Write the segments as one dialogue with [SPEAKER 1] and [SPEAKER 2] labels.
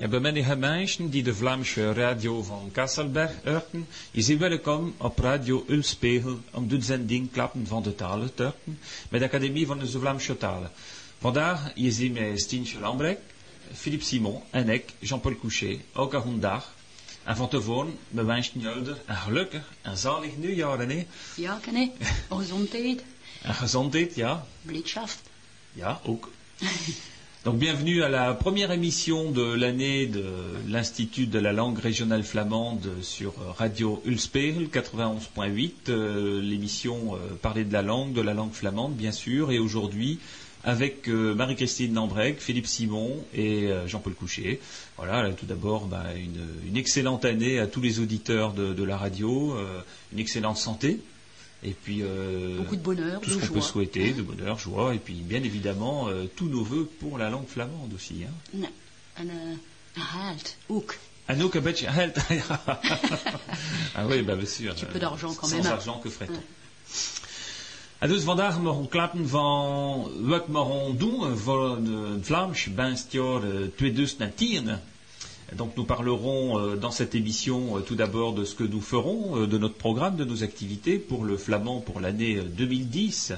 [SPEAKER 1] Ja, bij menige mensen die de Vlaamse radio van Kasselberg horen, is u welkom op Radio Ulspegel om de zending Klappen van de Talen te horen met de Academie van de Vlaamse Talen. Vandaag is u met Stientje Lambrecht, Philippe Simon en ik, Jean-Paul Couchet, ook een dag. En van tevoren bewensen jullie een gelukkig en zalig nieuwjaar, hè?
[SPEAKER 2] Ja, ken ik. Gezondheid.
[SPEAKER 1] En gezondheid, ja.
[SPEAKER 2] Blijdschap.
[SPEAKER 1] Ja, ook. Donc bienvenue à la première émission de l'année de l'Institut de la langue régionale flamande sur Radio Ulspegel 91.8, l'émission parler de la langue flamande bien sûr, et aujourd'hui avec Marie-Christine Lambrecht, Philippe Simon et Jean-Paul Couchet. Voilà, tout d'abord une excellente année à tous les auditeurs de la radio, une excellente santé. Et puis,
[SPEAKER 2] beaucoup de bonheur,
[SPEAKER 1] tout ce qu'on peut souhaiter, de bonheur, joie, et puis bien évidemment, tous nos vœux pour la langue flamande aussi. Hein.
[SPEAKER 2] En halt, ook.
[SPEAKER 1] En ook een beetje halt. Ah oui, bien sûr.
[SPEAKER 2] Un petit peu d'argent quand même.
[SPEAKER 1] Sans argent, que ferait-on? En dus vandaag mogen klappen van wat mogen doen voor het Vlaams bij het jaar 2010. Donc nous parlerons dans cette émission tout d'abord de ce que nous ferons, de notre programme, de nos activités pour le flamand pour l'année 2010.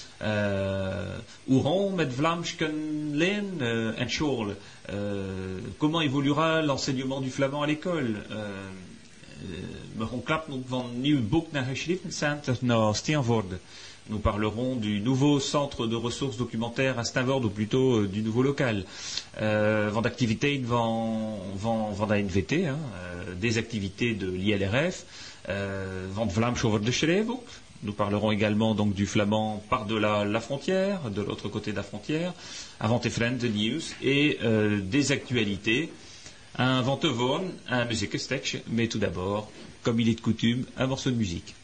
[SPEAKER 1] Hoe met Vlaams kunnen leren en school. Comment évoluera l'enseignement du flamand à l'école? We gaan klappen van een nieuw boek naar geschriftencentrum naar Steenvoorde. Nous parlerons du nouveau centre de ressources documentaires à Steenvoorde, ou plutôt du nouveau local. Van de activiteiten van de NVT, hein, des activités de l'ILRF, van het Vlaams over de schreef ook. Nous parlerons également donc du flamand par-delà la frontière, de l'autre côté de la frontière, avant et friend news, et des actualités. Un vantevorn, un muziekenstekje, mais tout d'abord, comme il est de coutume, un morceau de musique.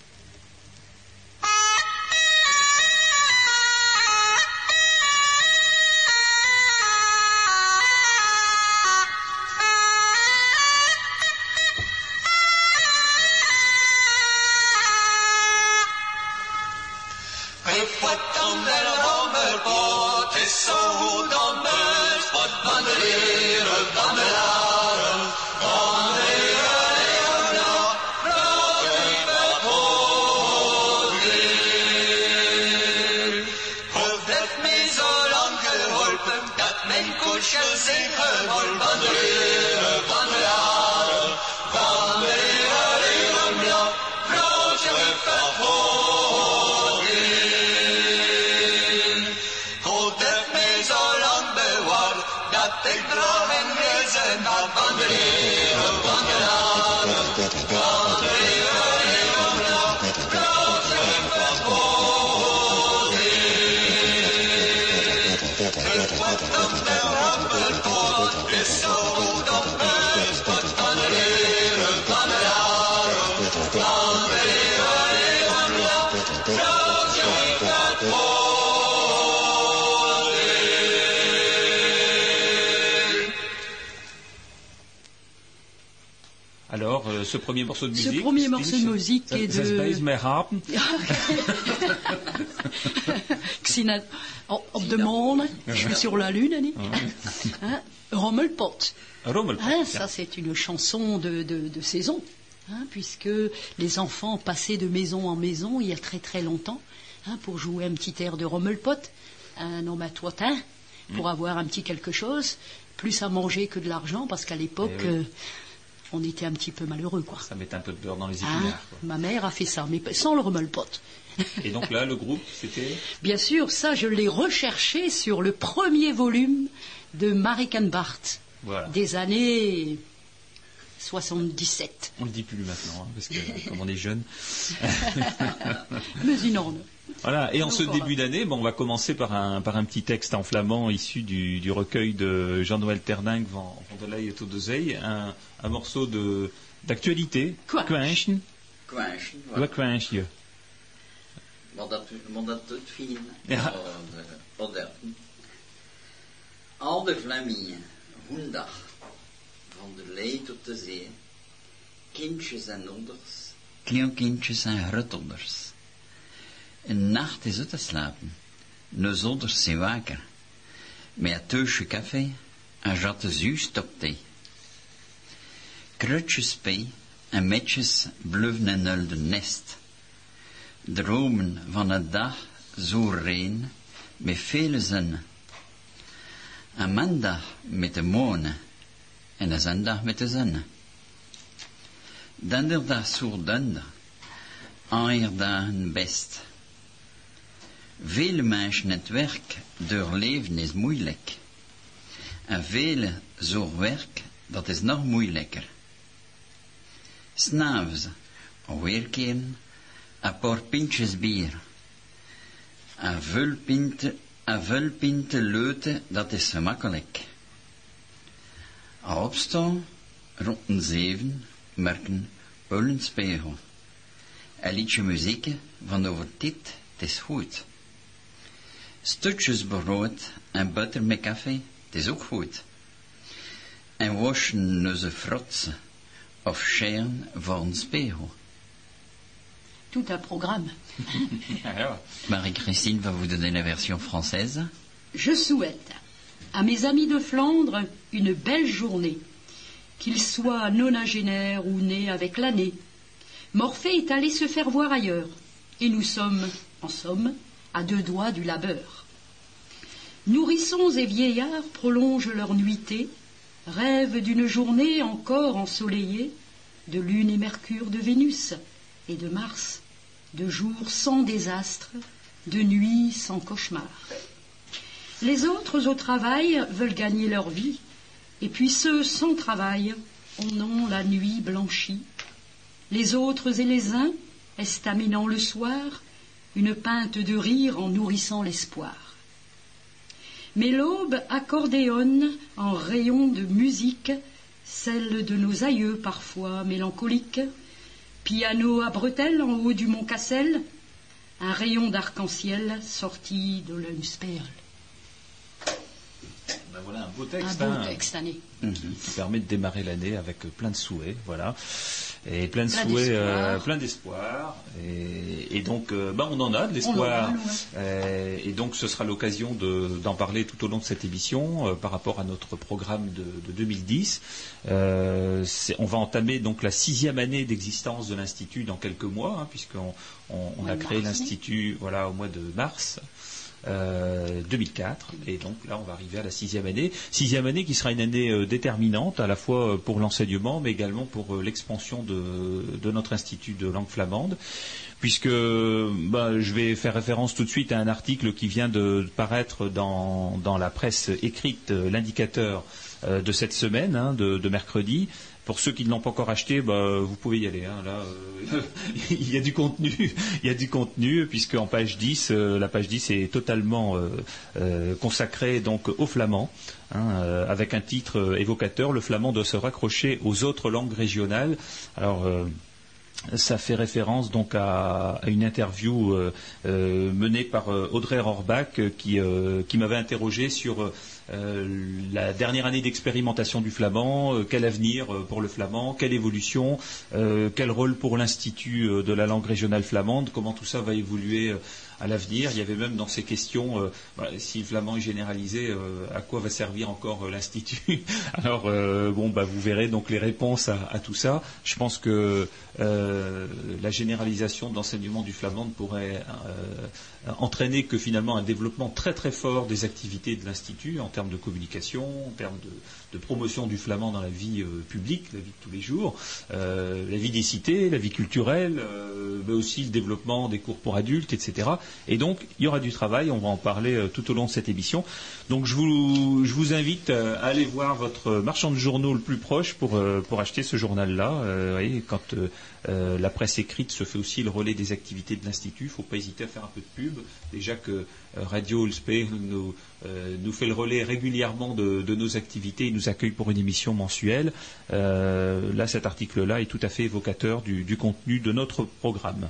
[SPEAKER 1] Alors, ce premier morceau de musique.
[SPEAKER 2] Ce premier morceau de musique est de. Xina op de maan, je suis sur la lune, Annie. Hein? Rommelpot.
[SPEAKER 1] Rommelpot.
[SPEAKER 2] Hein, ça, c'est une chanson de saison, hein, puisque les enfants passaient de maison en maison il y a très très longtemps, hein, pour jouer un petit air de Rommelpot, un homme à toitin, pour avoir un petit quelque chose, plus à manger que de l'argent, parce qu'à l'époque. On était un petit peu malheureux, quoi.
[SPEAKER 1] Ça met un peu de beurre dans les épinards.
[SPEAKER 2] Ma mère a fait ça, mais sans le Rommelpot.
[SPEAKER 1] Et donc là, le groupe, c'était...
[SPEAKER 2] Bien sûr, ça, je l'ai recherché sur le premier volume de Mariken Bart,
[SPEAKER 1] voilà.
[SPEAKER 2] Des années 77.
[SPEAKER 1] On le dit plus maintenant, hein, parce que comme on est jeune.
[SPEAKER 2] Mais une
[SPEAKER 1] Voilà, et en ce début d'année, on va commencer par un petit texte en flamand issu du recueil de Jean-Noël Terdinck van de Ley et Todozey, un morceau d'actualité.
[SPEAKER 2] Quenchen.
[SPEAKER 1] Wat quench je?
[SPEAKER 3] Maar dat doet fijn.
[SPEAKER 1] Ja.
[SPEAKER 3] Al de Vlamingen, woensdag, van de Ley tot de zee, kindjes en ouders, kleinkindjes en grootouders. Een nacht is uit te slapen, nos ouders zijn wakker, met een teusje café en jatte zuust op thee. Krutjes pee en metjes bluffen en hulde nest. Dromen van een dag zo rein, met vele zinnen. Een maandag met de monen en een zondag met de zon. Donderdag zo dunder, dagen best. Vele mensen het werk doorleven is moeilijk. En vele zo werk, dat is nog moeilijker. S'avonds, alweer keren, een paar pintjes bier. Een vulpinte leuten, dat is gemakkelijk. Opstaan, rond 7, merken, een spiegel. Een liedje muziek van over dit, het is goed. Stukjes brood en butter met koffie, het is ook goed. En waschen onze frotsen of scheren voor een spiegel.
[SPEAKER 2] Tout un programme.
[SPEAKER 3] Marie-Christine va vous donner la version française.
[SPEAKER 2] Je souhaite à mes amis de Flandre une belle journée, qu'ils soient nonagénaires ou nés avec l'année. Morphée est allé se faire voir ailleurs, et nous sommes, en somme, à 2 doigts du labeur. Nourrissons et vieillards prolongent leur nuitée, rêvent d'une journée encore ensoleillée, de lune et mercure, de Vénus et de Mars, de jours sans désastre, de nuits sans cauchemar. Les autres au travail veulent gagner leur vie, et puis ceux sans travail en ont la nuit blanchie. Les autres et les uns, estaminant le soir, une pinte de rire en nourrissant l'espoir. Mais l'aube accordéonne en rayons de musique, celle de nos aïeux parfois mélancoliques. Piano à bretelles en haut du mont Cassel, un rayon d'arc-en-ciel sorti de l'Unsperl.
[SPEAKER 1] Ben voilà un beau texte,
[SPEAKER 2] un beau texte, Annie.
[SPEAKER 1] Qui permet de démarrer l'année avec plein de souhaits, voilà. Et plein de souhaits, plein d'espoir. Et donc, on en a de l'espoir. Et donc, ce sera l'occasion d'en parler tout au long de cette émission par rapport à notre programme de 2010. On va entamer donc la 6e année d'existence de l'Institut dans quelques mois, puisqu'on a créé l'Institut au mois de mars. 2004, et donc là on va arriver à la 6e année. 6e année qui sera une année déterminante à la fois pour l'enseignement mais également pour l'expansion de notre institut de langue flamande, puisque je vais faire référence tout de suite à un article qui vient de paraître dans la presse écrite, l'indicateur de cette semaine, de mercredi. Pour ceux qui ne l'ont pas encore acheté, vous pouvez y aller. Là, il y a du contenu, puisque en page 10, la page 10 est totalement consacrée donc au flamand, avec un titre évocateur. Le flamand doit se raccrocher aux autres langues régionales. Alors, ça fait référence donc à une interview menée par Audrey Rohrbach qui m'avait interrogé sur la dernière année d'expérimentation du flamand, quel avenir pour le flamand, quelle évolution, quel rôle pour l'Institut de la langue régionale flamande, comment tout ça va évoluer à l'avenir. Il y avait même dans ces questions, si le flamand est généralisé, à quoi va servir encore l'Institut. Alors, vous verrez donc les réponses à tout ça. Je pense que la généralisation de l'enseignement du flamand pourrait entraîner que finalement un développement très très fort des activités de l'Institut en termes de communication, en termes de promotion du flamand dans la vie publique, la vie de tous les jours, la vie des cités, la vie culturelle, mais aussi le développement des cours pour adultes, etc. Et donc, il y aura du travail, on va en parler tout au long de cette émission. Donc, je vous invite à aller voir votre marchand de journaux le plus proche pour acheter ce journal-là. Voyez, quand la presse écrite se fait aussi le relais des activités de l'Institut, il ne faut pas hésiter à faire un peu de pub. Déjà que Radio Ulspé nous fait le relais régulièrement de nos activités, il nous accueille pour une émission mensuelle. Là, cet article-là est tout à fait évocateur du contenu de notre programme.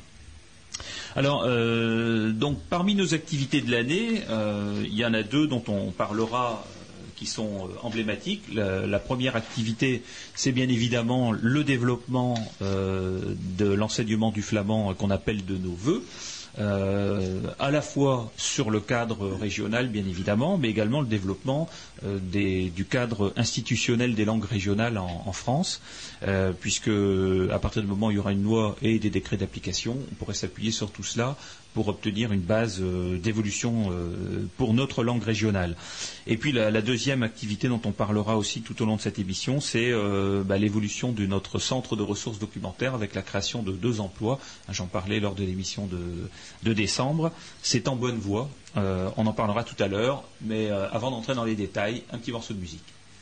[SPEAKER 1] Alors, donc, parmi nos activités de l'année, il y en a 2 dont on parlera qui sont emblématiques. La première activité, c'est bien évidemment le développement de l'enseignement du flamand qu'on appelle de nos vœux. à la fois sur le cadre régional, bien évidemment, mais également le développement du cadre institutionnel des langues régionales en France, puisque à partir du moment où il y aura une loi et des décrets d'application, on pourrait s'appuyer sur tout cela pour obtenir une base d'évolution pour notre langue régionale. Et puis la deuxième activité dont on parlera aussi tout au long de cette émission, c'est l'évolution de notre centre de ressources documentaires avec la création de 2 emplois. J'en parlais lors de l'émission de décembre. C'est en bonne voie. On en parlera tout à l'heure, mais avant d'entrer dans les détails, un petit morceau de musique.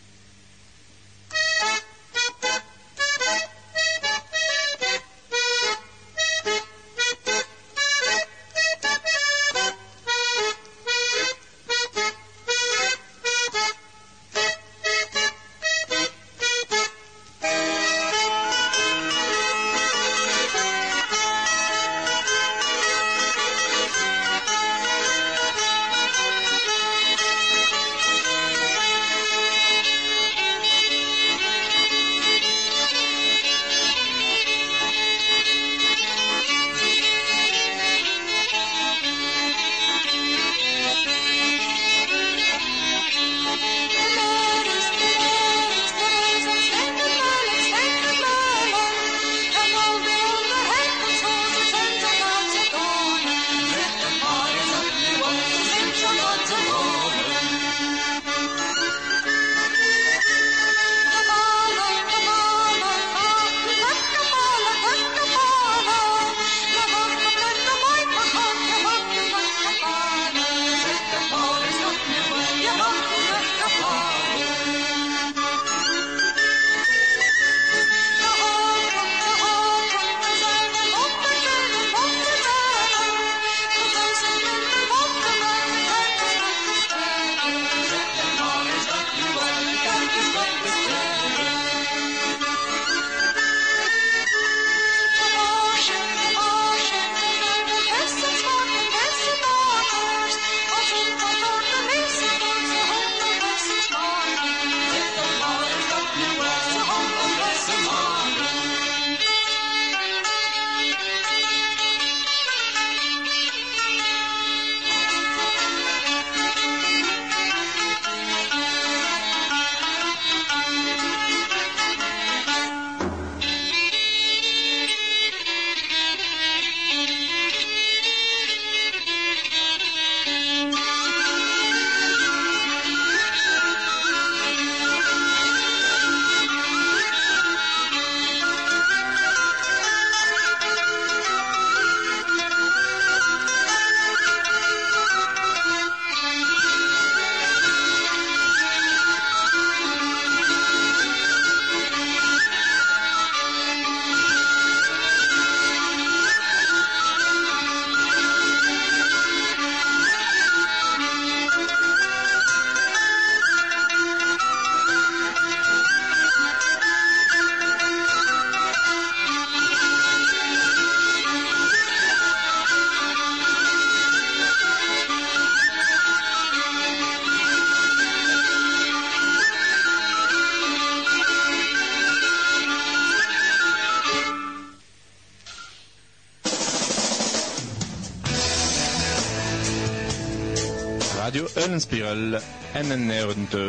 [SPEAKER 4] Radio Eulenspiegel NN92.8.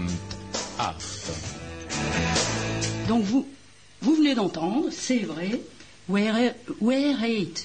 [SPEAKER 2] Donc vous venez d'entendre, c'est vrai, War Hate.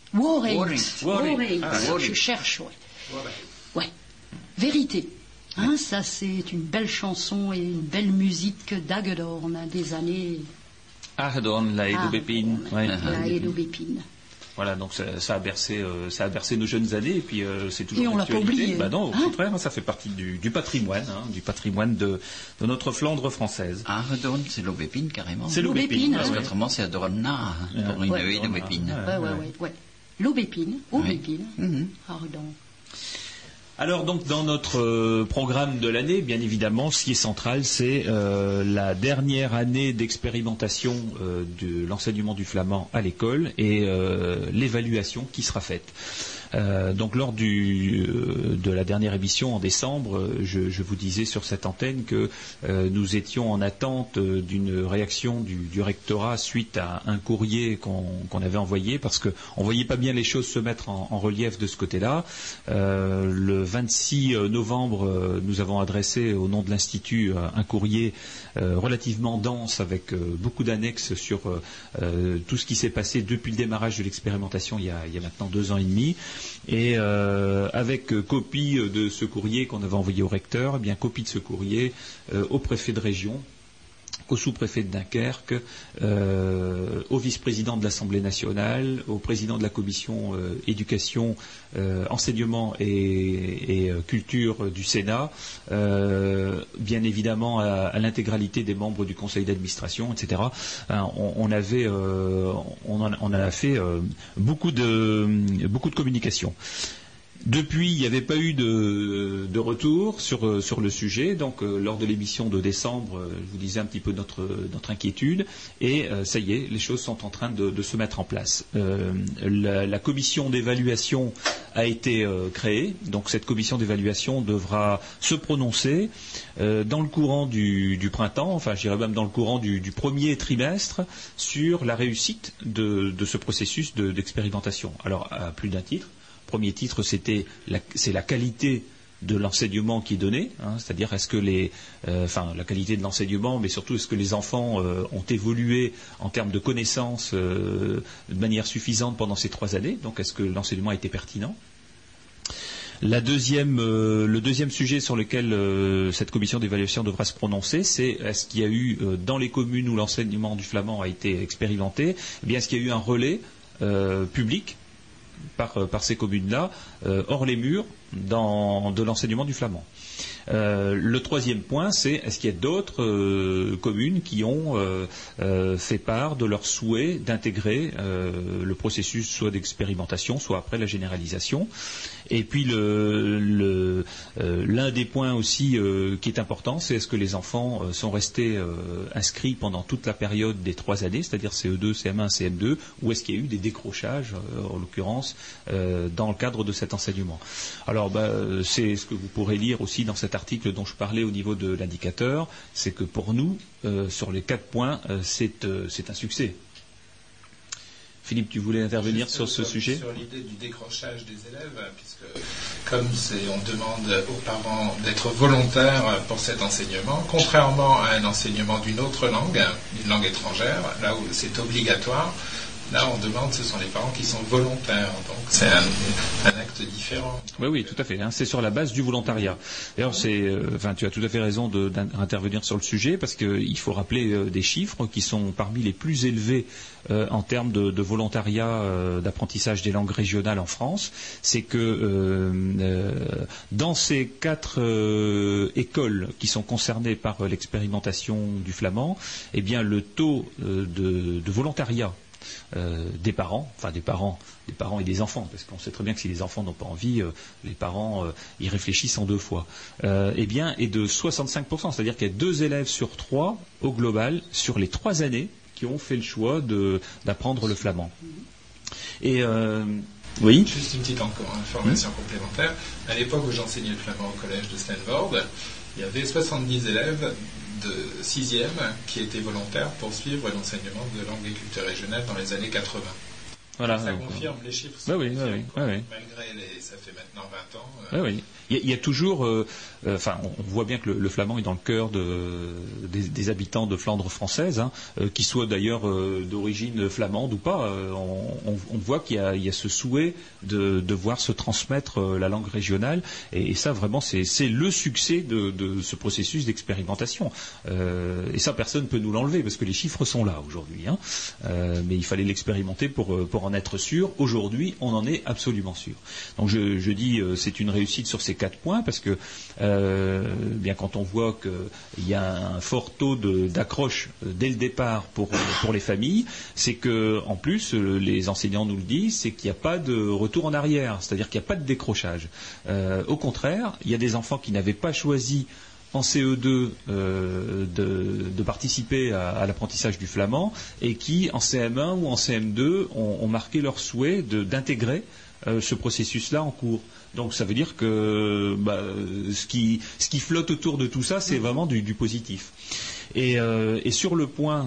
[SPEAKER 2] Je cherche, ouais. Vérité. Hein, ça c'est une belle chanson et une belle musique d'Hagedorn des années.
[SPEAKER 1] Hagedorn, la Edo Bépine.
[SPEAKER 2] La Edo Bépine.
[SPEAKER 1] Voilà, donc ça a bercé nos jeunes années et puis c'est toujours.
[SPEAKER 2] Et on l'a pas oublié.
[SPEAKER 1] Bah non, au contraire, ça fait partie du patrimoine, du patrimoine de notre Flandre française.
[SPEAKER 3] Hagedorn, c'est l'Aubépine carrément.
[SPEAKER 1] C'est l'Aubépine,
[SPEAKER 3] parce qu'autrement c'est Adorna pour une Aubépine.
[SPEAKER 2] Ouais. L'Aubépine, Hagedorn.
[SPEAKER 1] Alors donc dans notre programme de l'année, bien évidemment, ce qui est central, c'est la dernière année d'expérimentation de l'enseignement du flamand à l'école et l'évaluation qui sera faite. Donc lors de la dernière émission en décembre, je vous disais sur cette antenne que nous étions en attente d'une réaction du rectorat suite à un courrier qu'on avait envoyé, parce qu'on ne voyait pas bien les choses se mettre en relief de ce côté-là. Le 26 novembre, nous avons adressé au nom de l'Institut un courrier relativement dense avec beaucoup d'annexes sur tout ce qui s'est passé depuis le démarrage de l'expérimentation il y a maintenant 2 ans et demi. Et avec copie de ce courrier qu'on avait envoyé au recteur, bien copie de ce courrier au préfet de région, au sous-préfet de Dunkerque, au vice-président de l'Assemblée nationale, au président de la commission éducation, enseignement et culture du Sénat, bien évidemment à l'intégralité des membres du conseil d'administration, etc. On en a fait beaucoup de communication. Depuis, il n'y avait pas eu de retour sur le sujet. Donc, lors de l'émission de décembre, je vous disais un petit peu notre inquiétude. Et ça y est, les choses sont en train de se mettre en place. La commission d'évaluation a été créée. Donc, cette commission d'évaluation devra se prononcer dans le courant du printemps, enfin, je dirais même dans le courant du premier trimestre, sur la réussite de ce processus d'expérimentation. Alors, à plus d'un titre. Premier titre, c'est la qualité de l'enseignement qui est donné, c'est-à-dire est-ce que la qualité de l'enseignement, mais surtout est-ce que les enfants ont évolué en termes de connaissances de manière suffisante pendant ces 3 années, donc est-ce que l'enseignement a été pertinent. Le deuxième sujet sur lequel cette commission d'évaluation devra se prononcer, c'est est-ce qu'il y a eu dans les communes où l'enseignement du flamand a été expérimenté, eh bien est-ce qu'il y a eu un relais public par ces communes-là, hors les murs, de l'enseignement du flamand. Le troisième point, c'est est-ce qu'il y a d'autres communes qui ont fait part de leur souhait d'intégrer le processus soit d'expérimentation, soit après la généralisation. Et puis l'un des points aussi qui est important, c'est est-ce que les enfants sont restés inscrits pendant toute la période des 3 années, c'est-à-dire CE2, CM1, CM2, ou est-ce qu'il y a eu des décrochages, en l'occurrence, dans le cadre de cet enseignement. Alors, c'est ce que vous pourrez lire aussi dans cet article dont je parlais au niveau de l'indicateur, c'est que pour nous, sur les 4 points, c'est un succès. Philippe, tu voulais intervenir sur ce sujet ?
[SPEAKER 5] Sur l'idée du décrochage des élèves, puisque comme on demande aux parents d'être volontaires pour cet enseignement, contrairement à un enseignement d'une autre langue, d'une langue étrangère, là où c'est obligatoire, là on demande, ce sont les parents qui sont volontaires, donc c'est un acte différent.
[SPEAKER 1] Oui, tout à fait. C'est sur la base du volontariat. D'ailleurs, tu as tout à fait raison d'intervenir sur le sujet, parce qu'il faut rappeler des chiffres qui sont parmi les plus élevés en termes de volontariat d'apprentissage des langues régionales en France. C'est que dans ces 4 écoles qui sont concernées par l'expérimentation du flamand, eh bien le taux de volontariat des parents et des enfants, parce qu'on sait très bien que si les enfants n'ont pas envie, les parents y réfléchissent en 2 fois, eh bien, est de 65%, c'est-à-dire qu'il y a 2 élèves sur 3 au global sur les 3 années qui ont fait le choix d'apprendre le flamand. Et oui.
[SPEAKER 5] Juste une petite information complémentaire. À l'époque où j'enseignais le flamand au collège de Stanford, il y avait 70 élèves de 6e qui étaient volontaires pour suivre l'enseignement de langue et culture régionale dans les années 80.
[SPEAKER 1] Voilà,
[SPEAKER 5] ça confirme, les chiffres sont
[SPEAKER 1] oui,
[SPEAKER 5] malgré ça fait maintenant 20 ans.
[SPEAKER 1] Oui. Il y a toujours, on voit bien que le flamand est dans le cœur des habitants de Flandre française, qui soient d'ailleurs d'origine flamande ou pas. On voit qu'il y a ce souhait de voir se transmettre la langue régionale, et ça vraiment c'est le succès de ce processus d'expérimentation. Et ça personne ne peut nous l'enlever, parce que les chiffres sont là aujourd'hui. Mais il fallait l'expérimenter pour en être sûr. Aujourd'hui, on en est absolument sûr. Donc je dis c'est une réussite sur ces 4 points, parce que bien quand on voit qu'il y a un fort taux d'accroche dès le départ pour les familles, c'est que en plus les enseignants nous le disent, c'est qu'il n'y a pas de retour en arrière, c'est-à-dire qu'il n'y a pas de décrochage. Au contraire, il y a des enfants qui n'avaient pas choisi en CE2 de participer à l'apprentissage du flamand, et qui en CM1 ou en CM2 ont marqué leur souhait d'intégrer ce processus-là en cours. Donc ça veut dire que ce qui flotte autour de tout ça, c'est vraiment du positif. Et sur le point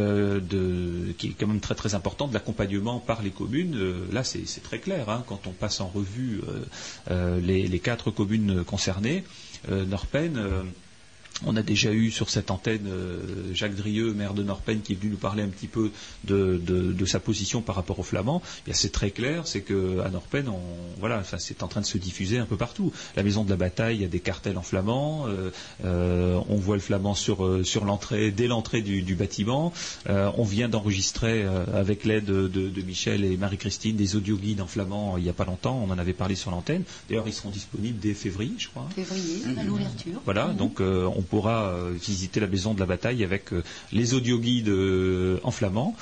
[SPEAKER 1] qui est quand même très très important de l'accompagnement par les communes, là c'est très clair, hein, quand on passe en revue les 4 communes concernées, Norpen. On a déjà eu sur cette antenne Jacques Drieux, maire de Norpen, qui est venu nous parler un petit peu de sa position par rapport aux Flamands. Et c'est très clair, c'est qu'à Norpen, c'est en train de se diffuser un peu partout. La maison de la bataille, il y a des cartels en flamand. On voit le flamand sur l'entrée, dès l'entrée du bâtiment. On vient d'enregistrer avec l'aide de Michel et Marie-Christine des audio-guides en flamand il n'y a pas longtemps. On en avait parlé sur l'antenne. D'ailleurs, ils seront disponibles dès février, je crois.
[SPEAKER 2] Février, à l'ouverture.
[SPEAKER 1] Voilà, donc on pourra visiter la maison de la bataille avec les audioguides en flamand.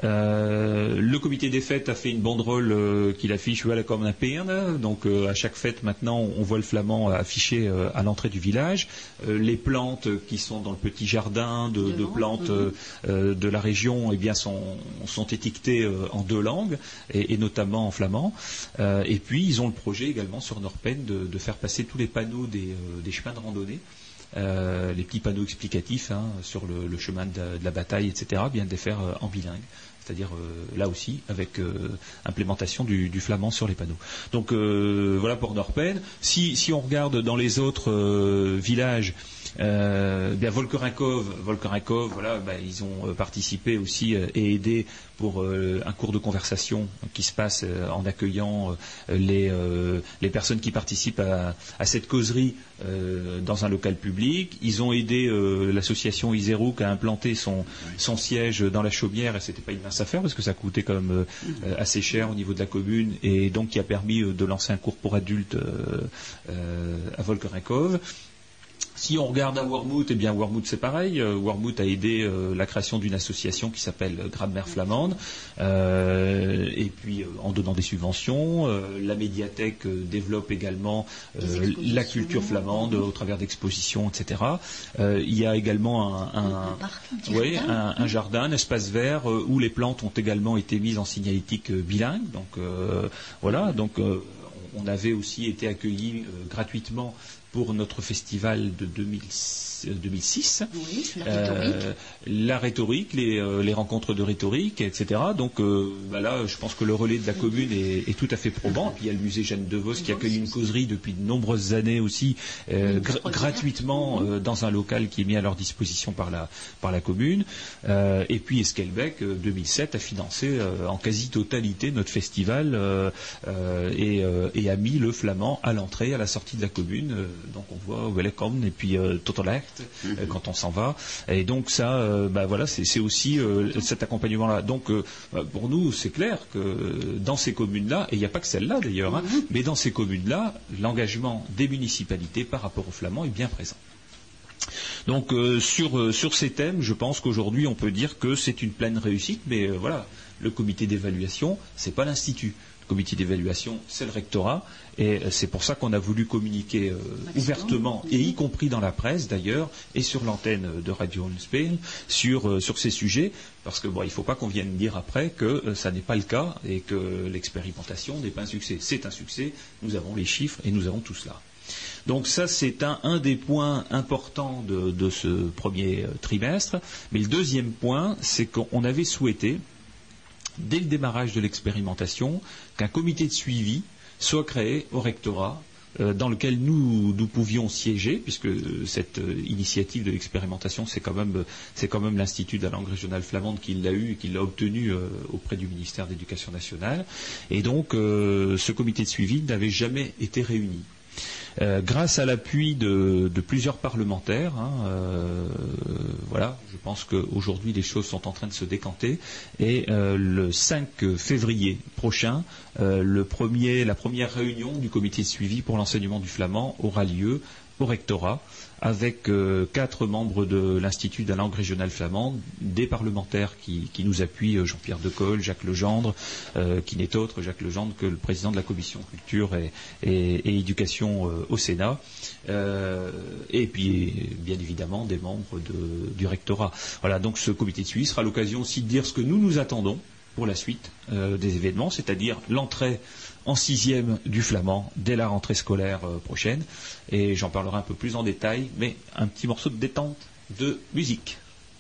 [SPEAKER 1] Le comité des fêtes a fait une banderole qu'il affiche comme un perne. Donc à chaque fête maintenant on voit le flamand affiché à l'entrée du village. Les plantes qui sont dans le petit jardin de plantes de la région sont étiquetées en 2 langues et notamment en flamand. Et puis ils ont le projet également sur Norpen de faire passer tous les panneaux des chemins de randonnée. Les petits panneaux explicatifs sur le chemin de la bataille, etc., bien de les faire en bilingue. C'est-à-dire là aussi avec implémentation du flamand sur les panneaux. Donc voilà pour Norpen. Si on regarde dans les autres villages, Volkerinkov, ils ont participé aussi et aidé pour un cours de conversation qui se passe en accueillant les personnes qui participent à cette causerie dans un local public. Ils ont aidé l'association Iserouk à implanter son siège dans la Chaumière, et c'était pas une mince affaire parce que ça coûtait quand même assez cher au niveau de la commune, et donc qui a permis de lancer un cours pour adultes à Volkerinkov. Si on regarde à Wormhout, Wormhout c'est pareil. Wormhout a aidé la création d'une association qui s'appelle Grammaire flamande, et puis en donnant des subventions. La médiathèque développe également la culture flamande au travers d'expositions, etc. Il y a également un jardin, un espace vert où les plantes ont également été mises en signalétique bilingue. Donc on avait aussi été accueillis gratuitement pour notre festival de 2006.
[SPEAKER 2] Oui,
[SPEAKER 1] la rhétorique, les rencontres de rhétorique, etc. Donc là, je pense que le relais de la commune est tout à fait probant. Et puis il y a le musée Jeanne de Vos qui accueille une causerie depuis de nombreuses années aussi, gratuitement dans un local qui est mis à leur disposition par la commune. Et puis Esquelbec, 2007, a financé en quasi-totalité notre festival et a mis le flamand à l'entrée, à la sortie de la commune. Donc on voit Welcome et puis Totalact quand on s'en va. Et donc ça, c'est aussi cet accompagnement-là. Donc pour nous, c'est clair que dans ces communes-là, et il n'y a pas que celle-là d'ailleurs, mais dans ces communes-là, l'engagement des municipalités par rapport aux flamands est bien présent. Donc sur ces thèmes, je pense qu'aujourd'hui on peut dire que c'est une pleine réussite, mais le comité d'évaluation, c'est pas l'Institut. Le comité d'évaluation, c'est le rectorat, et c'est pour ça qu'on a voulu communiquer ouvertement, et y compris dans la presse d'ailleurs, et sur l'antenne de Radio Unspel, sur ces sujets, parce que il ne faut pas qu'on vienne dire après que ça n'est pas le cas, et que l'expérimentation n'est pas un succès. C'est un succès, nous avons les chiffres, et nous avons tout cela. Donc ça, c'est un des points importants de ce premier trimestre. Mais le deuxième point, c'est qu'on avait souhaité, dès le démarrage de l'expérimentation, qu'un comité de suivi soit créé au rectorat, dans lequel nous pouvions siéger, puisque cette initiative de l'expérimentation, c'est quand même l'Institut de la langue régionale flamande qui l'a eu et qui l'a obtenu auprès du ministère de l'Éducation nationale. Et donc, ce comité de suivi n'avait jamais été réuni. Grâce à l'appui de plusieurs parlementaires, je pense qu'aujourd'hui les choses sont en train de se décanter, et le 5 février prochain, la première réunion du comité de suivi pour l'enseignement du flamand aura lieu au rectorat, avec 4 membres de l'Institut de la langue régionale flamande, des parlementaires qui nous appuient, Jean-Pierre Decolle, Jacques Legendre, qui n'est autre, Jacques Legendre, que le président de la commission culture et éducation au Sénat, et puis bien évidemment des membres du rectorat. Voilà, donc ce comité de suivi sera l'occasion aussi de dire ce que nous attendons pour la suite des événements, c'est-à-dire l'entrée en 6e du flamand dès la rentrée scolaire prochaine. Et j'en parlerai un peu plus en détail, mais un petit morceau de détente de musique.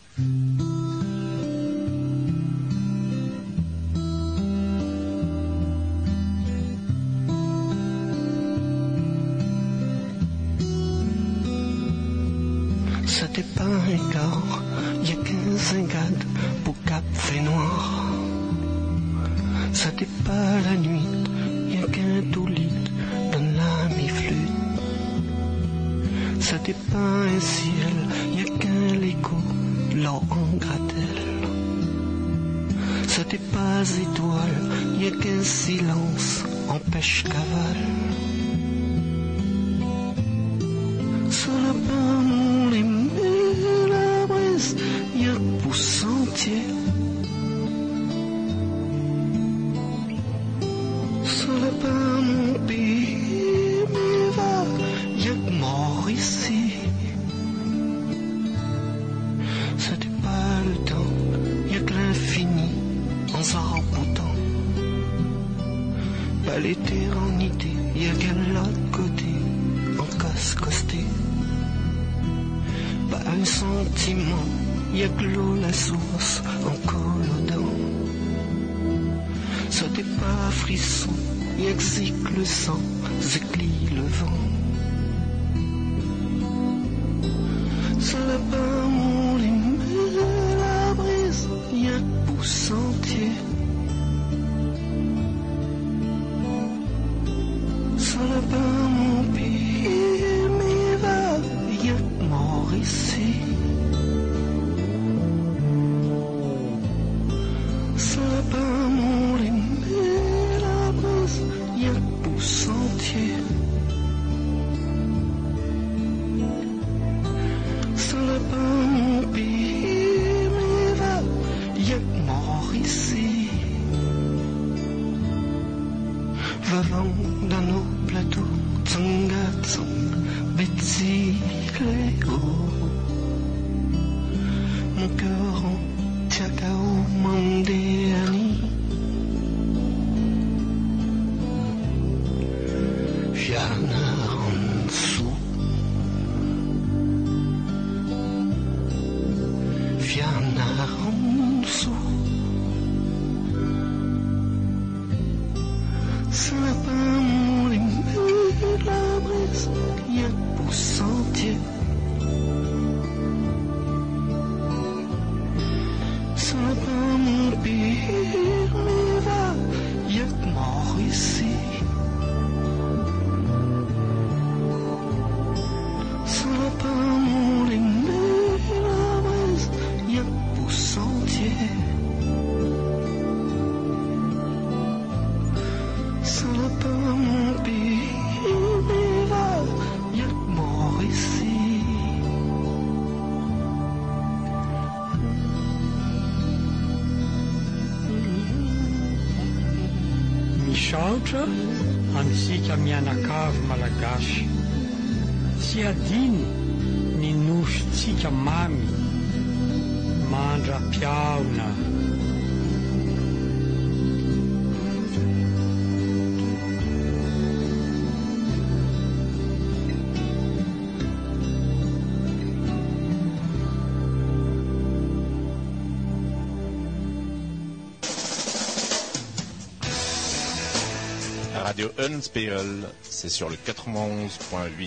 [SPEAKER 6] C'était pas un quart, y'a 15 ingades pour Cap fait noir. C'était pas la nuit, y'a qu'un tout lit dans la mi-flûte. C'était pas un ciel, y'a qu'un l'écho là en gratelle. C'était pas étoile, y'a qu'un silence en pêche cavale. Sur le banc, les murs, la brise, y'a pour sentier. Sur le banc, mon pays, mais va, y'a que mort ici. C'était pas le temps, y'a que l'infini en s'arpentant. Pas l'éternité, y'a qu'à l'autre côté, en casse-costé. Pas un sentiment, y'a que l'eau, la source, en collodant. Ça t'est pas frisson, y'a que zic le sang, zéclit le vent. Ça n'a pas mon limite, la brise, y'a que pour sentier. Ça n'a pas mon pied, mais va, y'a que mort ici. Ça n'a pas mon limite, la brise, y'a que pour sentier. Ça n'a pas mon pied, mais va, y'a que mort ici. Va-vent dans nos plateaux, tsanga tsang, Betsy Cléo. Mon cœur en tiakao mandéani. Fiana en dessous. Fiana en dessous. Ça n'a pas mon limite, la brise, y'a que pour sentier. Ça n'a pas mon pire, mais va, y'a que mort ici. Ça n'a pas mon limite, la brise, y'a que pour sentier. Ça n'a pas mon pays, mais va, y'a que mort ici.
[SPEAKER 7] Misaotra antsika mianakavy malagasy tsy adiny ny nosontsika mamy mandra-piaona.
[SPEAKER 4] Radio Eulenspiegel, c'est sur le 91.8.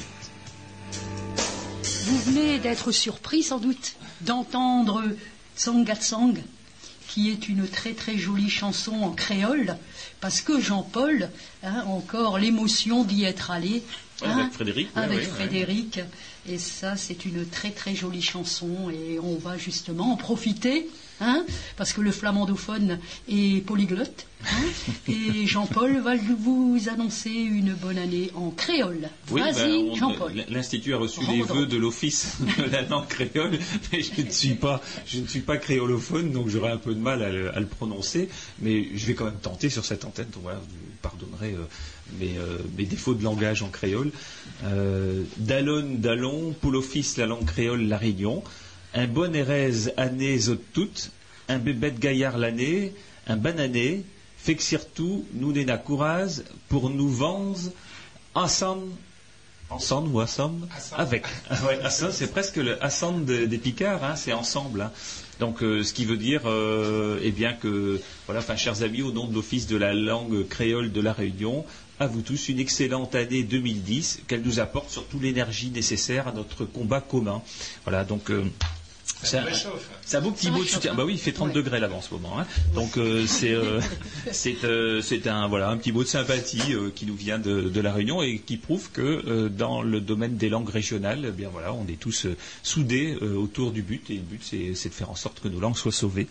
[SPEAKER 2] Vous venez d'être surpris sans doute d'entendre Tsongatsang, qui est une très très jolie chanson en créole, parce que Jean-Paul, encore l'émotion d'y être allé,
[SPEAKER 1] avec Frédéric.
[SPEAKER 2] Avec Frédéric. Et ça, c'est une très très jolie chanson et on va justement en profiter, parce que le flamandophone est polyglotte. Et Jean-Paul va vous annoncer une bonne année en créole.
[SPEAKER 1] Oui,
[SPEAKER 2] vas-y, Jean-Paul.
[SPEAKER 1] L'Institut a reçu les vœux de l'Office de la langue créole, mais je ne suis pas créolophone, donc j'aurai un peu de mal à le prononcer, mais je vais quand même tenter sur cette antenne, donc voilà, vous pardonnerez mes défauts de langage en créole. Dallon, pour l'Office la langue créole La Réunion, un bon Erez année zot toute, un bébé de gaillard l'année, un banané, fait que surtout, nous n'ena courage pour nous vendre ensemble ou ensemble avec. Ouais, ensemble, c'est presque le ensemble des Picards, hein, c'est ensemble. Hein. Donc, ce qui veut dire, eh bien que, voilà, enfin, chers amis, au nom de l'Office de la langue créole de la Réunion, à vous tous une excellente année 2010, qu'elle nous apporte surtout l'énergie nécessaire à notre combat commun. Voilà, donc. C'est un beau petit mot de soutien. Bah oui, il fait 30 degrés là-bas en ce moment. Hein. Donc c'est un petit mot de sympathie qui nous vient de la Réunion et qui prouve que dans le domaine des langues régionales, eh bien voilà, on est tous soudés autour du but, et le but c'est de faire en sorte que nos langues soient sauvées.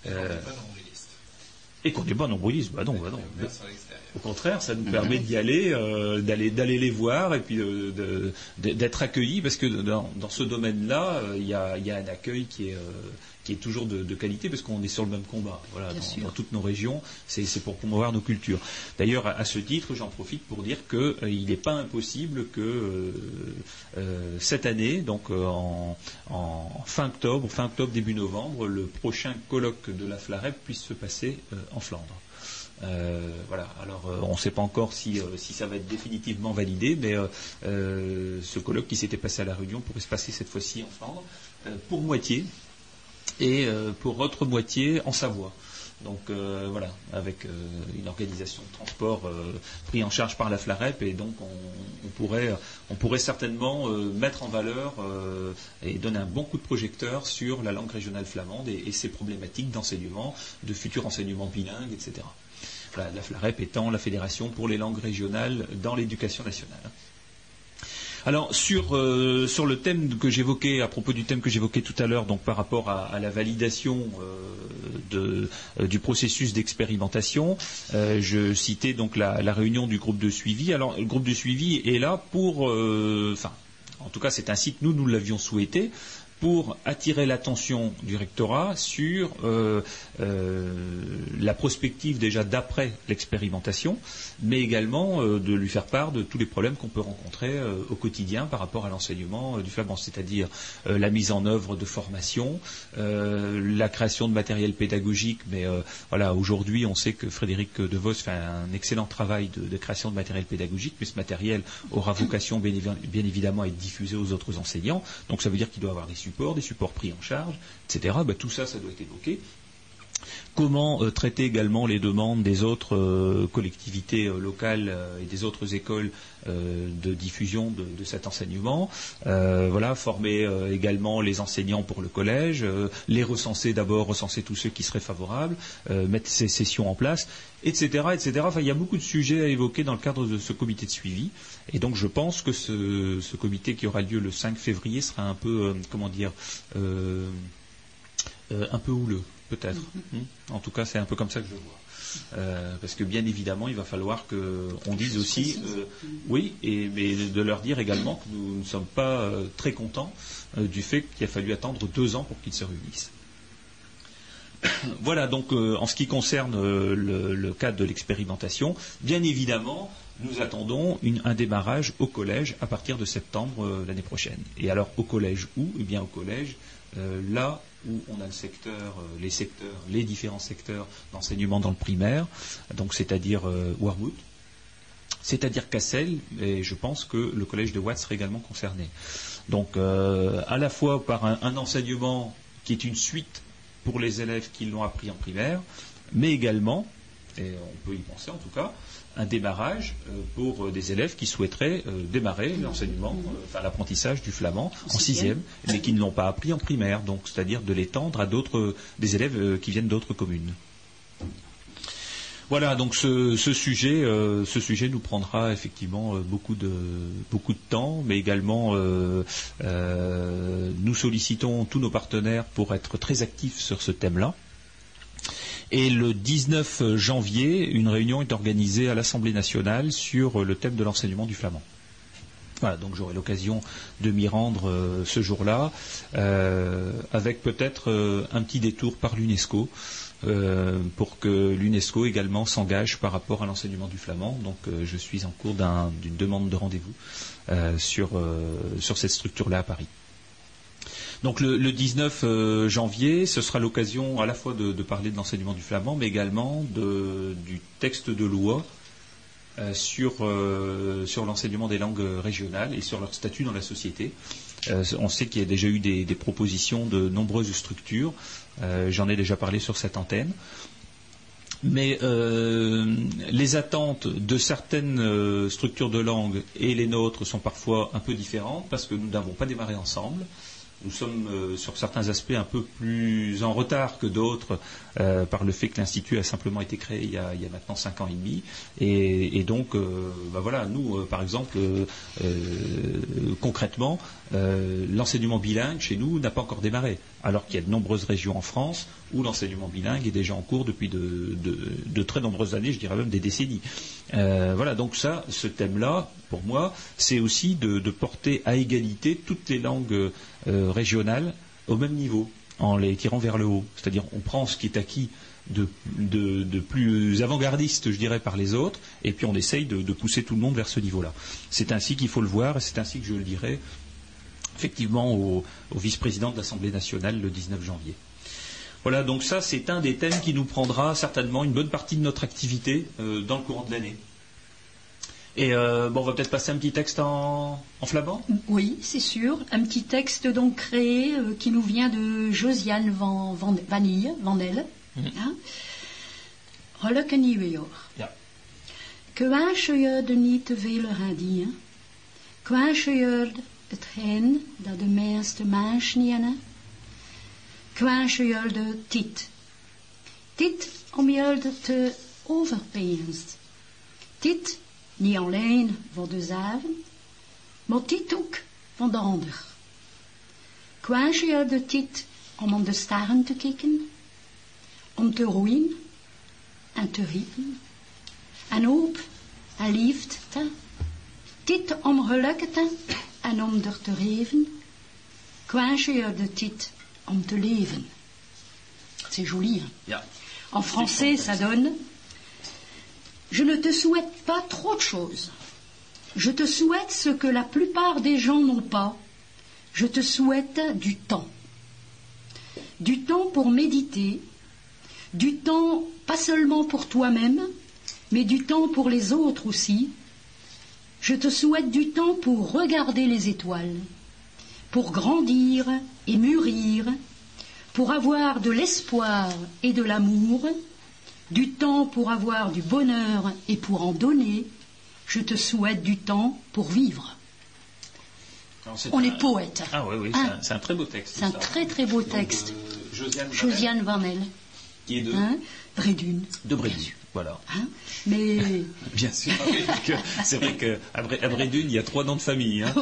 [SPEAKER 1] Et qu'on n'est pas nombrilistes. Bah non. Au contraire, ça nous permet d'y aller, d'aller les voir et puis d'être accueillis, parce que dans ce domaine-là, il y a un accueil qui est toujours de qualité, parce qu'on est sur le même combat. Voilà, dans toutes nos régions, c'est pour promouvoir nos cultures. D'ailleurs, à ce titre, j'en profite pour dire qu'il n'est pas impossible que cette année, donc en fin octobre, début novembre, le prochain colloque de la FLAREP puisse se passer en Flandre. Voilà. Alors, on ne sait pas encore si ça va être définitivement validé, mais ce colloque qui s'était passé à La Réunion pourrait se passer cette fois-ci en Flandre, pour moitié, et pour autre moitié en Savoie. Donc voilà, avec une organisation de transport pris en charge par la FLAREP, et donc on pourrait certainement mettre en valeur et donner un bon coup de projecteur sur la langue régionale flamande et ses problématiques d'enseignement, de futur enseignement bilingue, etc. Voilà, la FLAREP étant la Fédération pour les langues régionales dans l'éducation nationale. Alors sur le thème que j'évoquais, à propos du thème que j'évoquais tout à l'heure, donc par rapport à la validation du processus d'expérimentation, je citais donc la réunion du groupe de suivi. Alors le groupe de suivi est là pour, en tout cas c'est ainsi que nous l'avions souhaité, pour attirer l'attention du rectorat sur la prospective déjà d'après l'expérimentation, mais également de lui faire part de tous les problèmes qu'on peut rencontrer au quotidien par rapport à l'enseignement du flamand, c'est-à-dire la mise en œuvre de formation, la création de matériel pédagogique, mais voilà, aujourd'hui on sait que Frédéric De Vos fait un excellent travail de création de matériel pédagogique, mais ce matériel aura vocation bien évidemment à être diffusé aux autres enseignants, donc ça veut dire qu'il doit avoir des supports pris en charge, etc. Tout ça doit être évoqué. Comment traiter également les demandes des autres collectivités locales et des autres écoles de diffusion de cet enseignement. Voilà, former également les enseignants pour le collège, les recenser tous ceux qui seraient favorables, mettre ces sessions en place, etc., etc. Enfin, il y a beaucoup de sujets à évoquer dans le cadre de ce comité de suivi. Et donc, je pense que ce comité qui aura lieu le 5 février sera un peu, un peu houleux. Peut-être. En tout cas, c'est un peu comme ça que je vois. Parce que bien évidemment, il va falloir qu'on dise aussi, oui, mais de leur dire également que nous ne sommes pas très contents du fait qu'il a fallu attendre 2 ans pour qu'ils se réunissent. Voilà, donc en ce qui concerne le cadre de l'expérimentation, bien évidemment, nous attendons un démarrage au collège à partir de septembre l'année prochaine. Et alors, au collège où ? Eh bien, au collège, là où on a les différents secteurs d'enseignement dans le primaire, donc c'est-à-dire Warwood, c'est-à-dire Cassel, et je pense que le collège de Watts serait également concerné. Donc, à la fois par un enseignement qui est une suite pour les élèves qui l'ont appris en primaire, mais également, et on peut y penser en tout cas, un démarrage pour des élèves qui souhaiteraient démarrer l'enseignement, l'apprentissage du flamand en 6e, mais qui ne l'ont pas appris en primaire, donc c'est-à-dire de l'étendre à des élèves qui viennent d'autres communes. Voilà, donc ce sujet nous prendra effectivement beaucoup de temps, mais également nous sollicitons tous nos partenaires pour être très actifs sur ce thème-là. Et le 19 janvier, une réunion est organisée à l'Assemblée nationale sur le thème de l'enseignement du flamand. Voilà, donc j'aurai l'occasion de m'y rendre ce jour-là, avec peut-être un petit détour par l'UNESCO, pour que l'UNESCO également s'engage par rapport à l'enseignement du flamand. Donc je suis en cours d'une demande de rendez-vous sur cette structure-là à Paris. Donc le 19 janvier, ce sera l'occasion à la fois de parler de l'enseignement du flamand, mais également du texte de loi sur l'enseignement des langues régionales et sur leur statut dans la société. On sait qu'il y a déjà eu des propositions de nombreuses structures. J'en ai déjà parlé sur cette antenne. Mais les attentes de certaines structures de langue et les nôtres sont parfois un peu différentes parce que nous n'avons pas démarré ensemble. Nous sommes sur certains aspects un peu plus en retard que d'autres par le fait que l'Institut a simplement été créé il y a maintenant 5 ans et demi. Et donc, voilà, nous, par exemple, concrètement, l'enseignement bilingue chez nous n'a pas encore démarré, alors qu'il y a de nombreuses régions en France où l'enseignement bilingue est déjà en cours depuis de très nombreuses années, je dirais même des décennies. Voilà, donc ce thème-là, pour moi, c'est aussi de porter à égalité toutes les langues régionales au même niveau, en les tirant vers le haut. C'est-à-dire, on prend ce qui est acquis de plus avant-gardiste, je dirais, par les autres, et puis on essaye de pousser tout le monde vers ce niveau-là. C'est ainsi qu'il faut le voir, et c'est ainsi que je le dirai effectivement au vice-président de l'Assemblée nationale le 19 janvier. Voilà, donc ça, c'est un des thèmes qui nous prendra certainement une bonne partie de notre activité dans le courant de l'année. Et on va peut-être passer un petit texte en flamand.
[SPEAKER 2] Oui, c'est sûr. Un petit texte donc créé qui nous vient de Josiane Vandel. Gelukkig nieuwjaar.
[SPEAKER 1] Ja.
[SPEAKER 2] Kwaasje je er niet te veel radien. Kwaasje je hetgeen dat de meeste mensen niet. Kwaasje je de tijd. Tijd om je te overpeinst. Tijd niet alleen voor de zaven, maar tijd ook van de ander. Kwaasje je de tijd om aan de sterren te kijken, om te roeien en te rieten, en hoop en liefde, tijd om gelukkig en om er te leven, kwaasje je de tijd om te leven. C'est joli, hein?
[SPEAKER 1] Ja.
[SPEAKER 2] En français, ça donne: je ne te souhaite pas trop de choses. Je te souhaite ce que la plupart des gens n'ont pas. Je te souhaite du temps. Du temps pour méditer, du temps pas seulement pour toi-même, mais du temps pour les autres aussi. Je te souhaite du temps pour regarder les étoiles, pour grandir et mûrir, pour avoir de l'espoir et de l'amour, du temps pour avoir du bonheur et pour en donner. Je te souhaite du temps pour vivre.
[SPEAKER 1] Alors,
[SPEAKER 2] On est poète.
[SPEAKER 1] Ah oui,
[SPEAKER 2] Hein?
[SPEAKER 1] c'est un très beau texte.
[SPEAKER 2] C'est un
[SPEAKER 1] ça.
[SPEAKER 2] très très beau
[SPEAKER 1] Donc,
[SPEAKER 2] texte.
[SPEAKER 1] Josiane
[SPEAKER 2] Vandel.
[SPEAKER 1] qui est de
[SPEAKER 2] Bredune.
[SPEAKER 1] Bredune. Voilà.
[SPEAKER 2] Hein? Mais
[SPEAKER 1] Bien sûr. C'est vrai qu'à Bredune, il y a 3 noms de famille. Hein.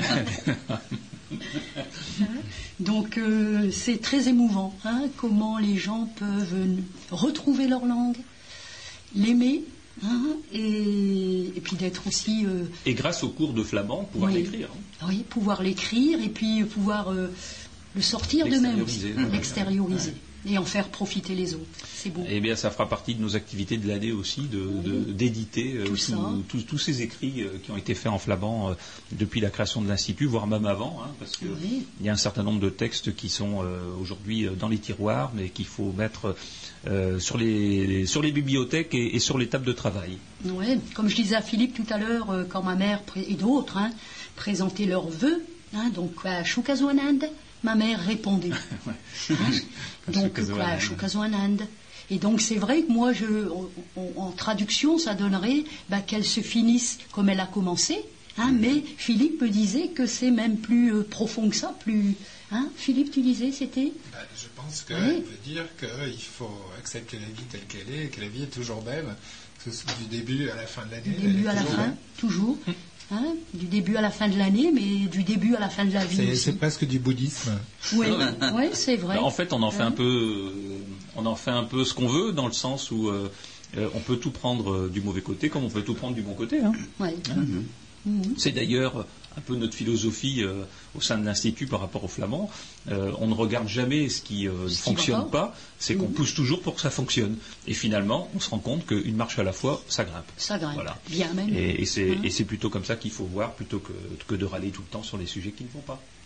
[SPEAKER 2] donc c'est très émouvant, hein, comment les gens peuvent retrouver leur langue, l'aimer, hein, et puis d'être aussi...
[SPEAKER 1] Et grâce au cours de flamand, pouvoir l'écrire. Hein.
[SPEAKER 2] Oui, pouvoir l'écrire et puis pouvoir le sortir d'eux-mêmes aussi, l'extérioriser. Et en faire profiter les autres. C'est beau.
[SPEAKER 1] Eh bien, ça fera partie de nos activités de l'année aussi, d'éditer tous ces écrits qui ont été faits en flamand depuis la création de l'Institut, voire même avant, hein, parce qu'il y a un certain nombre de textes qui sont aujourd'hui dans les tiroirs, mais qu'il faut mettre sur les bibliothèques et sur les tables de travail.
[SPEAKER 2] Oui, comme je disais à Philippe tout à l'heure, quand ma mère et d'autres présentaient leurs vœux, hein, donc à Shukazuanand, ma mère répondait. Hein? Donc, quoi, Shukazuanand. Et donc, c'est vrai que moi, en traduction, ça donnerait qu'elle se finisse comme elle a commencé. Hein, mais Philippe me disait que c'est même plus profond que ça. Hein, Philippe, tu disais, c'était
[SPEAKER 5] Je pense qu'elle peut dire qu'il faut accepter la vie telle qu'elle est, et que la vie est toujours belle, que ce soit du début à la fin de l'année.
[SPEAKER 2] Du début à la fin, toujours. Hein, du début à la fin de l'année, mais du début à la fin de la vie aussi.
[SPEAKER 5] C'est presque du bouddhisme.
[SPEAKER 2] Oui, c'est vrai.
[SPEAKER 1] En fait, on en fait un peu ce qu'on veut, dans le sens où on peut tout prendre du mauvais côté, comme on peut tout prendre du bon côté. Hein.
[SPEAKER 2] Ouais.
[SPEAKER 1] C'est d'ailleurs un peu notre philosophie au sein de l'Institut par rapport au flamand. On ne regarde jamais ce qui ne fonctionne pas, c'est qu'on pousse toujours pour que ça fonctionne. Et finalement, on se rend compte qu'une marche à la fois, ça grimpe.
[SPEAKER 2] Ça grimpe,
[SPEAKER 1] voilà.
[SPEAKER 2] Bien même.
[SPEAKER 1] Et c'est plutôt comme ça qu'il faut voir, plutôt que de râler tout le temps sur les sujets qui ne vont pas.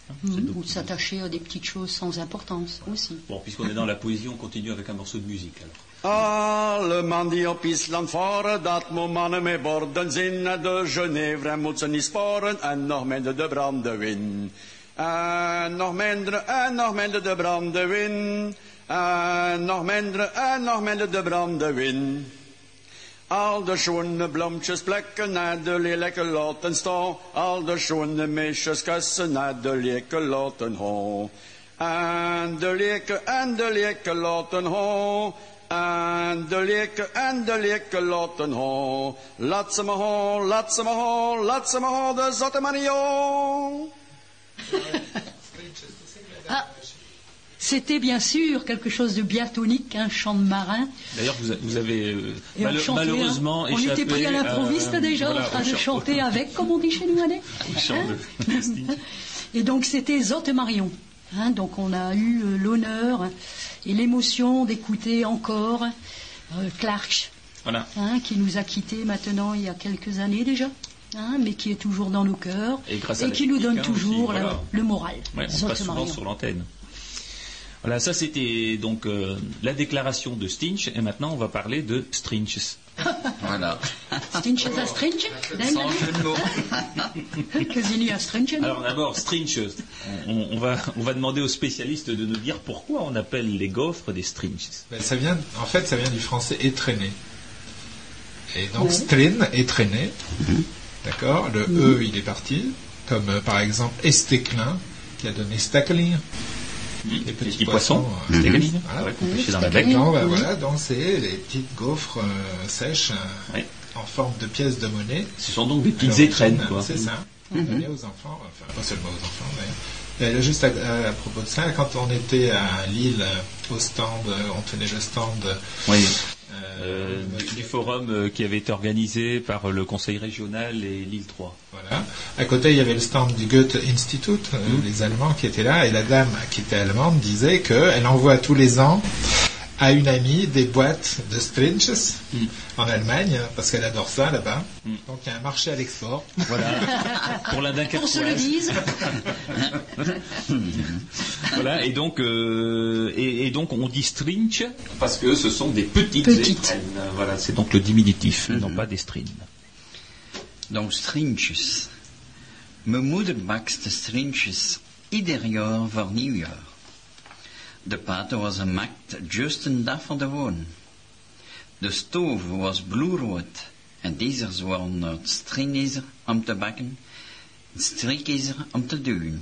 [SPEAKER 2] Ou de s'attacher à des petites choses sans importance aussi.
[SPEAKER 1] Bon, puisqu'on est dans la poésie, on continue avec un morceau de musique alors.
[SPEAKER 8] Allemaal die op Island varen, dat moet mannen met borden zijn naar de Genève en moet ze niet sporen en nog minder de brandewijn. En nog minder de brandewijn. En nog minder de brandewijn. Al de schone bloempjes plekken naar de lelijke laten staan. Al de schone meisjes kussen naar de lelijke laten gaan. En de lelijke laten gaan. En de lelijke laten gaan. Laat ze me gaan, laat ze me gaan, laat ze me gaan, de zotte Mario.
[SPEAKER 2] C'était bien sûr quelque chose de bien tonique, un chant de marin.
[SPEAKER 1] D'ailleurs, vous avez
[SPEAKER 2] malheureusement
[SPEAKER 1] échappé.
[SPEAKER 2] On était pris à l'improviste déjà, en train de chanter avec, comme on dit chez nous, Année. Et donc c'était Zotte Marion. Donc on a eu l'honneur et l'émotion d'écouter encore Clark, qui nous a quittés maintenant il y a quelques années déjà. Mais qui est toujours dans nos cœurs et qui nous donne toujours le moral.
[SPEAKER 1] Ouais, on passe souvent sur l'antenne. Voilà, ça c'était donc la déclaration de Stinch, et maintenant on va parler de Strinches.
[SPEAKER 3] Voilà.
[SPEAKER 2] Strinches à Strinch.
[SPEAKER 3] Sans jeu de mots.
[SPEAKER 1] Alors d'abord, Strinches. On va demander aux spécialistes de nous dire pourquoi on appelle les gaufres des Strinches.
[SPEAKER 5] Ça vient du français étraîner. Et donc strin, étraîner. D'accord, le E il est parti, comme par exemple Estéclin qui a donné Stackling, les petits poissons,
[SPEAKER 1] voilà, qu'on pêchait dans la bec.
[SPEAKER 5] Voilà, donc c'est les petites gaufres sèches en forme de pièces de monnaie.
[SPEAKER 1] Ce sont donc des petites étrennes, quoi.
[SPEAKER 5] C'est ça. On donnait aux enfants, enfin pas seulement aux enfants d'ailleurs. Juste à propos de ça, quand on était à Lille au stand, on tenait le stand.
[SPEAKER 1] Du forum qui avait été organisé par le conseil régional et Lille 3.
[SPEAKER 5] Voilà. À côté, il y avait le stand du Goethe Institut, les Allemands qui étaient là, et la dame qui était allemande disait qu'elle envoie tous les ans à une amie des boîtes de Strinches en Allemagne, parce qu'elle adore ça là-bas. Donc il y a un marché à l'export.
[SPEAKER 1] Voilà. Pour la Dunkerquoise.
[SPEAKER 2] Pour se le dise.
[SPEAKER 1] Voilà, et donc on dit Strinch parce que ce sont des petites. Étrennes. Voilà, c'est donc le diminutif, non pas des strines.
[SPEAKER 3] Donc Strinches. Mijn moeder bakte Strinches ieder jaar voor nieuwjaar. De pater was gemaakt juist een dag van de woon. De stoof was bloedrood en deze waren naar het stringijzer om te bakken, het strikijzer om te duwen.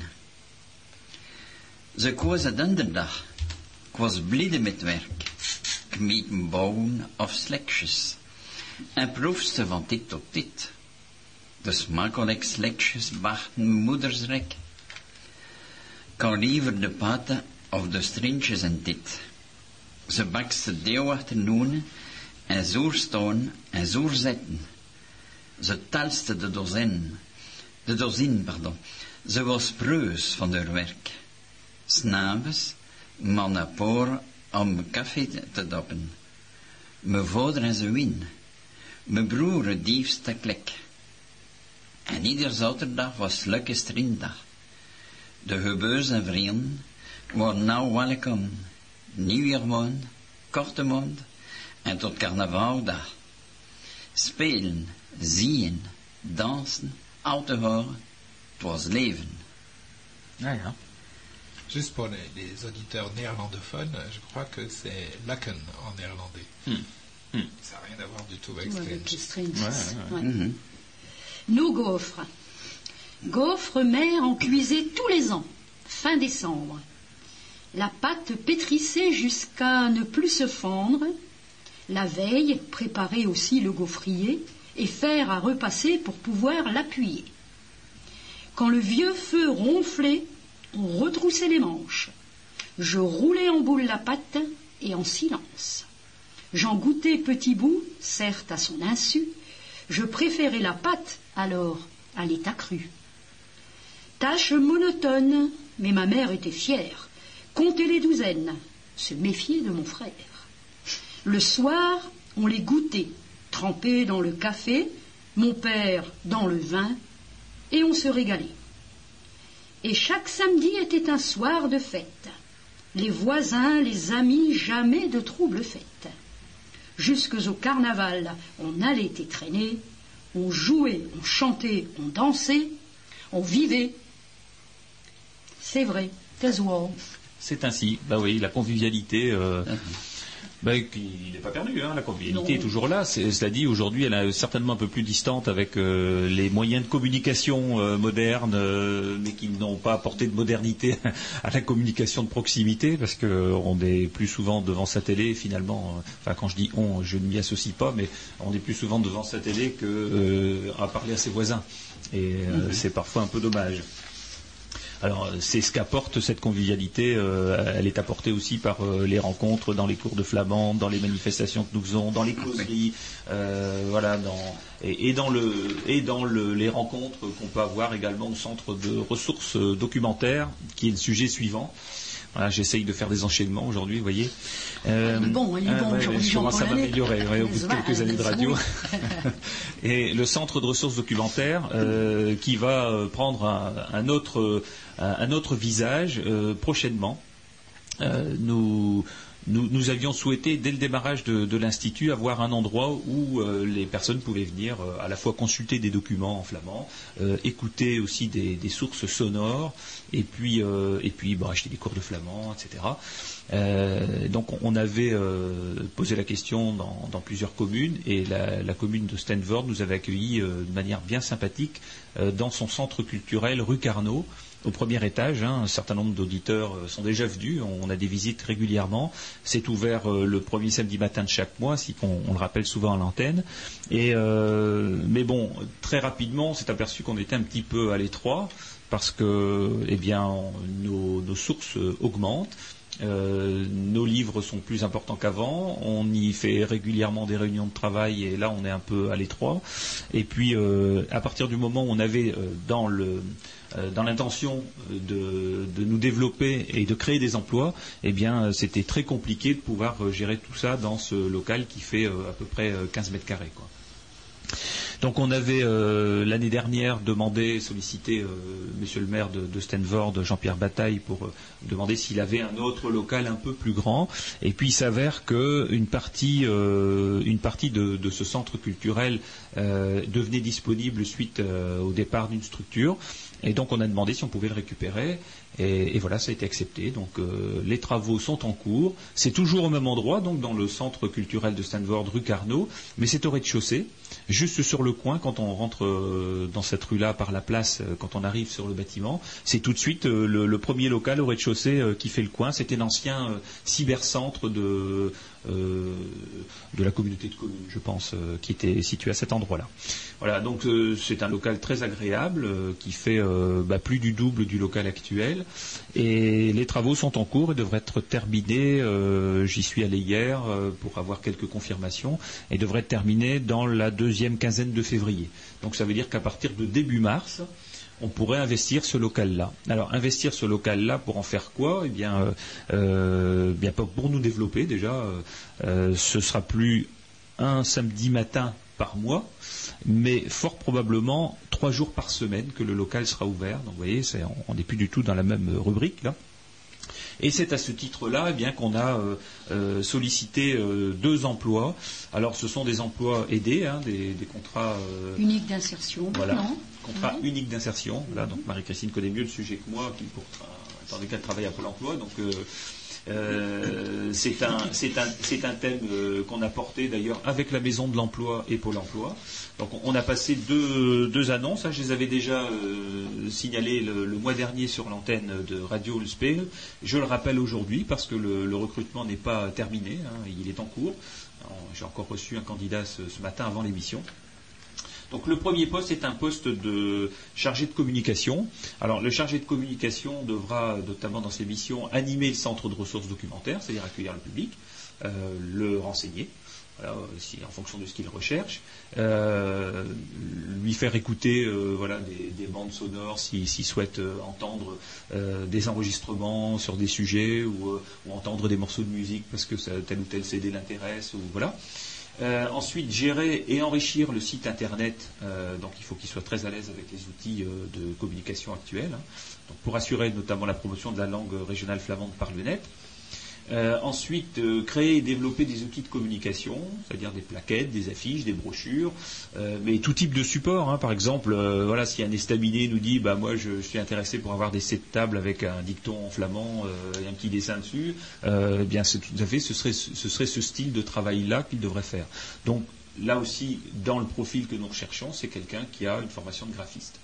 [SPEAKER 3] Ze koos het donderdag. Ik was blij met werk. Ik meet bouwen of slekjes en proefste van dit tot dit. De smakelijk slekjes bachten moedersrek. Kan liever de paten of de strintjes en dit. Ze bakste deel achternoen en zoer staan en zoer zetten. Ze talste de dozin. Ze was preus van haar werk. 'S'avonds, man naar poor om koffie te doppen. Mijn vader en zijn win. Mijn broer het diefste klek. En ieder zaterdag was leuke strinddag. De gebeurs en vrienden waren nou welkom. Nieuwjaarmond, korte mond en tot carnavaldag. Spelen, zien, dansen, oud horen, het was leven.
[SPEAKER 1] Ja.
[SPEAKER 5] Juste pour les auditeurs néerlandophones, je crois que c'est laken en néerlandais. Ça n'a rien à voir du tout avec Strinches.
[SPEAKER 2] Nos gaufres. Gaufres mère en cuisait tous les ans, fin décembre. La pâte pétrissée jusqu'à ne plus se fendre. La veille, préparer aussi le gaufrier et faire à repasser pour pouvoir l'appuyer. Quand le vieux feu ronflait, on retroussait les manches. Je roulais en boule la pâte et en silence. J'en goûtais petit bout, certes à son insu. Je préférais la pâte alors à l'état cru. Tâche monotone, mais ma mère était fière. Compter les douzaines, se méfier de mon frère. Le soir, on les goûtait, trempés dans le café, mon père dans le vin, et on se régalait. Et chaque samedi était un soir de fête. Les voisins, les amis, jamais de troubles faits. Jusqu'au carnaval, on allait et traînait, on jouait, on chantait, on dansait, on vivait. C'est vrai, das war.
[SPEAKER 1] C'est ainsi, bah oui, la convivialité, il n'est pas perdu, hein, la convivialité est toujours là. Cela dit, aujourd'hui, elle est certainement un peu plus distante avec les moyens de communication modernes, mais qui n'ont pas apporté de modernité à la communication de proximité, parce qu'on est plus souvent devant sa télé, finalement. Quand je dis on, je ne m'y associe pas, mais on est plus souvent devant sa télé qu'à parler à ses voisins. Et c'est parfois un peu dommage. Alors, c'est ce qu'apporte cette convivialité. Elle est apportée aussi par les rencontres dans les cours de flamand, dans les manifestations que nous faisons, dans les causeries, les rencontres qu'on peut avoir également au centre de ressources documentaires, qui est le sujet suivant. Voilà, j'essaye de faire des enchaînements aujourd'hui, vous voyez.
[SPEAKER 2] Il est bon aujourd'hui.
[SPEAKER 1] Je commence à m'améliorer au bout de quelques années de radio. Et le centre de ressources documentaires qui va prendre un autre visage prochainement. Nous avions souhaité, dès le démarrage de l'Institut, avoir un endroit où les personnes pouvaient venir à la fois consulter des documents en flamand, écouter aussi des sources sonores, et puis acheter des cours de flamand, etc. Donc on avait posé la question dans plusieurs communes, et la commune de Stenvoorde nous avait accueillis de manière bien sympathique dans son centre culturel rue Carnot, au premier étage. Un certain nombre d'auditeurs sont déjà venus, on a des visites régulièrement. C'est ouvert le premier samedi matin de chaque mois, si on le rappelle souvent à l'antenne. Mais bon, très rapidement, on s'est aperçu qu'on était un petit peu à l'étroit, parce que nos sources augmentent. Nos livres sont plus importants qu'avant, on y fait régulièrement des réunions de travail, et là on est un peu à l'étroit. Et puis à partir du moment où on avait dans l'intention de nous développer et de créer des emplois, c'était très compliqué de pouvoir gérer tout ça dans ce local qui fait à peu près 15 mètres carrés, quoi. Donc on avait l'année dernière sollicité monsieur le maire de Stenvoorde, Jean-Pierre Bataille, pour demander s'il avait un autre local un peu plus grand. Et puis il s'avère qu'une partie de ce centre culturel devenait disponible suite au départ d'une structure. Et donc on a demandé si on pouvait le récupérer, et voilà, ça a été accepté. Donc les travaux sont en cours. C'est toujours au même endroit, donc dans le centre culturel de Stenvoorde, rue Carnot, mais c'est au rez-de-chaussée, juste sur le coin. Quand on rentre dans cette rue-là par la place, quand on arrive sur le bâtiment, c'est tout de suite le premier local au rez-de-chaussée qui fait le coin. C'était l'ancien cybercentre de la communauté de communes, je pense, qui était situé à cet endroit-là. Voilà, donc c'est un local très agréable qui fait plus du double du local actuel, et les travaux sont en cours et devraient être terminés. J'y suis allé hier pour avoir quelques confirmations, et devraient être terminés dans la deuxième quinzaine de février. Donc ça veut dire qu'à partir de début mars, on pourrait investir ce local-là. Alors, investir ce local-là pour en faire quoi ? Pour nous développer déjà, ce sera plus un samedi matin par mois, mais fort probablement 3 jours par semaine que le local sera ouvert. Donc, vous voyez, on n'est plus du tout dans la même rubrique là. Et c'est à ce titre-là qu'on a sollicité 2 emplois. Alors, ce sont des emplois aidés, des contrats
[SPEAKER 2] uniques d'insertion.
[SPEAKER 1] Voilà. Non. Contrat unique d'insertion. Voilà, donc Marie-Christine connaît mieux le sujet que moi, étant donné qu'elle travaille à Pôle emploi. Donc c'est un thème qu'on a porté d'ailleurs avec la Maison de l'Emploi et Pôle emploi. Donc on a passé deux annonces. Je les avais déjà signalées le mois dernier sur l'antenne de Radio Le Speel. Je le rappelle aujourd'hui parce que le recrutement n'est pas terminé, il est en cours. J'ai encore reçu un candidat ce matin avant l'émission. Donc le premier poste est un poste de chargé de communication. Alors le chargé de communication devra, notamment dans ses missions, animer le centre de ressources documentaires, c'est-à-dire accueillir le public, le renseigner, voilà, en fonction de ce qu'il recherche, lui faire écouter des bandes sonores s'il souhaite entendre des enregistrements sur des sujets ou entendre des morceaux de musique parce que tel ou tel CD l'intéresse, ou voilà. Ensuite, gérer et enrichir le site internet, donc il faut qu'il soit très à l'aise avec les outils de communication actuels, hein, donc pour assurer notamment la promotion de la langue régionale flamande par le net. Ensuite, créer et développer des outils de communication, c'est-à-dire des plaquettes, des affiches, des brochures, mais tout type de support. Hein. Par exemple, voilà, si un estaminet nous dit, moi je suis intéressé pour avoir des sets de table avec un dicton en flamand et un petit dessin dessus, bien c'est tout à fait, ce serait ce style de travail-là qu'il devrait faire. Donc là aussi, dans le profil que nous recherchons, c'est quelqu'un qui a une formation de graphiste.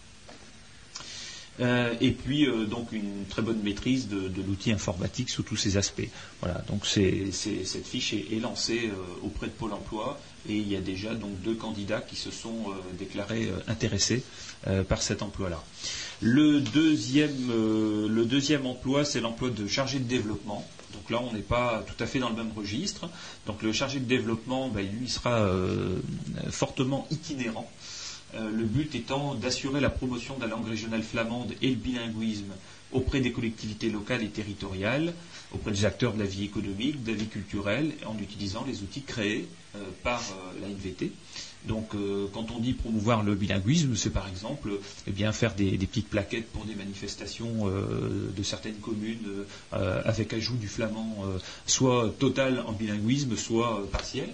[SPEAKER 1] Et puis donc une très bonne maîtrise de l'outil informatique sous tous ses aspects. Voilà, donc cette fiche est lancée auprès de Pôle emploi et il y a déjà donc 2 candidats qui se sont déclarés intéressés par cet emploi-là. Le deuxième emploi, c'est l'emploi de chargé de développement. Donc là, on n'est pas tout à fait dans le même registre. Donc le chargé de développement, lui, il sera fortement itinérant. Le but étant d'assurer la promotion de la langue régionale flamande et le bilinguisme auprès des collectivités locales et territoriales, auprès des acteurs de la vie économique, de la vie culturelle, en utilisant les outils créés par la NVT. Donc, quand on dit promouvoir le bilinguisme, c'est par exemple faire des petites plaquettes pour des manifestations de certaines communes avec ajout du flamand, soit total en bilinguisme, soit partiel.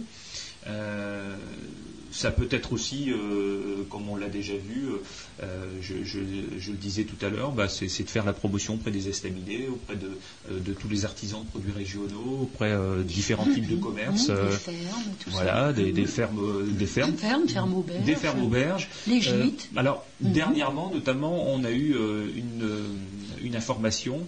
[SPEAKER 1] Ça peut être aussi, comme on l'a déjà vu, je le disais tout à l'heure, c'est de faire la promotion auprès des estaminets, auprès de tous les artisans de produits régionaux, auprès de différents types de commerces,
[SPEAKER 2] des fermes, tout
[SPEAKER 1] voilà,
[SPEAKER 2] ça.
[SPEAKER 1] Des fermes auberges,
[SPEAKER 2] les gîtes.
[SPEAKER 1] Alors dernièrement, notamment, on a eu une information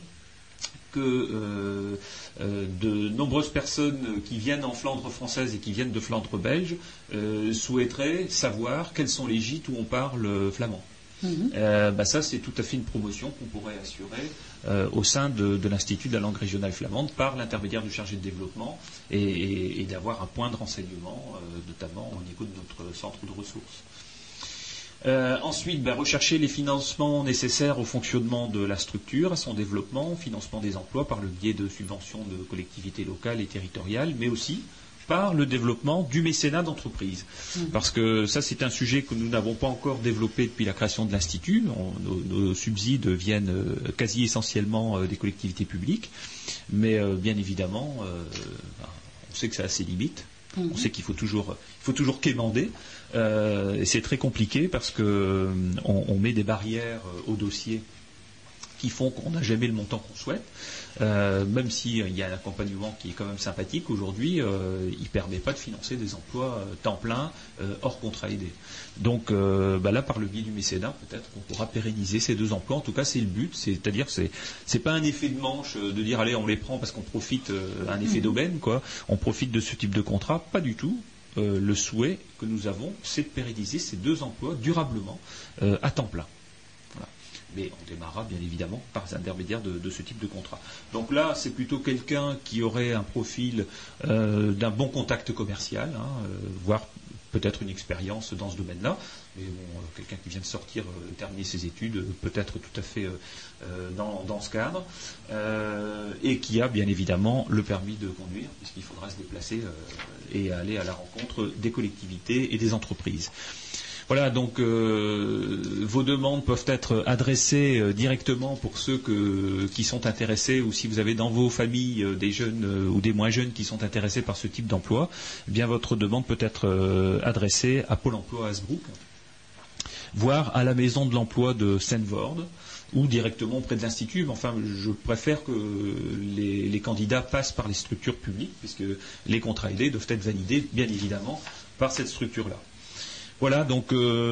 [SPEAKER 1] que de nombreuses personnes qui viennent en Flandre française et qui viennent de Flandre belge souhaiteraient savoir quels sont les gîtes où on parle flamand. Ça, c'est tout à fait une promotion qu'on pourrait assurer au sein de l'Institut de la langue régionale flamande par l'intermédiaire du chargé de développement et d'avoir un point de renseignement, notamment au niveau de notre centre de ressources. Ensuite, rechercher les financements nécessaires au fonctionnement de la structure, à son développement, au financement des emplois par le biais de subventions de collectivités locales et territoriales, mais aussi par le développement du mécénat d'entreprise. Parce que ça, c'est un sujet que nous n'avons pas encore développé depuis la création de l'Institut. Nos subsides viennent quasi essentiellement des collectivités publiques, mais bien évidemment, on sait que ça a ses limites. On sait qu'il faut toujours quémander. Et c'est très compliqué parce que on met des barrières au dossier qui font qu'on n'a jamais le montant qu'on souhaite. Même s'il y a un accompagnement qui est quand même sympathique, aujourd'hui, il ne permet pas de financer des emplois temps plein hors contrat aidé. Donc là, par le biais du mécénat, peut-être qu'on pourra pérenniser ces 2 emplois. En tout cas, c'est le but. C'est-à-dire que c'est pas un effet de manche de dire allez, on les prend parce qu'on profite, un effet d'aubaine, quoi. On profite de ce type de contrat. Pas du tout. Le souhait que nous avons, c'est de pérenniser ces 2 emplois durablement à temps plein. Voilà. Mais on démarrera bien évidemment par l'intermédiaire de ce type de contrat. Donc là, c'est plutôt quelqu'un qui aurait un profil d'un bon contact commercial, voire peut-être une expérience dans ce domaine-là. Mais bon, quelqu'un qui vient de sortir, terminer ses études, peut-être tout à fait dans ce cadre, et qui a bien évidemment le permis de conduire, puisqu'il faudra se déplacer et aller à la rencontre des collectivités et des entreprises. Voilà, donc vos demandes peuvent être adressées directement pour ceux qui sont intéressés, ou si vous avez dans vos familles des jeunes ou des moins jeunes qui sont intéressés par ce type d'emploi, eh bien votre demande peut être adressée à Pôle emploi Hasbrook, voire à la maison de l'emploi de Steenvoorde, ou directement auprès de l'Institut. Mais enfin, je préfère que les candidats passent par les structures publiques, puisque les contrats aidés doivent être validés, bien évidemment, par cette structure-là. Voilà, donc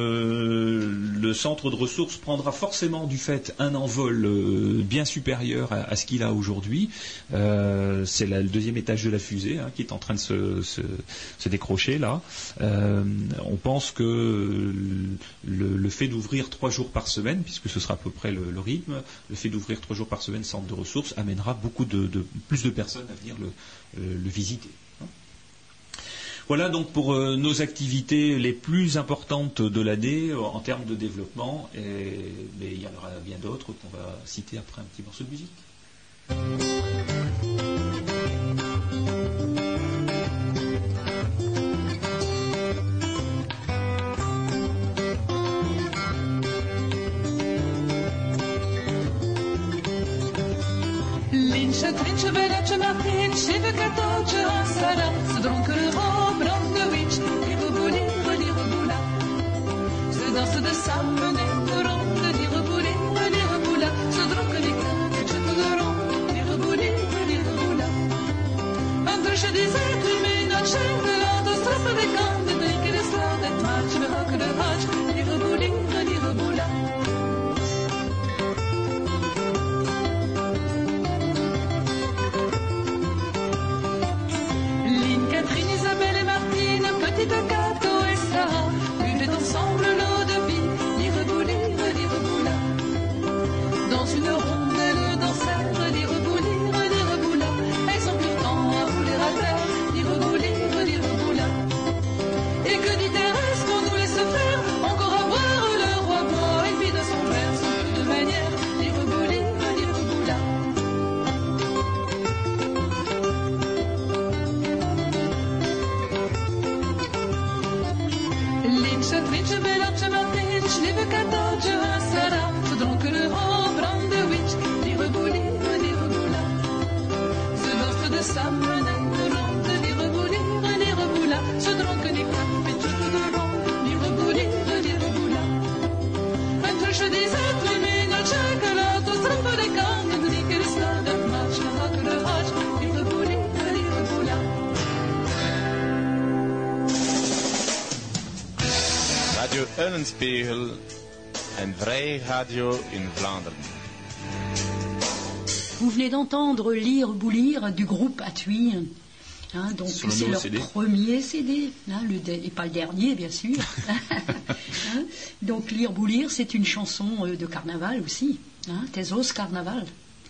[SPEAKER 1] le centre de ressources prendra forcément du fait un envol bien supérieur à ce qu'il a aujourd'hui. C'est le 2e étage de la fusée qui est en train de se décrocher là. On pense que le fait d'ouvrir 3 jours par semaine, puisque ce sera à peu près le rythme, le fait d'ouvrir 3 jours par semaine centre de ressources amènera beaucoup plus de personnes à venir le visiter. Voilà donc pour nos activités les plus importantes de l'année en termes de développement, mais il y en aura bien d'autres qu'on va citer après un petit morceau de musique.
[SPEAKER 9] Vriendje, belletje, Martin, schlieve katootje, Sarah. Ze dronken de rom, brandewitsch, lirebouli, lireboula. Ze dansten de samen in de ronde, lirebouli, lireboula. Ze dronken die kaartje voor de rom, lirebouli, lireboula. Een drusje die zei, toen mee dat schijnde, laten straffen de kanden, drinken de slaat, het maatje, we hakken de haatje, lirebouli, lireboula. Petite Cato et Sarah buvaient ensemble l'eau de vie, lirebouli, lireboula. Dans une rondelle dansèrent, lirebouli, lireboula. Elles ont plus le temps à rouler à terre, lirebouli, lireboula. Et que dit Thérèse qu'on nous laisse faire, encore à boire le roi boit, et puis de son verre, sans plus de manière, lirebouli, lireboula. Vriendje, belletje, Martin, schlieve katootje, Sarah. Ze dronken de rom, brandewitsch, lirebouli, lireboula. Ze dansten de samen in de ronde, lirebouli, lireboula. Ze dronken die kappetjes voor de rom, lirebouli, lireboula. Een trusje die zet we mee naar chocolade, straffen de kanten, drie keer de stad, het match, de hakken de hash, lirebouli, lireboula.
[SPEAKER 4] Radio Eulenspiegel, een vrije radio in Vlaanderen.
[SPEAKER 2] Vous venez d'entendre Lire Boulir du groupe Atui. Hein, donc c'est leur CD. Premier CD, hein, et pas le dernier bien sûr. Hein, donc Lire Boulir, c'est une chanson de carnaval aussi. Hein, Tezos Carnaval.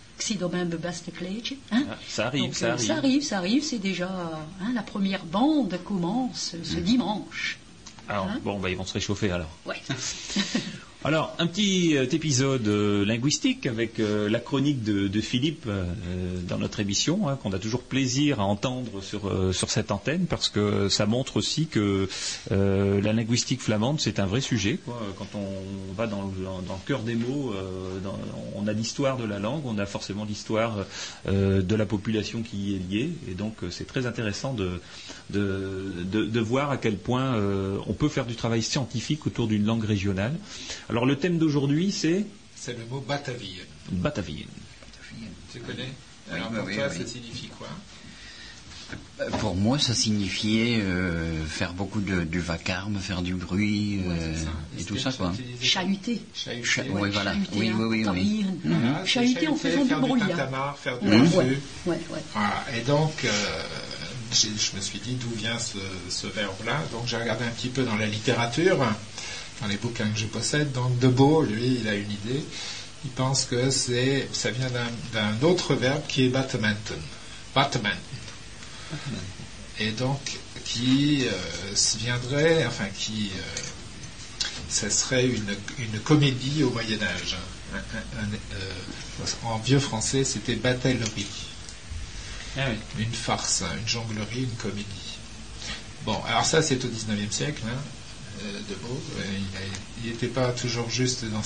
[SPEAKER 2] Hein,
[SPEAKER 1] ça arrive,
[SPEAKER 2] donc,
[SPEAKER 1] ça
[SPEAKER 2] arrive. C'est déjà la première bande commence ce dimanche.
[SPEAKER 1] Alors, bon, ils vont se réchauffer alors.
[SPEAKER 2] Ouais.
[SPEAKER 1] Alors, un petit épisode linguistique avec la chronique de Philippe dans notre émission, qu'on a toujours plaisir à entendre sur cette antenne, parce que ça montre aussi que la linguistique flamande, c'est un vrai sujet, quoi. Quand on va dans le cœur des mots, on a l'histoire de la langue, on a forcément l'histoire de la population qui y est liée, et donc c'est très intéressant de voir à quel point on peut faire du travail scientifique autour d'une langue régionale. Alors le thème d'aujourd'hui c'est
[SPEAKER 5] le mot Batavian.
[SPEAKER 1] Batavian.
[SPEAKER 5] Tu connais? Alors pour toi ça signifie quoi?
[SPEAKER 3] Pour moi ça signifiait faire beaucoup du vacarme, faire du bruit et tout ça quoi.
[SPEAKER 2] Chahuter.
[SPEAKER 3] Oui voilà. Oui.
[SPEAKER 2] Chahuter en faisant du bruit.
[SPEAKER 5] Faire du refus.
[SPEAKER 2] Ouais.
[SPEAKER 5] Voilà. Et donc je me suis dit d'où vient ce verbe-là. Donc j'ai regardé un petit peu dans la littérature, dans les bouquins que je possède. Donc Debo, lui, il a une idée. Il pense que ça vient d'un autre verbe qui est battemanten. Et donc qui viendrait, ça serait une comédie au Moyen-Âge. En vieux français, c'était batellerie.
[SPEAKER 1] Ah oui.
[SPEAKER 5] Une farce, une jonglerie, une comédie. Bon, alors ça c'est au XIXe siècle, Debo. Il n'était pas toujours juste dans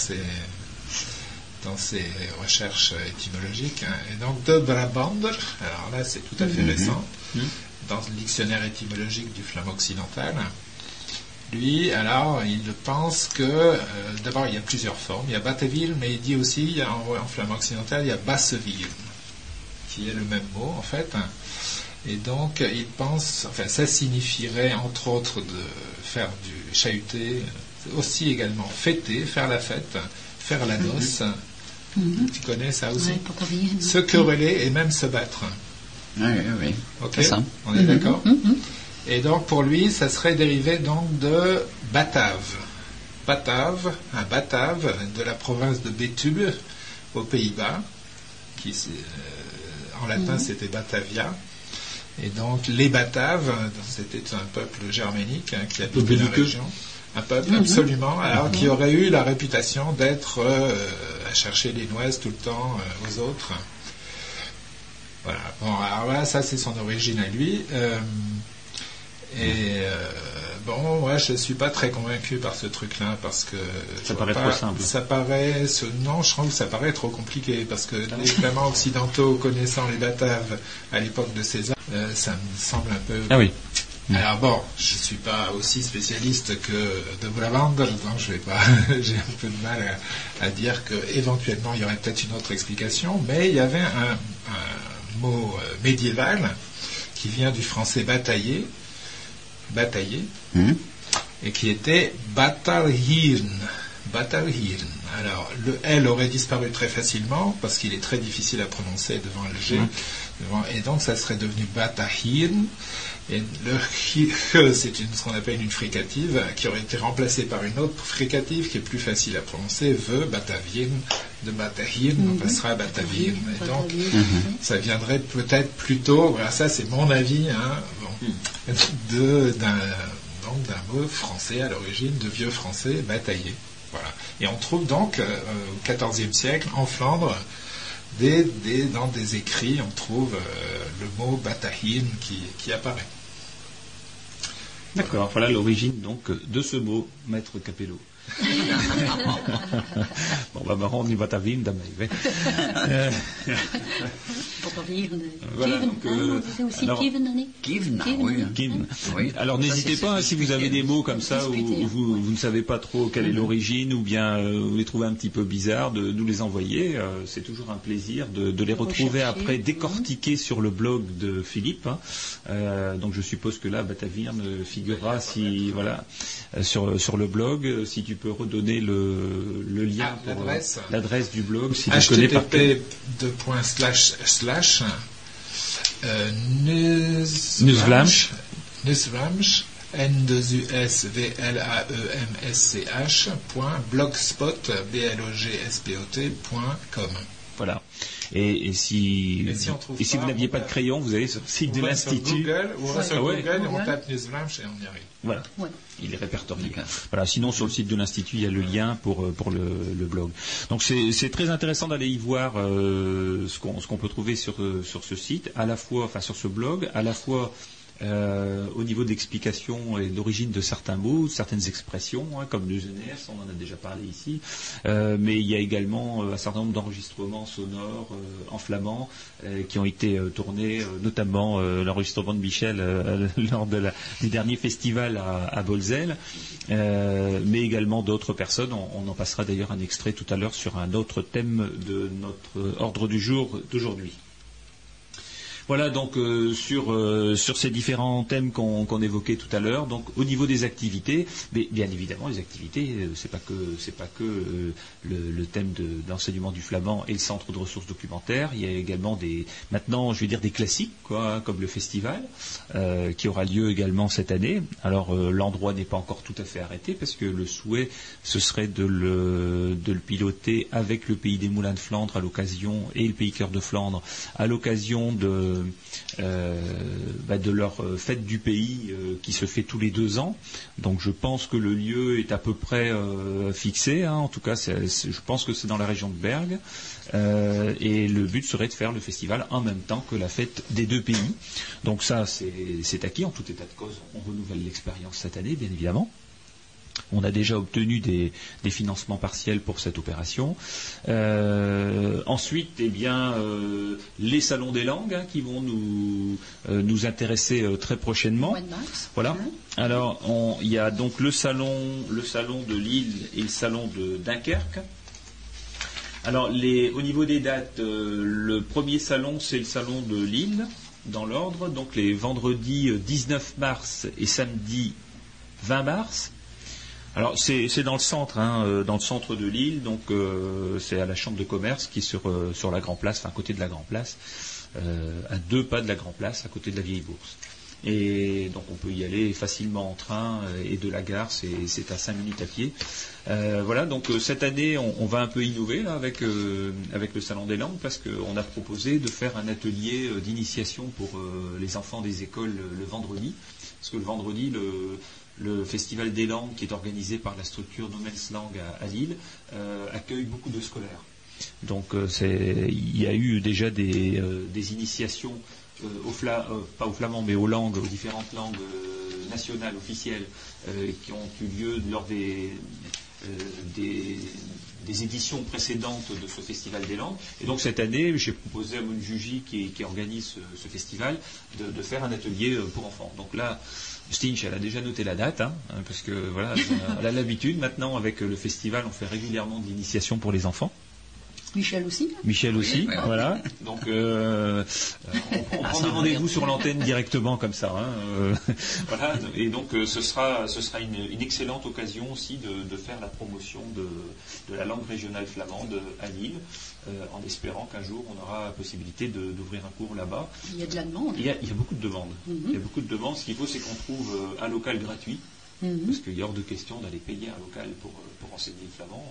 [SPEAKER 5] ses recherches étymologiques. Et donc de Brabant, alors là c'est tout à fait récent, dans le dictionnaire étymologique du flamand occidental. Lui, alors, il pense que, d'abord il y a plusieurs formes. Il y a Batteville, mais il dit aussi, en flamand occidental, il y a Basseville, qui est le même mot en fait, et donc il pense, ça signifierait entre autres de faire du chahuter, aussi également fêter, faire la fête, faire la noce. Tu connais ça aussi? Se quereller et même se battre.
[SPEAKER 3] Oui.
[SPEAKER 5] Ok,
[SPEAKER 3] c'est ça.
[SPEAKER 5] On est d'accord. Et donc pour lui, ça serait dérivé donc de Batave. Un Batave de la province de Béthube aux Pays-Bas, qui en latin c'était Batavia. Et donc les Bataves, c'était un peuple germanique qui habitait la région. Un peuple absolument, alors qui aurait eu la réputation d'être à chercher les noises tout le temps aux autres. Voilà. Bon, alors là, ça c'est son origine à lui. Bon, ouais, je suis pas très convaincu par ce truc-là parce que
[SPEAKER 1] ça paraît trop simple.
[SPEAKER 5] Non, je trouve que ça paraît trop compliqué parce que les flamands occidentaux connaissant les Bataves à l'époque de César, ça me semble un peu.
[SPEAKER 1] Ah oui.
[SPEAKER 5] Alors bon, je suis pas aussi spécialiste que de Brabant, donc je vais pas. J'ai un peu de mal à dire que éventuellement il y aurait peut-être une autre explication, mais il y avait un mot médiéval qui vient du français batailler, et qui était batalhirn. Alors, le L aurait disparu très facilement, parce qu'il est très difficile à prononcer devant le G, et donc ça serait devenu batahirn, et le H, c'est ce qu'on appelle une fricative, qui aurait été remplacée par une autre fricative qui est plus facile à prononcer, batavien, de batahirn, on passera à batavien, et donc ça viendrait peut-être plutôt, voilà, ça c'est mon avis, d'un mot français à l'origine, de vieux français, batailler. Voilà. Et on trouve donc au XIVe siècle, en Flandre, dans des écrits, on trouve le mot batahirn qui apparaît.
[SPEAKER 1] D'accord, voilà l'origine donc de ce mot, Maître Capello. Bon, bah, marrant, ni Batavien, d'Amaïve. Voilà, donc,
[SPEAKER 2] c'est aussi Kivn,
[SPEAKER 3] oui.
[SPEAKER 1] Alors n'hésitez pas, si vous avez des mots comme ça où vous ne savez pas trop quelle est l'origine ou bien vous les trouvez un petit peu bizarres, de nous les envoyer. C'est toujours un plaisir de les retrouver après décortiqués sur le blog de Philippe. Donc je suppose que là, Batavien figurera sur le blog. Si tu peux redonner le lien pour l'adresse du blog, si tu connais par cœur.
[SPEAKER 5] Nusvlamsch N2USVLAEMSCH.blogspot.com.
[SPEAKER 1] Voilà. Et si vous n'aviez pas de crayon, vous allez sur le site de l'Institut.
[SPEAKER 5] On va sur Google et on tape Nusvlamsch et on y arrive.
[SPEAKER 1] Voilà. Ouais. Il est répertorié. Voilà. Sinon, sur le site de l'Institut, il y a le lien pour le blog. Donc, c'est très intéressant d'aller y voir ce qu'on peut trouver sur ce site, à la fois, enfin sur ce blog, à la fois au niveau d'explication et d'origine de certains mots, certaines expressions, comme le jeunesse, on en a déjà parlé ici, mais il y a également un certain nombre d'enregistrements sonores en flamand qui ont été tournés, notamment l'enregistrement de Michel lors du dernier festival à Bolzel, mais également d'autres personnes. On en passera d'ailleurs un extrait tout à l'heure sur un autre thème de notre ordre du jour d'aujourd'hui. Voilà donc sur ces différents thèmes qu'on évoquait tout à l'heure. Donc au niveau des activités, mais bien évidemment les activités, c'est pas que le thème de l'enseignement du flamand et le centre de ressources documentaires. Il y a également des classiques comme le festival qui aura lieu également cette année. Alors l'endroit n'est pas encore tout à fait arrêté parce que le souhait ce serait de le piloter avec le Pays des Moulins de Flandre à l'occasion et le Pays Cœur de Flandre à l'occasion de leur fête du pays qui se fait tous les 2 ans. Donc je pense que le lieu est à peu près fixé. En tout cas, je pense que c'est dans la région de Bergue. Et le but serait de faire le festival en même temps que la fête des 2 pays. Donc ça, c'est acquis. En tout état de cause, on renouvelle l'expérience cette année, bien évidemment. On a déjà obtenu des financements partiels pour cette opération. Ensuite, les salons des langues qui vont nous intéresser très prochainement. Voilà. Alors, il y a donc le salon de Lille et le salon de Dunkerque. Alors, au niveau des dates, le premier salon, c'est le salon de Lille, dans l'ordre. Donc, les vendredis 19 mars et samedi 20 mars. Alors c'est dans le centre, dans le centre de Lille, donc c'est à la Chambre de commerce qui est sur la Grand Place, enfin à côté de la Grand Place, à 2 pas de la Grand Place, à côté de la Vieille Bourse. Et donc on peut y aller facilement en train et de la gare, c'est à 5 minutes à pied. Voilà, donc cette année on va un peu innover là, avec le Salon des langues parce qu'on a proposé de faire un atelier d'initiation pour les enfants des écoles le vendredi, parce que le vendredi le Festival des langues, qui est organisé par la structure No Man's Land à Lille, accueille beaucoup de scolaires. Donc il y a eu déjà des initiations pas au flamand, mais aux différentes langues nationales officielles qui ont eu lieu lors des éditions précédentes de ce Festival des langues. Et donc cette année, j'ai proposé à Munjuji, qui organise ce festival, de faire un atelier pour enfants. Donc là, Stinch, elle a déjà noté la date, parce que voilà, elle a l'habitude. Maintenant, avec le festival, on fait régulièrement de l'initiation pour les enfants.
[SPEAKER 2] Michel aussi.
[SPEAKER 1] Michel aussi, voilà. Donc, on prend des rendez-vous sur l'antenne directement comme ça. Voilà. Et donc, ce sera une excellente occasion aussi de faire la promotion de la langue régionale flamande à Lille, en espérant qu'un jour on aura la possibilité d'ouvrir un cours là-bas.
[SPEAKER 2] Il y a de la demande.
[SPEAKER 1] Il y a beaucoup de demandes. Il y a beaucoup de demandes. Ce qu'il faut, c'est qu'on trouve un local gratuit. Parce qu'il est hors de question d'aller payer un local pour enseigner le flamand.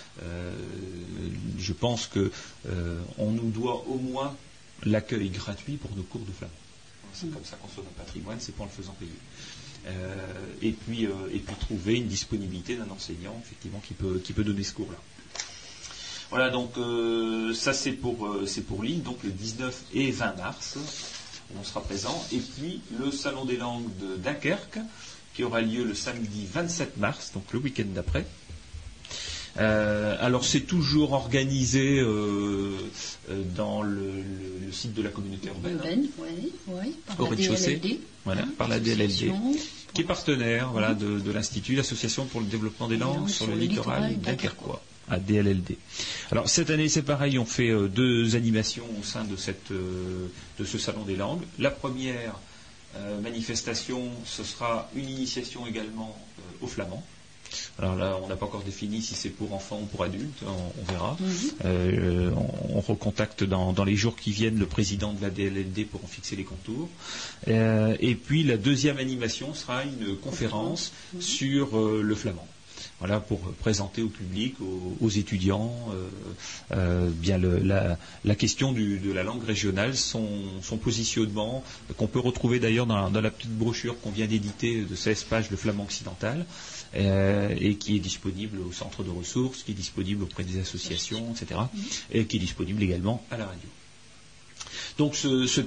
[SPEAKER 1] Je pense qu'on nous doit au moins l'accueil gratuit pour nos cours de flamand. C'est comme ça qu'on sauve un patrimoine, c'est pas en le faisant payer. Et puis trouver une disponibilité d'un enseignant effectivement qui peut donner ce cours-là. Voilà, donc ça c'est pour Lille, donc le 19 et 20 mars, on sera présent. Et puis le Salon des langues de Dunkerque, qui aura lieu le samedi 27 mars, donc le week-end d'après. Alors c'est toujours organisé dans le site de la communauté urbaine.
[SPEAKER 2] Par la DLLD.
[SPEAKER 1] Voilà, par la DLLD, qui est partenaire de l'Institut, l'Association pour le développement des langues sur le littoral dunkerquois, à DLLD. Alors cette année c'est pareil, on fait 2 animations au sein de ce Salon des langues. La première manifestation, ce sera une initiation également au flamand. Alors là, on n'a pas encore défini si c'est pour enfants ou pour adultes, on verra. On recontacte dans les jours qui viennent le président de la DLLD pour en fixer les contours. Et puis la deuxième animation sera une conférence sur le flamand. Voilà, pour présenter au public, aux étudiants, bien la question de la langue régionale, son positionnement, qu'on peut retrouver d'ailleurs dans la petite brochure qu'on vient d'éditer de 16 pages, le flamand occidental, et qui est disponible au centre de ressources, qui est disponible auprès des associations, etc., et qui est disponible également à la radio. Donc ce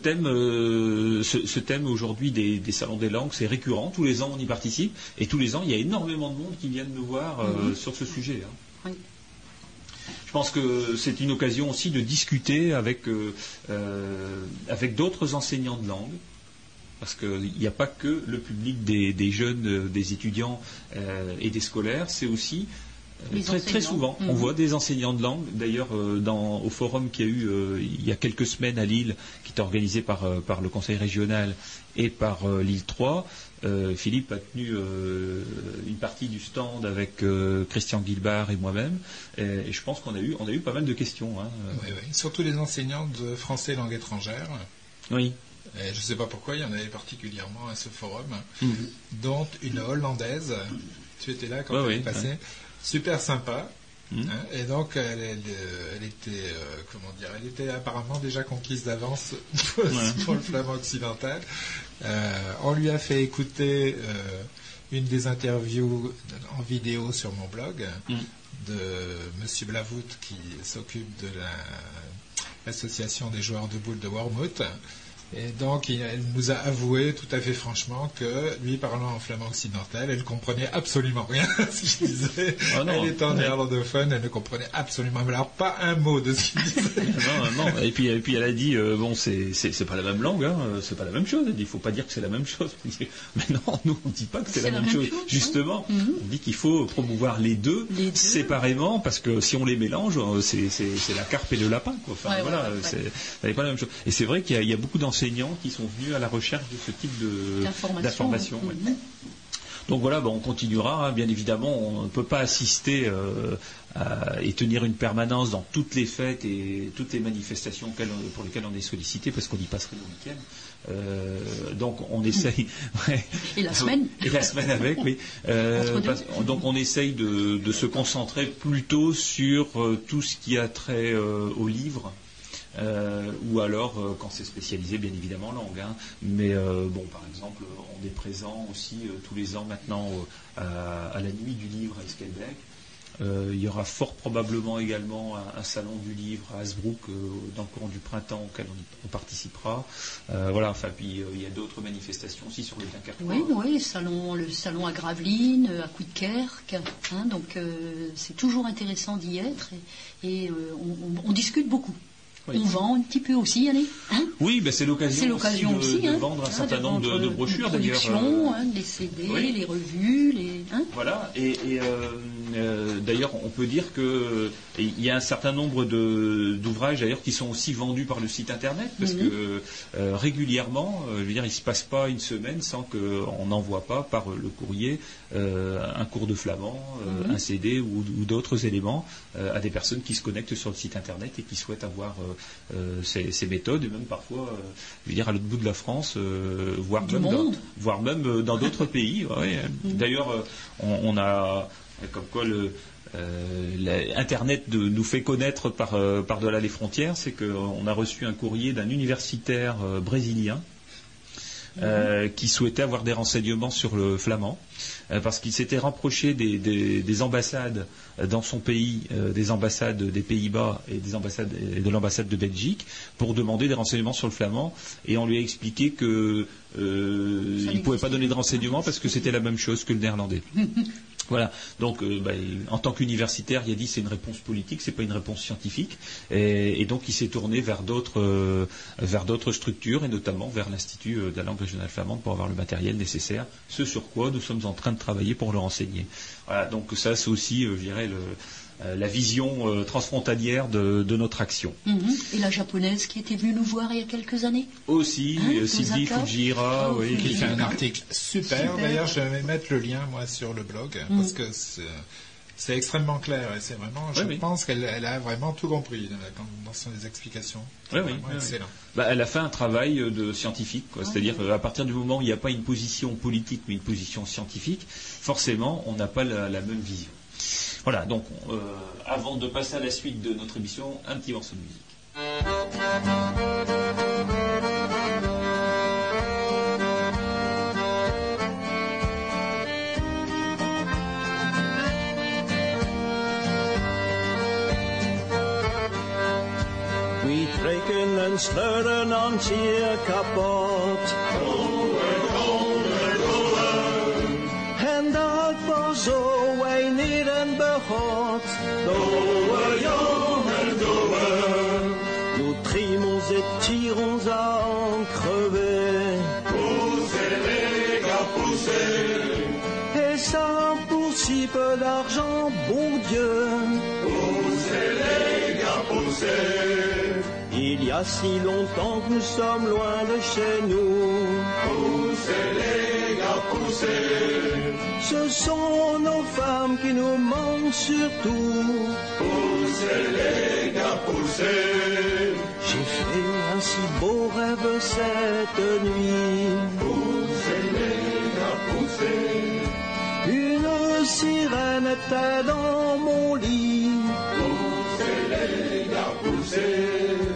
[SPEAKER 1] thème aujourd'hui des salons des langues, c'est récurrent. Tous les ans, on y participe. Et tous les ans, il y a énormément de monde qui viennent nous voir sur ce sujet.
[SPEAKER 2] Oui.
[SPEAKER 1] Je pense que c'est une occasion aussi de discuter avec d'autres enseignants de langue. Parce qu'il n'y a pas que le public des jeunes, des étudiants et des scolaires. C'est aussi... Très souvent, on voit des enseignants de langue. D'ailleurs, au forum qu'il y a eu il y a quelques semaines à Lille, qui est organisé par le Conseil régional et par Lille 3, Philippe a tenu une partie du stand avec Christian Guilbard et moi-même. Et je pense qu'on a eu pas mal de questions.
[SPEAKER 5] Oui. Surtout les enseignants de français langue étrangère.
[SPEAKER 1] Oui.
[SPEAKER 5] Et je ne sais pas pourquoi, il y en avait particulièrement à ce forum, dont une hollandaise. Tu étais là quand elle est passée. Ouais. Super sympa, et donc elle était apparemment déjà conquise d'avance pour le flamand occidental. On lui a fait écouter une des interviews en vidéo sur mon blog de Monsieur Blavout, qui s'occupe de l'association des joueurs de boules de Wormhout. Et donc, elle nous a avoué tout à fait franchement que, lui parlant en flamand occidental, elle ne comprenait absolument rien à ce qu'il disait. Oh elle était en néerlandophone, elle ne comprenait absolument pas un mot de ce qu'il disait.
[SPEAKER 1] Non. Et puis elle a dit, c'est pas la même langue, c'est pas la même chose. Elle dit, il faut pas dire que c'est la même chose. Mais non, nous on dit pas que c'est la même chose. Justement, on dit qu'il faut promouvoir les deux séparément, parce que si on les mélange, c'est la carpe et le lapin, quoi. Enfin, c'est pas la même chose. Et c'est vrai qu'il y a beaucoup d'enseignants qui sont venus à la recherche de ce type d'informations. Donc voilà, on continuera. Bien évidemment, on ne peut pas assister et tenir une permanence dans toutes les fêtes et toutes les manifestations pour lesquelles on est sollicité, parce qu'on y passerait le week-end. Donc on essaye.
[SPEAKER 2] Et la semaine.
[SPEAKER 1] Et la semaine avec, oui. Donc on essaye de se concentrer plutôt sur tout ce qui a trait aux livres. Ou alors quand c'est spécialisé bien évidemment en langue, mais par exemple on est présent aussi tous les ans maintenant à la nuit du livre à Esquelbec, Il y aura fort probablement également un salon du livre à Hasbrook dans le courant du printemps auquel on participera. Voilà, enfin, puis il y a d'autres manifestations aussi sur le Dunkerque.
[SPEAKER 2] Oui, le salon à Gravelines, à Coudekerque, hein, donc c'est toujours intéressant d'y être et on discute beaucoup. Oui. On vend un petit peu aussi, allez. Hein,
[SPEAKER 1] oui, ben c'est l'occasion aussi de vendre un certain nombre de brochures d'ailleurs.
[SPEAKER 2] Les CD, les revues,
[SPEAKER 1] Voilà, et d'ailleurs on peut dire que il y a un certain nombre d'ouvrages d'ailleurs qui sont aussi vendus par le site internet parce que régulièrement, je veux dire, il se passe pas une semaine sans qu'on n'envoie pas par le courrier un cours de flamand, un CD ou d'autres éléments à des personnes qui se connectent sur le site internet et qui souhaitent avoir ces méthodes, et même parfois, je veux dire, à l'autre bout de la France, voire même dans d'autres pays. Ouais. D'ailleurs, on a comme quoi Internet nous fait connaître par-delà les frontières, c'est qu'on a reçu un courrier d'un universitaire brésilien qui souhaitait avoir des renseignements sur le flamand, parce qu'il s'était rapproché des ambassades dans son pays, des ambassades des Pays-Bas et de l'ambassade de Belgique, pour demander des renseignements sur le flamand, et on lui a expliqué que il ne pouvait pas donner de renseignements parce que c'était la même chose que le néerlandais. Voilà. Donc, en tant qu'universitaire, il a dit c'est une réponse politique, c'est pas une réponse scientifique, et donc il s'est tourné vers d'autres structures, et notamment vers l'Institut de la langue régionale flamande pour avoir le matériel nécessaire. Ce sur quoi nous sommes en train de travailler pour le renseigner. Voilà. Donc ça, c'est aussi, je dirais, la vision transfrontalière de notre action.
[SPEAKER 2] Et la japonaise qui était venue nous voir il y a quelques années
[SPEAKER 1] aussi, Sylvie Fujihira,
[SPEAKER 5] qui fait un article super. D'ailleurs, je vais mettre le lien moi sur le blog parce que c'est extrêmement clair et c'est vraiment, je pense qu'elle a vraiment tout compris dans ses explications. Excellent.
[SPEAKER 1] Elle a fait un travail de scientifique, c'est-à-dire à partir du moment où il n'y a pas une position politique mais une position scientifique, forcément, on n'a pas la même vision. Voilà, donc avant de passer à la suite de notre émission, un petit morceau de musique.
[SPEAKER 6] We trekken en sleuren aan zeer kapot. En dat was zo weinig en begot. Doe jongen, doe. Nous trimons et tirons à en crever.
[SPEAKER 10] Poussez les gars, poussez.
[SPEAKER 6] Et ça pour si peu d'argent, bon Dieu.
[SPEAKER 10] Poussez les gars, poussez.
[SPEAKER 6] Il y a si longtemps que nous sommes loin de chez nous.
[SPEAKER 10] Poussez les gars, poussez.
[SPEAKER 6] Ce sont nos femmes qui nous manquent surtout.
[SPEAKER 10] Poussez les gars, poussez.
[SPEAKER 6] J'ai fait un si beau rêve cette nuit.
[SPEAKER 10] Poussez les gars, poussez.
[SPEAKER 6] Une sirène était dans mon lit.
[SPEAKER 10] Poussez les gars, poussez.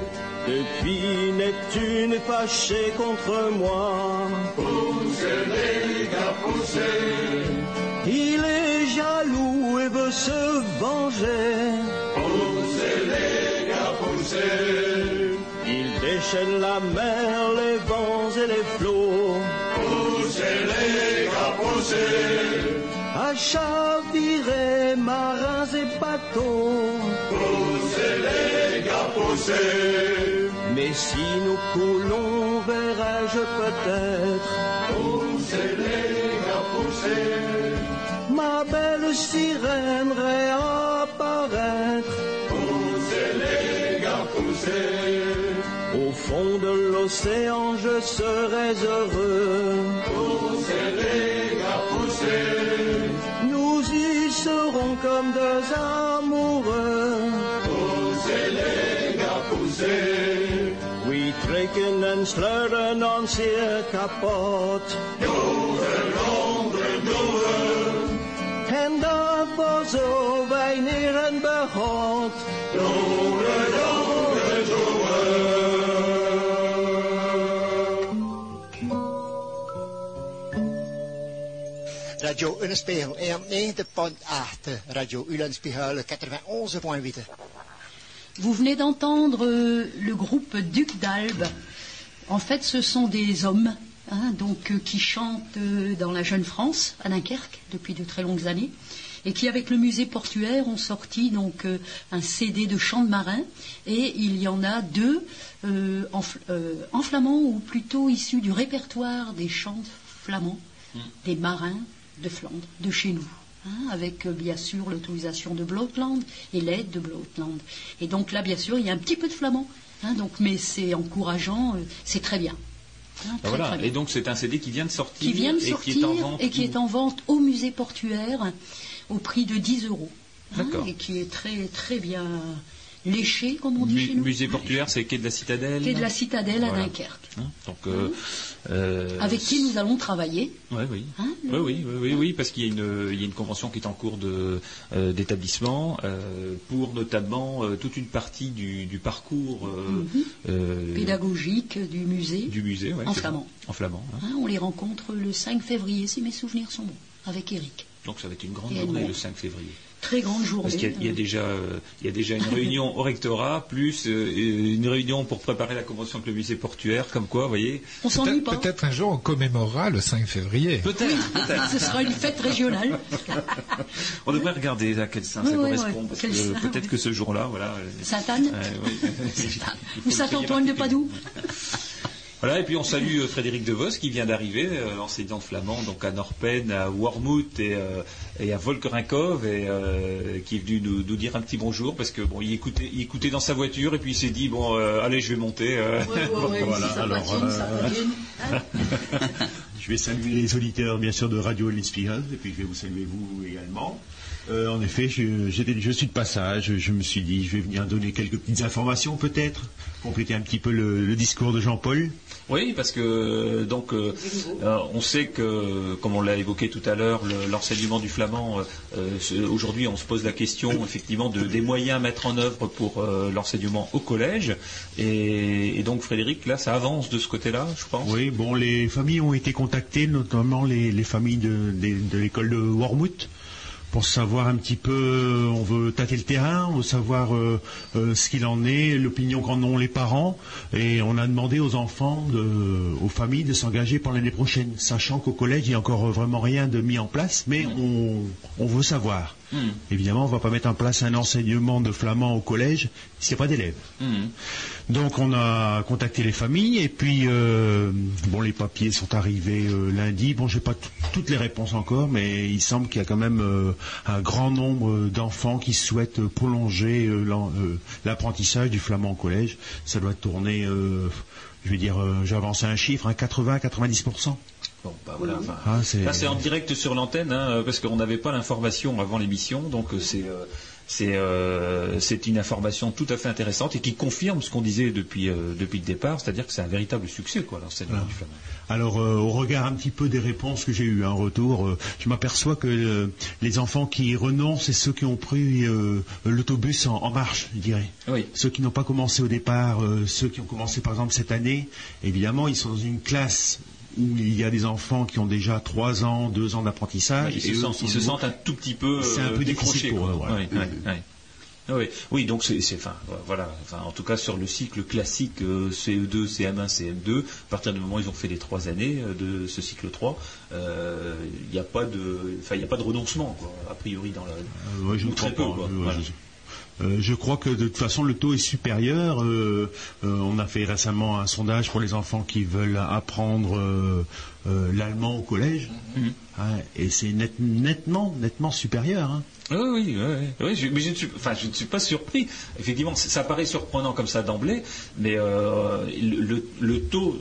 [SPEAKER 6] Depuis Neptune est fâché contre moi.
[SPEAKER 10] Poussez les gars, poussez.
[SPEAKER 6] Il est jaloux et veut se venger.
[SPEAKER 10] Poussez les gars, poussez.
[SPEAKER 6] Il déchaîne la mer, les vents et les flots.
[SPEAKER 10] Poussez les gars, poussez.
[SPEAKER 6] À chavirer marins et bateaux.
[SPEAKER 10] Poussez les gars, poussez.
[SPEAKER 6] Mais si nous coulons, verrai-je peut-être.
[SPEAKER 10] Poussez les gars, poussez.
[SPEAKER 6] Ma belle sirène réapparaître.
[SPEAKER 10] Poussez les gars, poussez.
[SPEAKER 6] Au fond de l'océan, je serai heureux.
[SPEAKER 10] Poussez les gars, poussez.
[SPEAKER 6] Nous y serons comme deux amoureux.
[SPEAKER 10] Poussez les gars, poussez.
[SPEAKER 6] We trekken en sleuren aan zeer kapot.
[SPEAKER 10] Doe, Londen, doe.
[SPEAKER 6] En dat was zo weinig en begot.
[SPEAKER 10] Doe, Londen, doe.
[SPEAKER 11] Radio Ulenspiegel AM 90.8, Radio Ulenspiegel 91.8.
[SPEAKER 2] Vous venez d'entendre le groupe Duc d'Albe. En fait, ce sont des hommes qui chantent dans la Jeune France, à Dunkerque, depuis de très longues années, et qui, avec le musée portuaire, ont sorti un CD de chants de marins, et il y en a 2 en flamand, ou plutôt issus du répertoire des chants flamands, des marins de Flandre, de chez nous. Avec bien sûr l'autorisation de Blotland et l'aide de Blotland. Et donc là, bien sûr, il y a un petit peu de flamand, mais c'est encourageant, c'est très bien.
[SPEAKER 1] Voilà.
[SPEAKER 2] Très bien.
[SPEAKER 1] Et donc c'est un CD qui vient de sortir,
[SPEAKER 2] et qui est en vente au musée portuaire au prix de 10 €.
[SPEAKER 1] D'accord.
[SPEAKER 2] Et qui est très très bien léché, comme on dit chez nous.
[SPEAKER 1] Musée portuaire, c'est quai de la Citadelle.
[SPEAKER 2] Quai de la Citadelle à
[SPEAKER 1] voilà.
[SPEAKER 2] Dunkerque.
[SPEAKER 1] Avec
[SPEAKER 2] qui nous allons travailler.
[SPEAKER 1] Oui, parce qu'il y a une convention qui est en cours d'établissement pour notamment toute une partie du parcours
[SPEAKER 2] pédagogique du musée.
[SPEAKER 1] En
[SPEAKER 2] flamand.
[SPEAKER 1] En flamand.
[SPEAKER 2] On les rencontre le 5 février, si mes souvenirs sont bons, avec Eric.
[SPEAKER 1] Donc ça va être une grande journée le 5 février.
[SPEAKER 2] Très grande journée.
[SPEAKER 1] Parce qu'il y a déjà une réunion au rectorat, plus une réunion pour préparer la convention avec le musée portuaire, comme quoi, vous voyez.
[SPEAKER 2] On s'ennuie pas.
[SPEAKER 5] Peut-être un jour on commémorera le 5 février.
[SPEAKER 1] Peut-être.
[SPEAKER 2] Ce sera une fête régionale.
[SPEAKER 1] On devrait regarder à quel saint ça correspond, parce que peut-être que ce jour-là, voilà.
[SPEAKER 2] Sainte-Anne ou Saint-Antoine de Padoue.
[SPEAKER 1] Voilà, et puis on salue Frédéric Devos qui vient d'arriver, enseignant de flamand donc à Norpen, à Wormhout et à Volkerinkov, et qui est venu nous dire un petit bonjour parce que il écoutait dans sa voiture et puis il s'est dit allez, je vais monter.
[SPEAKER 8] Voilà, alors je vais saluer les auditeurs bien sûr de Radio Ulenspiegel et puis je vais vous saluer vous également. En effet, je suis de passage. Je me suis dit, je vais venir donner quelques petites informations peut-être, compléter un petit peu le discours de Jean-Paul.
[SPEAKER 1] Oui, parce que on sait que, comme on l'a évoqué tout à l'heure, l'enseignement du flamand, aujourd'hui on se pose la question effectivement des moyens à mettre en œuvre pour l'enseignement au collège. Et donc Frédéric, là ça avance de ce côté-là, je pense.
[SPEAKER 8] Oui, bon, les familles ont été contactées, notamment les familles de l'école de Wormhout. Pour savoir un petit peu, on veut tâter le terrain, on veut savoir ce qu'il en est, l'opinion qu'en ont les parents, et on a demandé aux enfants, aux familles de s'engager pour l'année prochaine, sachant qu'au collège il n'y a encore vraiment rien de mis en place, mais on veut savoir. Évidemment, on ne va pas mettre en place un enseignement de flamand au collège s'il n'y a pas d'élèves. Donc on a contacté les familles et puis les papiers sont arrivés lundi. Bon, j'ai pas toutes les réponses encore, mais il semble qu'il y a quand même un grand nombre d'enfants qui souhaitent prolonger l'apprentissage du flamand au collège. Ça doit tourner, j'ai avancé un chiffre, 80-90%.
[SPEAKER 1] Bon, voilà. Là, c'est en direct sur l'antenne, parce qu'on n'avait pas l'information avant l'émission, donc c'est une information tout à fait intéressante et qui confirme ce qu'on disait depuis le départ, c'est-à-dire que c'est un véritable succès, l'enseignement du flamand.
[SPEAKER 8] Alors, au regard un petit peu des réponses que j'ai eues, en retour, je m'aperçois que les enfants qui renoncent, c'est ceux qui ont pris l'autobus en marche, je dirais.
[SPEAKER 1] Oui.
[SPEAKER 8] Ceux qui n'ont pas commencé au départ, ceux qui ont commencé par exemple cette année, évidemment, ils sont dans une classe où il y a des enfants qui ont déjà 3 ans, 2 ans d'apprentissage.
[SPEAKER 1] Ils se sentent un tout petit peu
[SPEAKER 8] c'est un peu
[SPEAKER 1] décrochés.
[SPEAKER 8] Pour eux, voilà.
[SPEAKER 1] Oui, donc en tout cas sur le cycle classique CE2, CM1, CM2, à partir du moment où ils ont fait les 3 années de ce cycle 3, il n'y a pas de renoncement, a priori dans la.
[SPEAKER 8] Je ne
[SPEAKER 1] très peu.
[SPEAKER 8] Je crois que de toute façon le taux est supérieur. On a fait récemment un sondage pour les enfants qui veulent apprendre l'allemand au collège, et c'est nettement supérieur.
[SPEAKER 1] Oui, mais je ne suis pas surpris. Effectivement, ça paraît surprenant comme ça d'emblée, mais le taux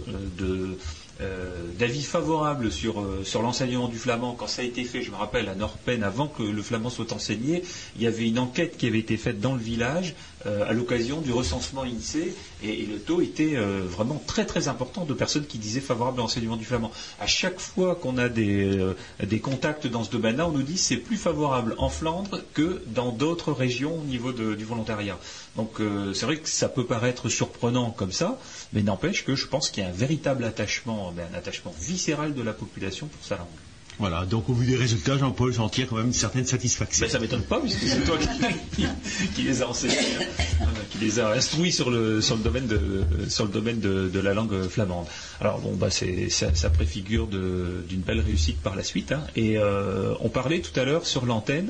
[SPEAKER 1] d'avis favorable sur l'enseignement du flamand, quand ça a été fait, je me rappelle, à Norpen, avant que le flamand soit enseigné, il y avait une enquête qui avait été faite dans le village à l'occasion du recensement INSEE, et le taux était vraiment très très important de personnes qui disaient favorable à l'enseignement du flamand. À chaque fois qu'on a des contacts dans ce domaine-là, on nous dit c'est plus favorable en Flandre que dans d'autres régions au niveau du volontariat. Donc c'est vrai que ça peut paraître surprenant comme ça, mais n'empêche que je pense qu'il y a un véritable attachement, un attachement viscéral de la population pour sa langue.
[SPEAKER 12] Voilà, donc au vu des résultats, Jean-Paul, j'en tire quand même une certaine satisfaction.
[SPEAKER 1] Ben, ça m'étonne pas, puisque c'est toi qui les a enseignés, qui les a instruits sur le domaine de la langue flamande. Alors bon, bah ça préfigure d'une belle réussite par la suite. Hein. Et on parlait tout à l'heure sur l'antenne.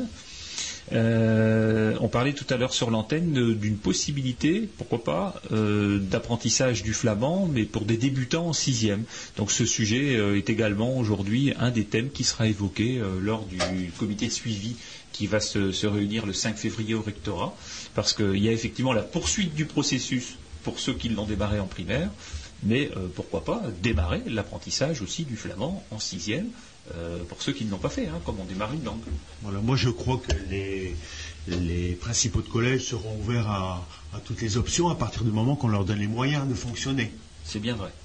[SPEAKER 1] D'une possibilité, pourquoi pas, d'apprentissage du flamand, mais pour des débutants en 6e. Donc ce sujet est également aujourd'hui un des thèmes qui sera évoqué lors du comité de suivi qui va se réunir le 5 février au rectorat, parce qu'il y a effectivement la poursuite du processus pour ceux qui l'ont démarré en primaire, mais pourquoi pas démarrer l'apprentissage aussi du flamand en 6e, pour ceux qui ne l'ont pas fait, hein, comme on démarre une langue.
[SPEAKER 12] Voilà, moi je crois que les principaux de collège seront ouverts à toutes les options à partir du moment qu'on leur donne les moyens de fonctionner.
[SPEAKER 1] C'est bien vrai.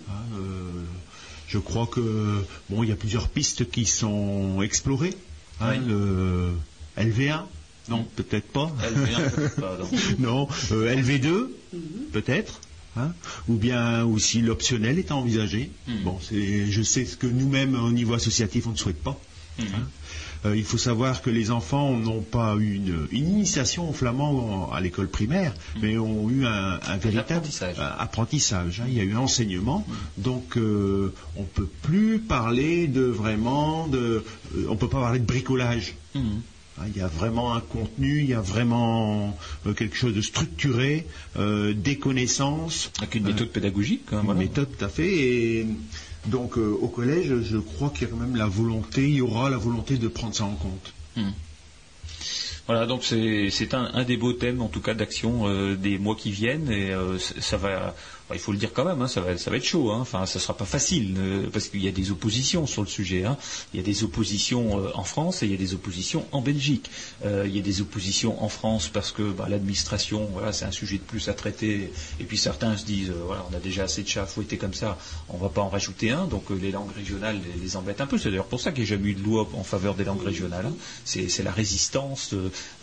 [SPEAKER 12] Je crois que il y a plusieurs pistes qui sont explorées. Hein,
[SPEAKER 1] oui.
[SPEAKER 12] Le LV1, non, peut-être pas.
[SPEAKER 1] LV1, peut-être pas, non.
[SPEAKER 12] Non, LV2, peut-être. Hein, ou bien aussi l'optionnel est envisagé. Bon, je sais ce que nous-mêmes au niveau associatif on ne souhaite pas. Il faut savoir que les enfants n'ont pas eu une initiation au flamand à l'école primaire, mais ont eu un véritable apprentissage. Hein, il y a eu un enseignement, donc on ne peut plus parler on peut pas parler de bricolage. Il y a vraiment un contenu, il y a vraiment quelque chose de structuré, des connaissances.
[SPEAKER 1] Avec une méthode pédagogique. Hein,
[SPEAKER 12] une méthode tout à fait. Et donc au collège, je crois qu'il y a quand même il y aura la volonté de prendre ça en compte.
[SPEAKER 1] Voilà, donc c'est un des beaux thèmes, en tout cas, d'action des mois qui viennent, et ça va. Il faut le dire quand même, hein, ça va être chaud. Hein. Enfin, ça sera pas facile parce qu'il y a des oppositions sur le sujet. Hein. Il y a des oppositions en France et il y a des oppositions en Belgique. Il y a des oppositions en France parce que l'administration, c'est un sujet de plus à traiter. Et puis certains se disent, on a déjà assez de chats fouettés comme ça, on va pas en rajouter un. Donc les langues régionales les embêtent un peu. C'est d'ailleurs pour ça qu'il n'y a jamais eu de loi en faveur des langues régionales. Hein. C'est la résistance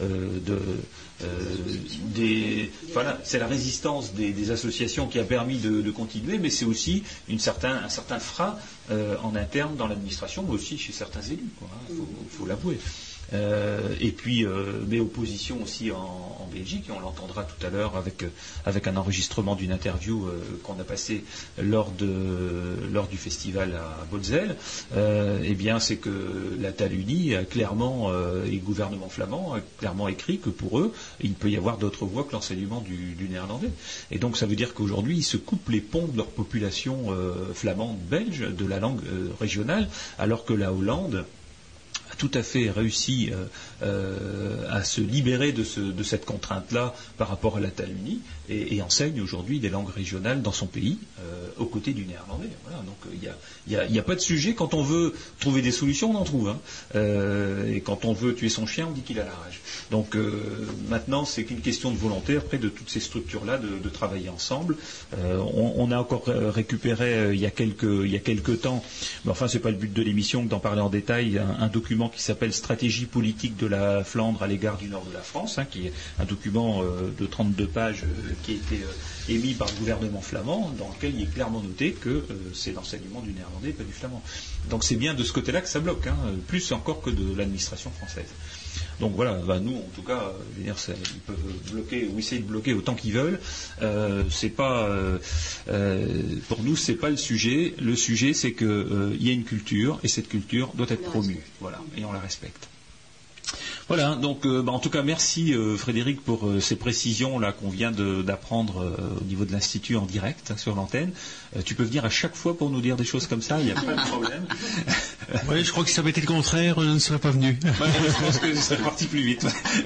[SPEAKER 1] c'est la résistance des associations qui a permis de continuer, mais c'est aussi un certain frein en interne dans l'administration, mais aussi chez certains élus, faut l'avouer. Et puis mais opposition aussi en Belgique, et on l'entendra tout à l'heure avec un enregistrement d'une interview qu'on a passée lors du festival à Bolzel. Eh bien, c'est que la Taluni a clairement et le gouvernement flamand a clairement écrit que pour eux, il ne peut y avoir d'autre voie que l'enseignement du néerlandais. Et donc ça veut dire qu'aujourd'hui, ils se coupent les ponts de leur population flamande belge de la langue régionale, alors que la Hollande a tout à fait réussi à se libérer de cette contrainte-là par rapport à la Taluni et enseigne aujourd'hui des langues régionales dans son pays aux côtés du néerlandais. Voilà, donc il n'y a pas de sujet. Quand on veut trouver des solutions, on en trouve. Hein. Et quand on veut tuer son chien, on dit qu'il a la rage. Donc maintenant, c'est qu'une question de volonté après de toutes ces structures-là de travailler ensemble. On a encore récupéré il y a quelques temps, mais enfin c'est pas le but de l'émission que d'en parler en détail, un document qui s'appelle Stratégie politique de la Flandre à l'égard du nord de la France, hein, qui est un document de 32 pages qui a été émis par le gouvernement flamand, dans lequel il est clairement noté que c'est l'enseignement du néerlandais et pas du flamand. Donc c'est bien de ce côté-là que ça bloque, hein, plus encore que de l'administration française. Donc voilà, nous en tout cas, je veux dire, ils peuvent bloquer ou essayer de bloquer autant qu'ils veulent. C'est pas pour nous, c'est pas le sujet. Le sujet, c'est que il y a une culture et cette culture doit être promue. Voilà, et on la respecte. Voilà, donc en tout cas merci Frédéric pour ces précisions là qu'on vient d'apprendre au niveau de l'Institut en direct sur l'antenne. Tu peux venir à chaque fois pour nous dire des choses comme ça, il n'y a pas de problème.
[SPEAKER 12] Oui, je crois que si ça avait été le contraire, je ne serais pas venu.
[SPEAKER 1] Ouais, je pense que je serais parti plus vite.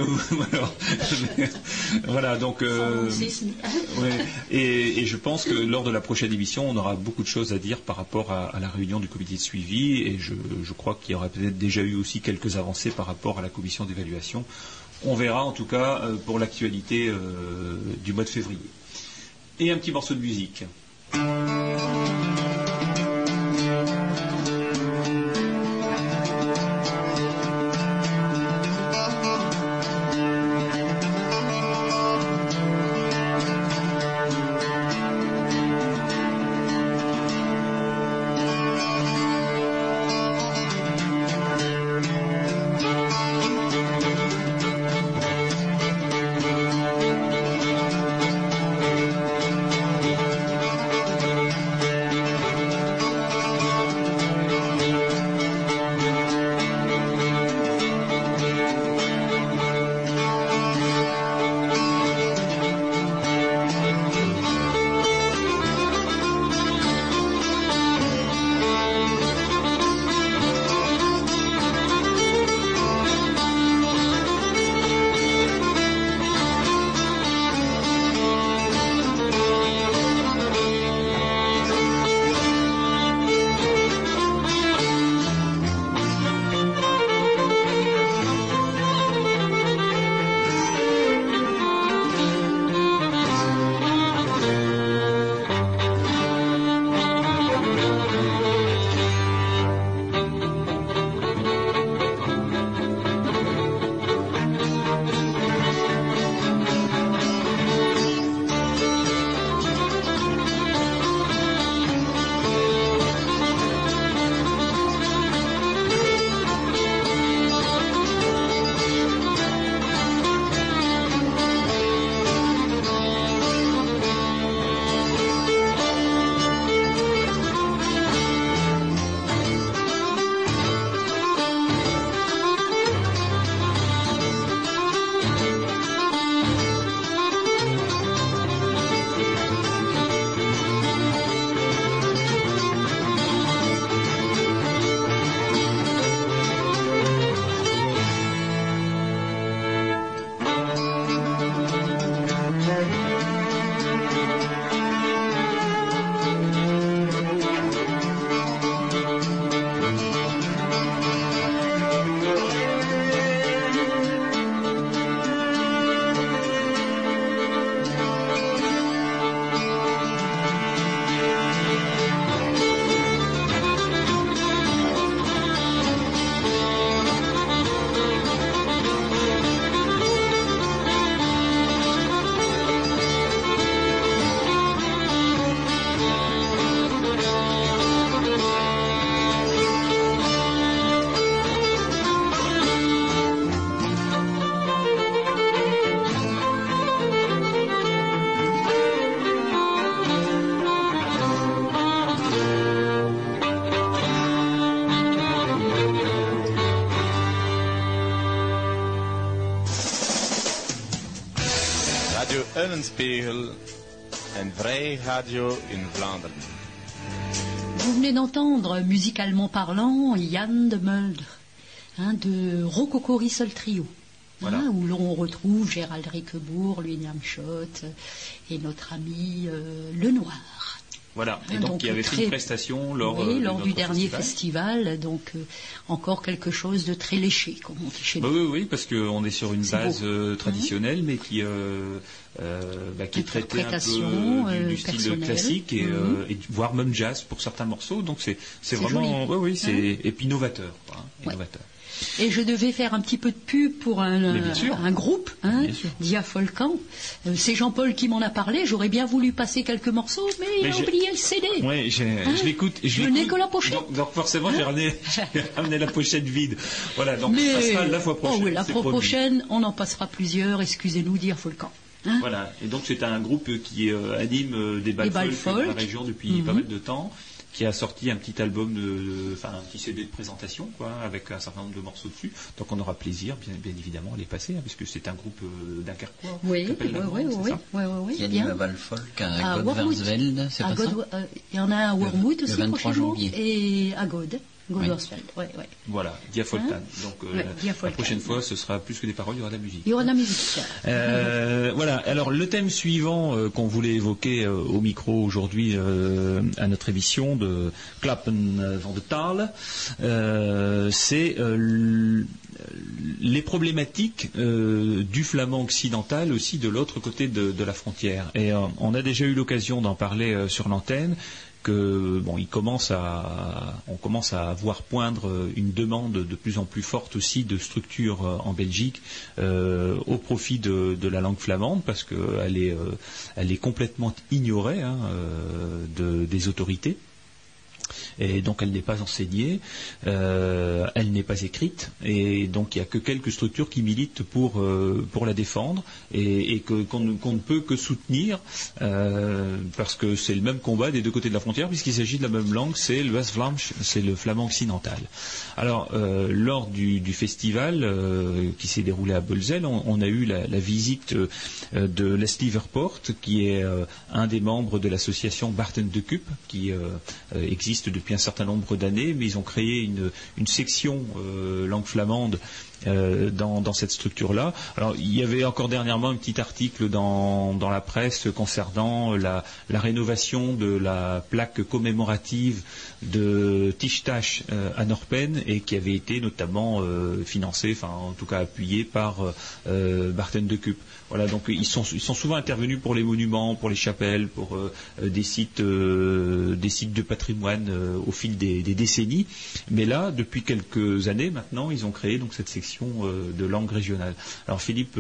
[SPEAKER 1] Voilà, donc et je pense que lors de la prochaine émission, on aura beaucoup de choses à dire par rapport à la réunion du comité de suivi, et je crois qu'il y aura peut-être déjà eu aussi quelques avancées par rapport à la commission d'évaluation. On verra en tout cas pour l'actualité du mois de février. Et un petit morceau de musique.
[SPEAKER 4] Radio Eulenspiegel, een vrije radio in Vlaanderen.
[SPEAKER 2] Vous venez d'entendre, musicalement parlant, Jan de Mulder, de Rococo Sol Trio,
[SPEAKER 1] voilà.
[SPEAKER 2] Où l'on retrouve Gérald Riquebourg, William Schott et notre ami Le Noir.
[SPEAKER 1] Voilà, et donc il y avait fait une prestation lors
[SPEAKER 2] du dernier festival, donc encore quelque chose de très léché, comme on dit chez nous.
[SPEAKER 1] Oui, parce qu'on est sur une base traditionnelle, mais qui est traitée un peu du style classique, et voire même jazz pour certains morceaux, donc c'est vraiment, et puis novateur. Innovateur.
[SPEAKER 2] Et je devais faire un petit peu de pub pour un groupe, Diafolcan. C'est Jean-Paul qui m'en a parlé. J'aurais bien voulu passer quelques morceaux, mais il a oublié le CD.
[SPEAKER 1] Oui, je l'écoute.
[SPEAKER 2] Je n'ai que la pochette.
[SPEAKER 1] Donc forcément, j'ai ramené la pochette vide. Voilà, donc ça sera la fois prochaine.
[SPEAKER 2] La fois prochaine, on en passera plusieurs. Excusez-nous, Diafolcan.
[SPEAKER 1] Voilà, et donc c'est un groupe qui anime des bals folk dans la région depuis pas mal de temps, qui a sorti un petit album, un petit CD de présentation, avec un certain nombre de morceaux dessus. Donc on aura plaisir, bien évidemment, à les passer, puisque c'est un groupe dunkerquois.
[SPEAKER 2] Oui.
[SPEAKER 3] Il y a des bals folk à Godversveld, c'est pas ça?
[SPEAKER 2] Il y en a à Wormwood aussi,
[SPEAKER 3] le 23 janvier.
[SPEAKER 2] Et à Godversveld,
[SPEAKER 1] Voilà, Diafoltan. Donc la prochaine fois, ce sera plus que des paroles, il y aura de la musique.
[SPEAKER 2] Il y aura de la musique.
[SPEAKER 1] Voilà, alors le thème suivant qu'on voulait évoquer au micro aujourd'hui à notre émission de Klappen van de Taal, c'est les problématiques du flamand occidental aussi de l'autre côté de la frontière. Et on a déjà eu l'occasion d'en parler sur l'antenne. On commence à voir poindre une demande de plus en plus forte aussi de structures en Belgique au profit de la langue flamande, parce qu'elle est complètement ignorée des autorités. Et donc elle n'est pas enseignée, elle n'est pas écrite, et donc il n'y a que quelques structures qui militent pour la défendre, et qu'on ne peut que soutenir, parce que c'est le même combat des deux côtés de la frontière, puisqu'il s'agit de la même langue, c'est le West-Vlaams, c'est le flamand occidental. Alors lors du festival qui s'est déroulé à Bolzel, on a eu la visite de Leslie Verpoort, qui est un des membres de l'association Barten de Cup, qui existe depuis un certain nombre d'années, mais ils ont créé une section langue flamande dans cette structure-là. Alors, il y avait encore dernièrement un petit article dans la presse concernant la rénovation de la plaque commémorative de Tichtach à Norpen, et qui avait été notamment financée, en tout cas appuyée par Barten de Cup. Voilà, donc ils sont souvent intervenus pour les monuments, pour les chapelles, pour des sites de patrimoine au fil des décennies. Mais là, depuis quelques années maintenant, ils ont créé donc cette section de langue régionale. Alors Philippe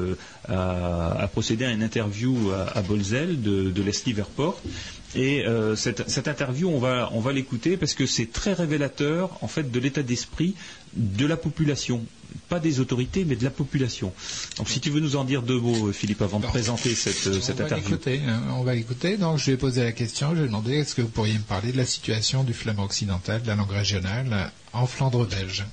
[SPEAKER 1] a procédé à une interview à Bolzel de Leslie Verpoort. Et cette interview, on va l'écouter parce que c'est très révélateur en fait de l'état d'esprit de la population, pas des autorités, mais de la population. Donc, si tu veux nous en dire deux mots, Philippe, avant de présenter cette interview.
[SPEAKER 5] On va l'écouter. Donc, je vais poser la question. Je vais demander, est-ce que vous pourriez me parler de la situation du flamand occidental, de la langue régionale, en Flandre belge?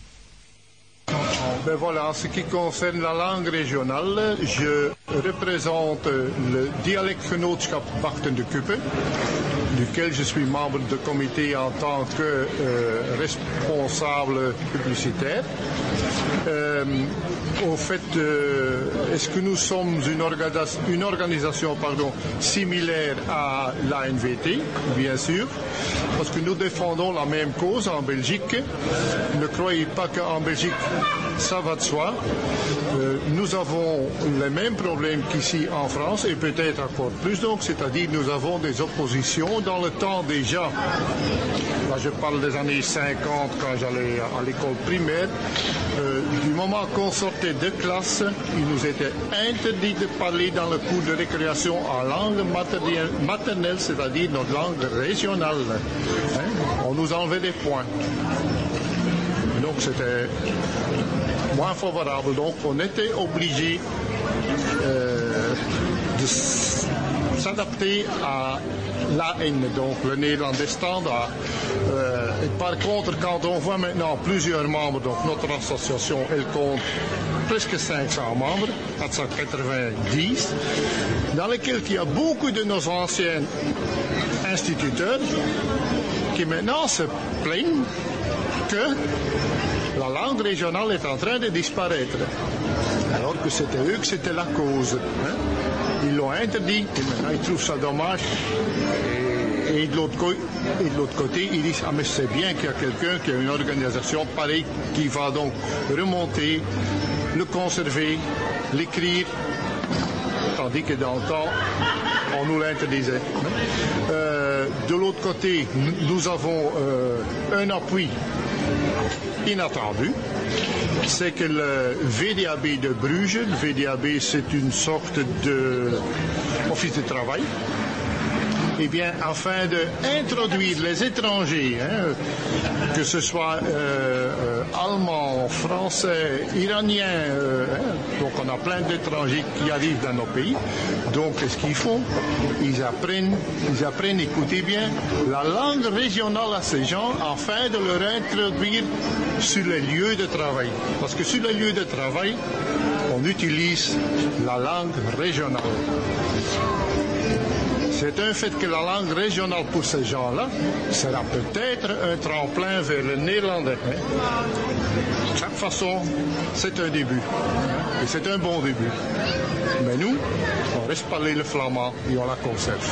[SPEAKER 13] Ben voilà, en ce qui concerne la langue régionale, je représente le dialectgenootschap Barten de Cupe, duquel je suis membre de comité en tant que responsable publicitaire. Au fait, est-ce que nous sommes une organisation similaire à l'ANVT, bien sûr, parce que nous défendons la même cause en Belgique. Ne croyez pas qu'en Belgique, ça va de soi. Nous avons les mêmes problèmes qu'ici en France, et peut-être encore plus, donc, c'est-à-dire nous avons des oppositions dans le temps déjà. Là, je parle des années 50, quand j'allais à l'école primaire. Du moment qu'on sortait de classe, il nous était interdit de parler dans le cours de récréation en langue maternelle, c'est-à-dire notre langue régionale. On nous enlevait des points. Donc c'était moins favorable. Donc on était obligé de s'adapter à l'AN, donc le néerlandais standard. Et par contre, quand on voit maintenant plusieurs membres, donc notre association, elle compte presque 500 membres, 490, dans lesquels il y a beaucoup de nos anciens instituteurs qui maintenant se plaignent que la langue régionale est en train de disparaître. Alors que c'était eux que c'était la cause. Hein. Ils l'ont interdit, et maintenant ils trouvent ça dommage. Et de l'autre côté, ils disent, ah mais c'est bien qu'il y a quelqu'un qui a une organisation pareille qui va donc remonter, le conserver, l'écrire, tandis que dans le temps, on nous l'interdisait. De l'autre côté, nous avons un appui inattendu. C'est que le VDAB de Bruges, le VDAB c'est une sorte d'office de travail, eh bien, afin d'introduire les étrangers, hein, que ce soit allemands, français, iraniens, donc on a plein d'étrangers qui arrivent dans nos pays. Donc, qu'est-ce qu'ils font? Ils apprennent, écoutez bien, la langue régionale à ces gens afin de leur introduire sur les lieux de travail. Parce que sur les lieux de travail, on utilise la langue régionale. C'est un fait que la langue régionale pour ces gens-là sera peut-être un tremplin vers le néerlandais. De chaque façon, c'est un début. Et c'est un bon début. Mais nous, on reste parler le flamand et on la conserve.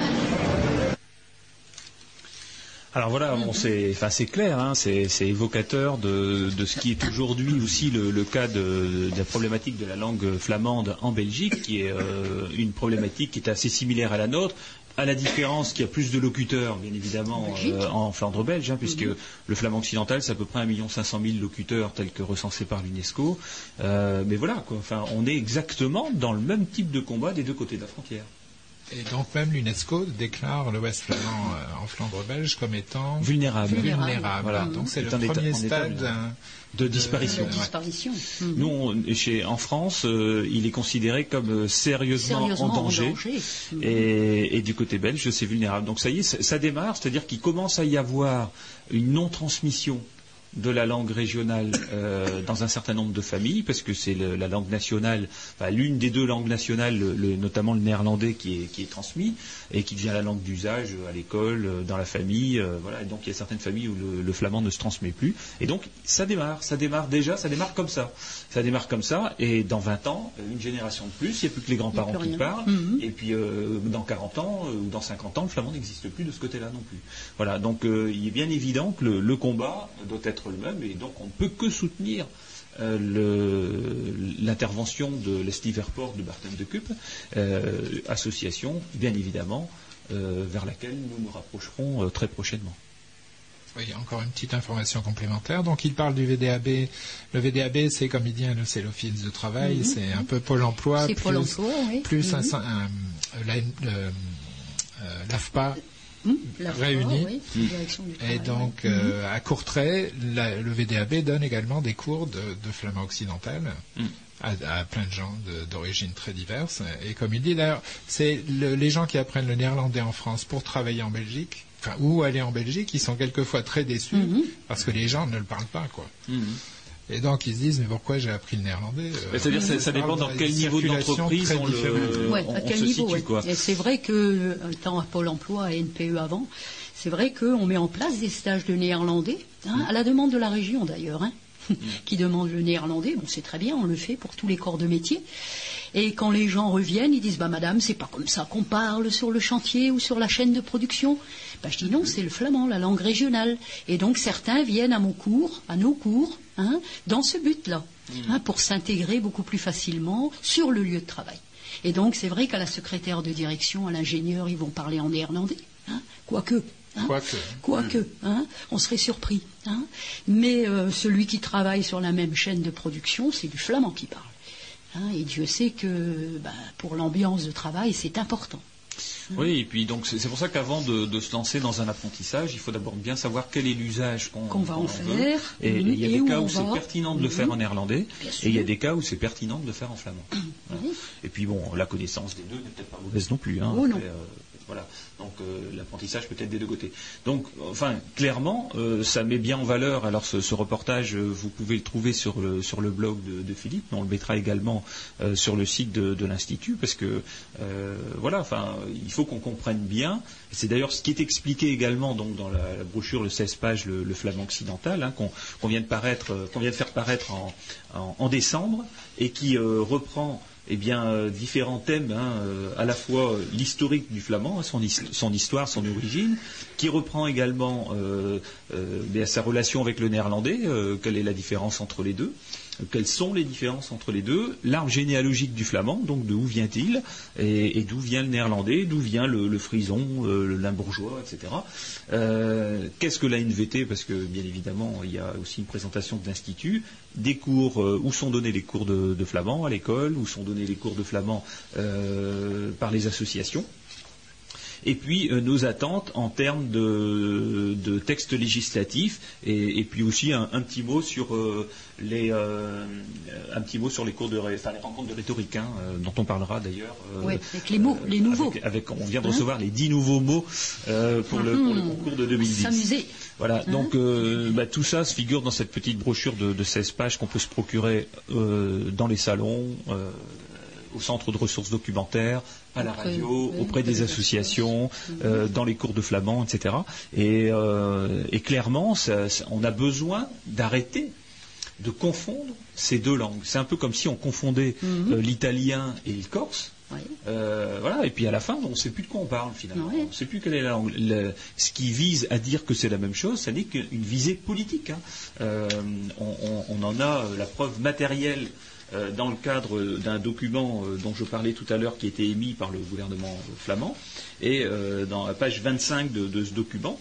[SPEAKER 1] Alors voilà, bon, c'est clair, hein, c'est évocateur de ce qui est aujourd'hui aussi le cas de la problématique de la langue flamande en Belgique, qui est une problématique qui est assez similaire à la nôtre, à la différence qu'il y a plus de locuteurs, bien évidemment, en Flandre belge, hein, puisque le flamand occidental, c'est à peu près 1 500 000 locuteurs tels que recensés par l'UNESCO. Mais voilà, quoi, enfin, on est exactement dans le même type de combat des deux côtés de la frontière.
[SPEAKER 5] Et donc même l'UNESCO déclare l'Ouest flamand en Flandre belge comme étant
[SPEAKER 1] vulnérable.
[SPEAKER 5] Voilà. Donc c'est le premier stade
[SPEAKER 1] de disparition. Nous, en France, il est considéré comme sérieusement en danger. Et du côté belge, c'est vulnérable. Donc ça y est, ça démarre, c'est-à-dire qu'il commence à y avoir une non-transmission de la langue régionale dans un certain nombre de familles, parce que c'est la langue nationale, enfin, l'une des deux langues nationales, notamment le néerlandais qui est transmis et qui devient la langue d'usage à l'école, dans la famille, voilà. Et donc il y a certaines familles où le flamand ne se transmet plus. Et donc ça démarre comme ça. Ça démarre comme ça, et dans 20 ans, une génération de plus, il n'y a plus que les grands-parents qui parlent, et puis dans 40 ans ou dans 50 ans, le flamand n'existe plus de ce côté-là non plus. Voilà, donc il est bien évident que le combat doit être le même, et donc on ne peut que soutenir l'intervention de l'Estiverport de Barton de Cup, association, bien évidemment, vers laquelle nous nous rapprocherons très prochainement.
[SPEAKER 5] Oui, encore une petite information complémentaire. Donc, il parle du VDAB. Le VDAB, c'est, comme il dit, c'est l'Office de travail, c'est un peu Pôle emploi, plus l'AFPA réunis. Et donc, à Courtrai, le VDAB donne également des cours de flamand occidental à plein de gens d'origines très diverses. Et comme il dit, d'ailleurs, c'est les gens qui apprennent le néerlandais en France pour travailler en Belgique, enfin, ou aller en Belgique, ils sont quelquefois très déçus parce que les gens ne le parlent pas, quoi. Et donc ils se disent, mais pourquoi j'ai appris le néerlandais
[SPEAKER 1] C'est-à-dire ça dépend dans quel niveau d'entreprise on se situe, quoi.
[SPEAKER 2] Et c'est vrai que, tant à Pôle emploi et NPE avant, c'est vrai qu'on met en place des stages de néerlandais, à la demande de la région d'ailleurs, qui demande le néerlandais. Bon, c'est très bien, on le fait pour tous les corps de métier. Et quand les gens reviennent, ils disent, bah madame, c'est pas comme ça qu'on parle sur le chantier ou sur la chaîne de production. Bah, je dis non, c'est le flamand, la langue régionale. Et donc certains viennent à nos cours, dans ce but-là, pour s'intégrer beaucoup plus facilement sur le lieu de travail. Et donc c'est vrai qu'à la secrétaire de direction, à l'ingénieur, ils vont parler en néerlandais, quoique. On serait surpris. Mais celui qui travaille sur la même chaîne de production, c'est du flamand qui parle. Et Dieu sait que pour l'ambiance de travail, c'est important.
[SPEAKER 1] Oui, et puis donc c'est pour ça qu'avant de se lancer dans un apprentissage, il faut d'abord bien savoir quel est l'usage qu'on va en faire. Et il y a des cas où c'est pertinent de le faire en néerlandais, et il y a des cas où c'est pertinent de le faire en flamand. Voilà. Et puis bon, la connaissance des deux n'est peut-être pas mauvaise non plus. Voilà. Donc l'apprentissage peut être des deux côtés. Donc, enfin, clairement, ça met bien en valeur. Alors ce reportage, vous pouvez le trouver sur le blog de Philippe, mais on le mettra également sur le site de l'Institut, parce que voilà, enfin, il faut qu'on comprenne bien. C'est d'ailleurs ce qui est expliqué également donc dans la brochure, le 16 pages, le flamand occidental, hein, qu'on vient de faire paraître en décembre, et qui reprend différents thèmes, hein, à la fois l'historique du flamand, hein, son histoire, son origine, qui reprend également sa relation avec le néerlandais, quelle est la différence entre les deux, quelles sont les différences entre les deux, l'arbre généalogique du flamand, donc d'où vient-il, et d'où vient le néerlandais, d'où vient le frison, le limbourgeois, etc. Qu'est-ce que la NVT? Parce que bien évidemment il y a aussi une présentation de l'Institut, des cours, où sont donnés les cours de flamand à l'école, où sont donnés les cours de flamand par les associations. Et puis nos attentes en termes de textes législatifs, et puis aussi un petit mot sur les cours les rencontres de rhétorique, hein, dont on parlera d'ailleurs.
[SPEAKER 2] Avec les mots, les nouveaux.
[SPEAKER 1] On vient de recevoir les 10 nouveaux mots pour le concours de 2010.
[SPEAKER 2] S'amuser.
[SPEAKER 1] Voilà, donc tout ça se figure dans cette petite brochure de 16 pages qu'on peut se procurer dans les salons, au centre de ressources documentaires, à la radio, auprès des associations, dans les cours de flamand, etc. Et clairement, on a besoin d'arrêter de confondre ces deux langues. C'est un peu comme si on confondait l'italien et le corse. Voilà, et puis à la fin, on ne sait plus de quoi on parle finalement. On ne sait plus quelle est la langue. Ce qui vise à dire que c'est la même chose, ça n'est qu'une visée politique, hein. On en a la preuve matérielle dans le cadre d'un document dont je parlais tout à l'heure, qui a été émis par le gouvernement flamand. Et dans la page 25 de ce document,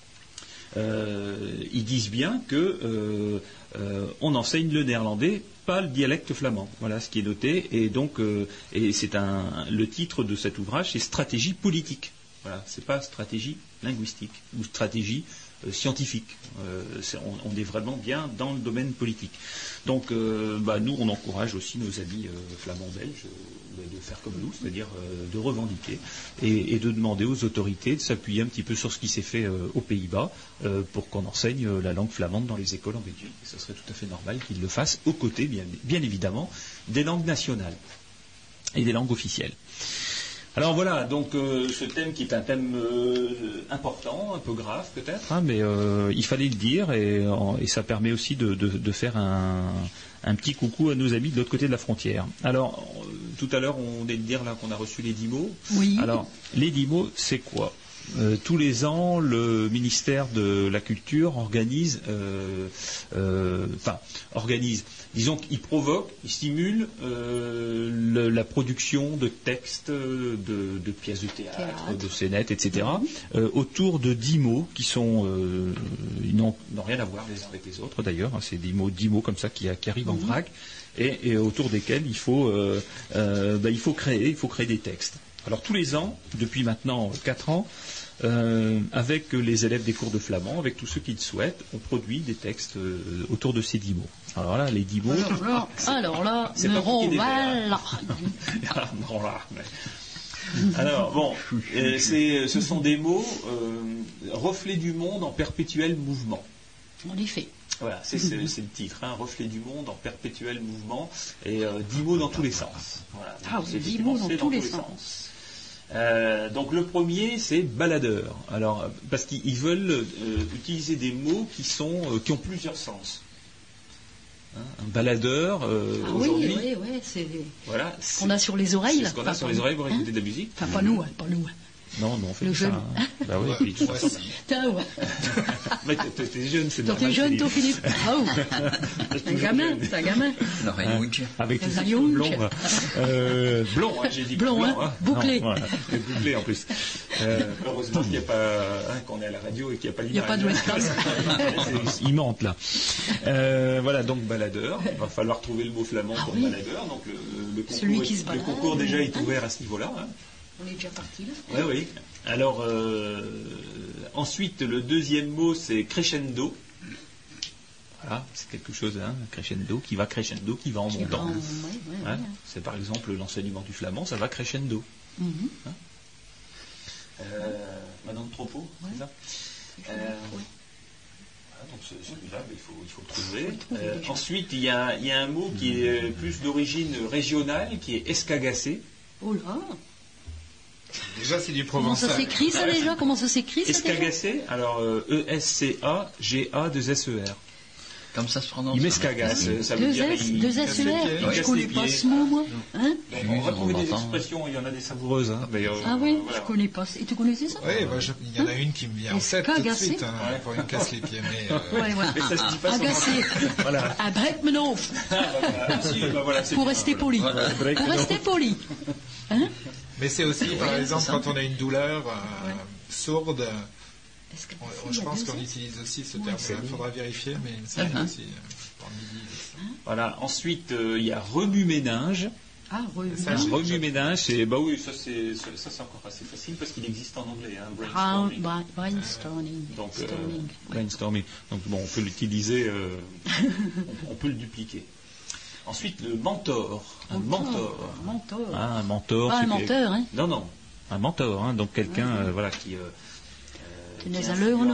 [SPEAKER 1] ils disent bien que on enseigne le néerlandais, pas le dialecte flamand. Voilà ce qui est noté. Et donc, c'est le titre de cet ouvrage, c'est stratégie politique. Voilà, c'est pas stratégie linguistique ou stratégie scientifique. On est vraiment bien dans le domaine politique. Donc, nous, on encourage aussi nos amis flamands belges de faire comme nous, c'est-à-dire de revendiquer et de demander aux autorités de s'appuyer un petit peu sur ce qui s'est fait aux Pays-Bas pour qu'on enseigne la langue flamande dans les écoles en Belgique. Et ce serait tout à fait normal qu'ils le fassent aux côtés, bien évidemment, des langues nationales et des langues officielles. Alors voilà, donc ce thème qui est un thème important, un peu grave peut-être, hein, mais il fallait le dire, et ça permet aussi de faire un petit coucou à nos amis de l'autre côté de la frontière. Alors, tout à l'heure, on venait de dire là qu'on a reçu les 10 mots. Oui. Alors, les 10 mots, c'est quoi? Tous les ans, le ministère de la Culture organise, disons qu'il provoque, il stimule la production de textes, de pièces de théâtre, de scénettes, etc., autour de 10 mots qui sont, ils n'ont rien à voir les uns avec les autres d'ailleurs, hein, c'est 10 mots comme ça qui arrivent en vrac, et autour desquels il faut créer des textes. Alors tous les ans, depuis maintenant 4 ans, avec les élèves des cours de flamand, avec tous ceux qui le souhaitent, on produit des textes autour de ces 10 mots. Alors là, les 10 mots...
[SPEAKER 2] Alors là,
[SPEAKER 1] alors bon, ce sont des mots reflets du monde en perpétuel mouvement.
[SPEAKER 2] En effet.
[SPEAKER 1] Voilà, c'est le titre, hein, reflet du monde en perpétuel mouvement, et 10 mots dans tous les sens. Voilà,
[SPEAKER 2] ah oui, 10 mots dans tous les sens.
[SPEAKER 1] Donc le premier, c'est baladeur. Alors, parce qu'ils veulent utiliser des mots qui ont plusieurs sens. Hein, un baladeur, aujourd'hui...
[SPEAKER 2] Oui, c'est ce qu'on a sur les oreilles.
[SPEAKER 1] C'est ce qu'on a sur les oreilles pour écouter de la musique.
[SPEAKER 2] Enfin, pas nous.
[SPEAKER 1] Non, on fait
[SPEAKER 2] le
[SPEAKER 1] ça.
[SPEAKER 2] jeune.
[SPEAKER 1] Hein. Bah oui, puis tout ça. Mais t'es jeune, c'est normal.
[SPEAKER 2] T'es jeune, toi, Philippe. Oh. C'est un gamin.
[SPEAKER 1] Avec tes cheveux blonds. Blond, hein, j'ai dit.
[SPEAKER 2] Blond, hein. Bouclé.
[SPEAKER 1] Voilà. Bouclé en plus. Heureusement qu'il n'y a pas, qu'on est à la radio et qu'il n'y a pas l'image.
[SPEAKER 2] Il n'y a pas de webcam.
[SPEAKER 1] Il mente là. Voilà, donc baladeur. Il va falloir trouver le mot flamand pour baladeur. Donc le concours déjà est ouvert à ce niveau-là. Hein.
[SPEAKER 2] On est déjà parti là.
[SPEAKER 1] Oui. Alors, ensuite, le deuxième mot, c'est crescendo. Voilà, c'est quelque chose, hein, crescendo, qui va en montant. C'est par exemple l'enseignement du flamand, ça va crescendo. Hein. Madame Tropo, c'est ça donc celui-là, il faut le trouver. Ensuite, il y a un mot qui est plus d'origine régionale, qui est escagacé.
[SPEAKER 2] Oh là.
[SPEAKER 5] Déjà, c'est du
[SPEAKER 2] Comment
[SPEAKER 5] provençal.
[SPEAKER 2] ça s'écrit ça déjà? Comment ça s'écrit ça déjà?
[SPEAKER 1] Escagacé, alors E-S-C-A-G-A-2-S-E-R.
[SPEAKER 3] Comme ça se prononce.
[SPEAKER 1] Il m'escagasse, ça veut dire...
[SPEAKER 2] Deux S-E-R. Je connais pas ce mot, moi. Hein?
[SPEAKER 1] On va trouver des expressions, il y en a des savoureuses. Hein, mais,
[SPEAKER 2] ah oui,
[SPEAKER 1] voilà.
[SPEAKER 2] Je connais pas. Et tu connaissais ça?
[SPEAKER 5] Oui, il y en a une qui me vient en tête tout de suite, pour une casse les pieds. Mais,
[SPEAKER 2] mais
[SPEAKER 1] ça se dit pas
[SPEAKER 2] agacé.
[SPEAKER 1] Voilà.
[SPEAKER 2] Un break menant. Pour rester poli. Pour rester poli. Hein?
[SPEAKER 5] Mais c'est aussi, par exemple, quand on a une douleur sourde, je pense qu'on utilise aussi ce terme. Il faudra vérifier, mais c'est aussi pour midi.
[SPEAKER 1] Voilà. Ensuite, il y a remue-ménage.
[SPEAKER 2] Ah,
[SPEAKER 1] remue-ménage, c'est oui, ça c'est encore assez facile parce qu'il existe en anglais, hein,
[SPEAKER 2] brainstorming.
[SPEAKER 1] Donc brainstorming. Donc bon, on peut l'utiliser, on peut le dupliquer. Ensuite, le mentor. Un mentor. Ah, un mentor.
[SPEAKER 2] Pas un menteur, hein?
[SPEAKER 1] Non, un mentor. Hein, donc quelqu'un, voilà, qui.
[SPEAKER 2] Quelqu'un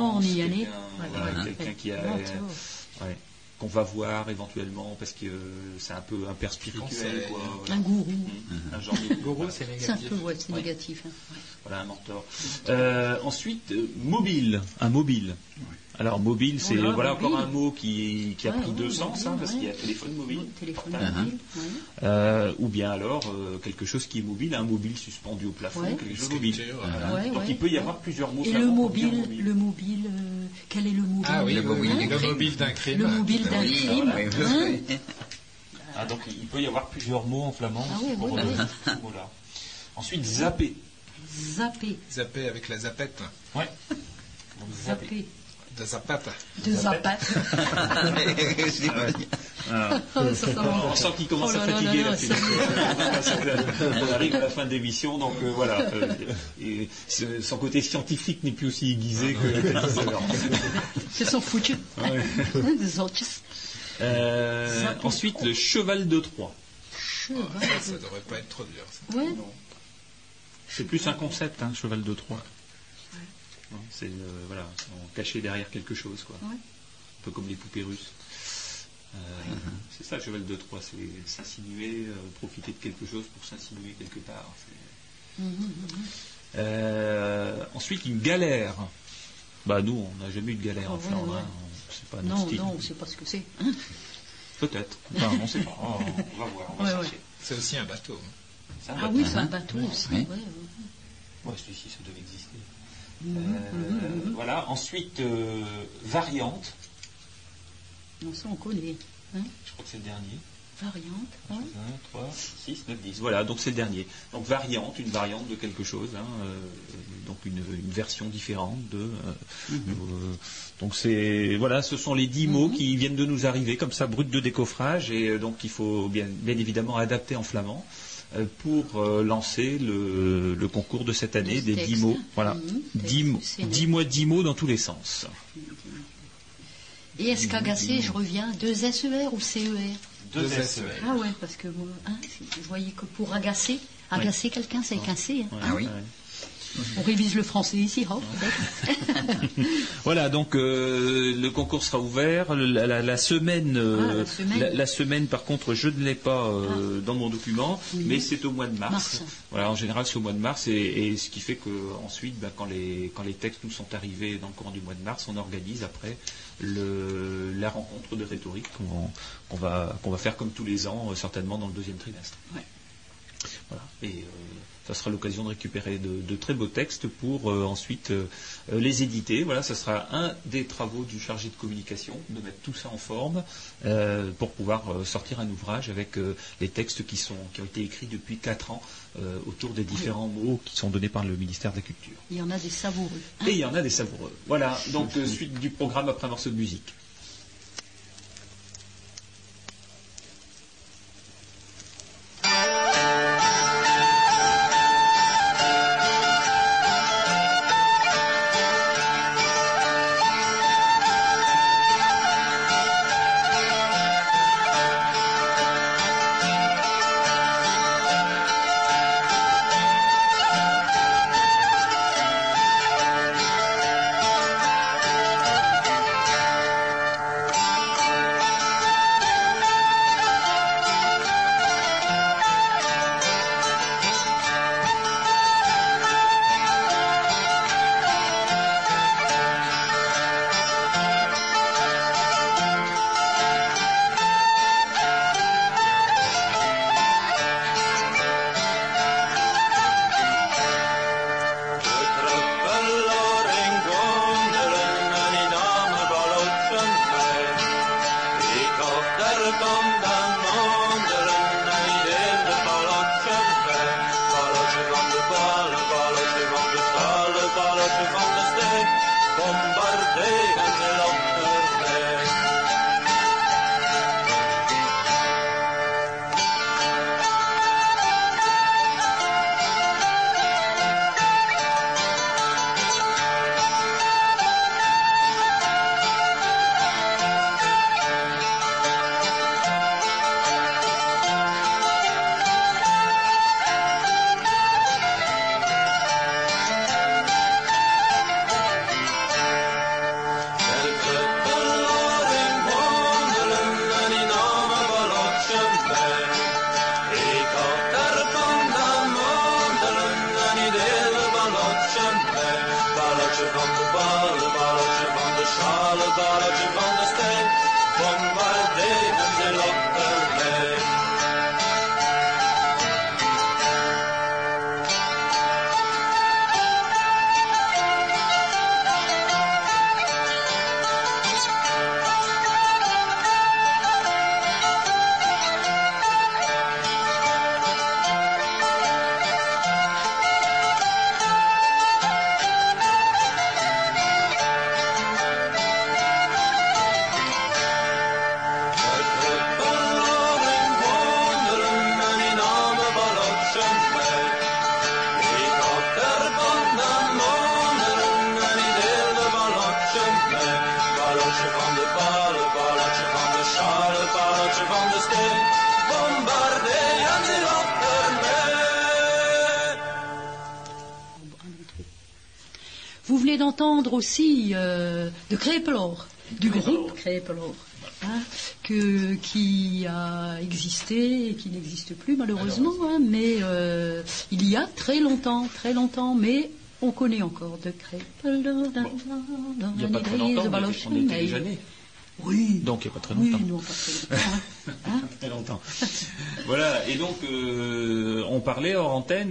[SPEAKER 1] qui a. Qu'on va voir éventuellement parce que c'est un peu un père spirituel, quoi. Voilà.
[SPEAKER 2] Un gourou.
[SPEAKER 1] Un genre de
[SPEAKER 5] gourou, c'est négatif.
[SPEAKER 2] C'est un peu négatif. Hein.
[SPEAKER 1] Voilà, un mentor. Ensuite, mobile. Un mobile. Alors, mobile, c'est encore un mot qui a pris deux sens, parce qu'il y a téléphone mobile. Ou bien alors, quelque chose qui est mobile, un mobile suspendu au plafond, quelque chose de mobile. Donc, il peut y avoir plusieurs mots.
[SPEAKER 2] Et le mobile, quel est le mobile?
[SPEAKER 5] Ah oui, le mobile d'un crime.
[SPEAKER 2] Le mobile d'un crime.
[SPEAKER 1] Donc, il peut y avoir plusieurs mots en flamand pour ce mot-là. Ensuite, zapper.
[SPEAKER 5] Zapper avec la zapette.
[SPEAKER 1] Ouais. Donc, zapper.
[SPEAKER 5] De zapata.
[SPEAKER 1] On sent qu'il commence à fatiguer là. On arrive à la fin de l'émission, donc voilà. Son côté scientifique n'est plus aussi aiguisé que
[SPEAKER 2] c'est son foutu.
[SPEAKER 1] Ensuite, le cheval de Troie.
[SPEAKER 5] Ça devrait pas être trop dur.
[SPEAKER 2] Ça. Ouais.
[SPEAKER 1] C'est plus un concept, cheval de Troie. C'est caché derrière quelque chose, quoi. Un peu comme les poupées russes. C'est ça, cheval de Troie, c'est s'insinuer, profiter de quelque chose pour s'insinuer quelque part. Ensuite, une galère. Nous, on n'a jamais eu de galère en Flandre. C'est pas notre style.
[SPEAKER 2] Non, on ne sait pas ce que c'est.
[SPEAKER 1] Peut-être. Enfin, on ne sait pas. On va voir. On va chercher.
[SPEAKER 5] C'est aussi un bateau.
[SPEAKER 2] C'est un bateau aussi.
[SPEAKER 1] Celui-ci, ça devait exister. Voilà. Ensuite, variante.
[SPEAKER 2] Non, ça on connaît.
[SPEAKER 1] Je crois que c'est le dernier.
[SPEAKER 2] Variante.
[SPEAKER 1] 1, 3, 6, 9, 10. Voilà, donc c'est le dernier. Donc variante, une variante de quelque chose. Donc une version différente de. Donc c'est ce sont les 10 mots qui viennent de nous arriver comme ça, brut de décoffrage, et donc il faut bien évidemment adapter en flamand. Pour lancer le concours de cette année des 10 mots. Voilà. 10 mots dans tous les sens.
[SPEAKER 2] Et escagacé, je reviens, 2 SER ou CER?
[SPEAKER 1] 2 SER.
[SPEAKER 2] Ah ouais, parce que moi, je voyais que pour agacer quelqu'un, c'est avec un C.
[SPEAKER 3] Ah oui.
[SPEAKER 2] On révise le français ici, peut-être.
[SPEAKER 1] Voilà, donc le concours sera ouvert. La semaine, la semaine, par contre, je ne l'ai pas dans mon document, mais c'est au mois de mars. Voilà, en général, c'est au mois de mars, et ce qui fait que ensuite, quand les textes nous sont arrivés dans le courant du mois de mars, on organise après la rencontre de rhétorique qu'on va faire comme tous les ans, certainement dans le deuxième trimestre.
[SPEAKER 2] Ouais.
[SPEAKER 1] Voilà. Et ça sera l'occasion de récupérer de très beaux textes pour ensuite les éditer. Voilà, ça sera un des travaux du chargé de communication, de mettre tout ça en forme pour pouvoir sortir un ouvrage avec les textes qui ont été écrits depuis 4 ans autour des différents mots qui sont donnés par le ministère de la Culture.
[SPEAKER 2] Il y en a des savoureux.
[SPEAKER 1] Et il y en a des savoureux. Voilà, donc suite du programme après un morceau de musique.
[SPEAKER 10] balletje van de steen, bombarderen ze Lotterlee.
[SPEAKER 2] Vous venez d'entendre aussi de Crépelor, du groupe Crépelor, hein, qui a existé et qui n'existe plus malheureusement, hein, mais il y a très longtemps, mais on connaît encore de Crépelor.
[SPEAKER 1] Il n'y a pas très longtemps, on était déjà nés.
[SPEAKER 2] Oui.
[SPEAKER 1] Donc il n'y a pas très longtemps.
[SPEAKER 2] Oui, non, pas très longtemps. Hein.
[SPEAKER 1] Très longtemps. Voilà, et donc on parlait hors antenne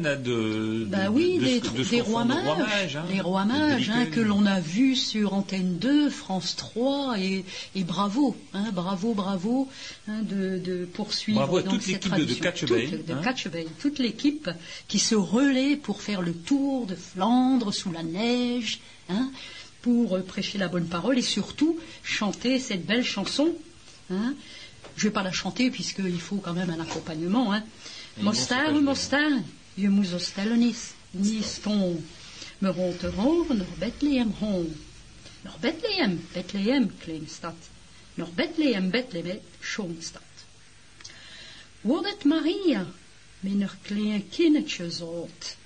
[SPEAKER 2] des rois mages, les rois mages que l'on a vus sur Antenne 2, France 3, et bravo, hein, bravo, hein, de poursuivre.
[SPEAKER 1] Bravo à
[SPEAKER 2] donc,
[SPEAKER 1] toute l'équipe de Catch Bay.
[SPEAKER 2] Catch Bay, toute l'équipe qui se relaie pour faire le tour de Flandre sous la neige, hein, pour prêcher la bonne parole et surtout chanter cette belle chanson. Hein. Je ne vais pas la chanter puisqu'il faut quand même un accompagnement. Hein. Mostar, je moet zo stellen niet stond. Me rondteron, naar Bethlehem hon. Naar Bethlehem, kleine stad. Naar Bethlehem, schoonstad. Wordt het Maria, met een klein kindertje zout.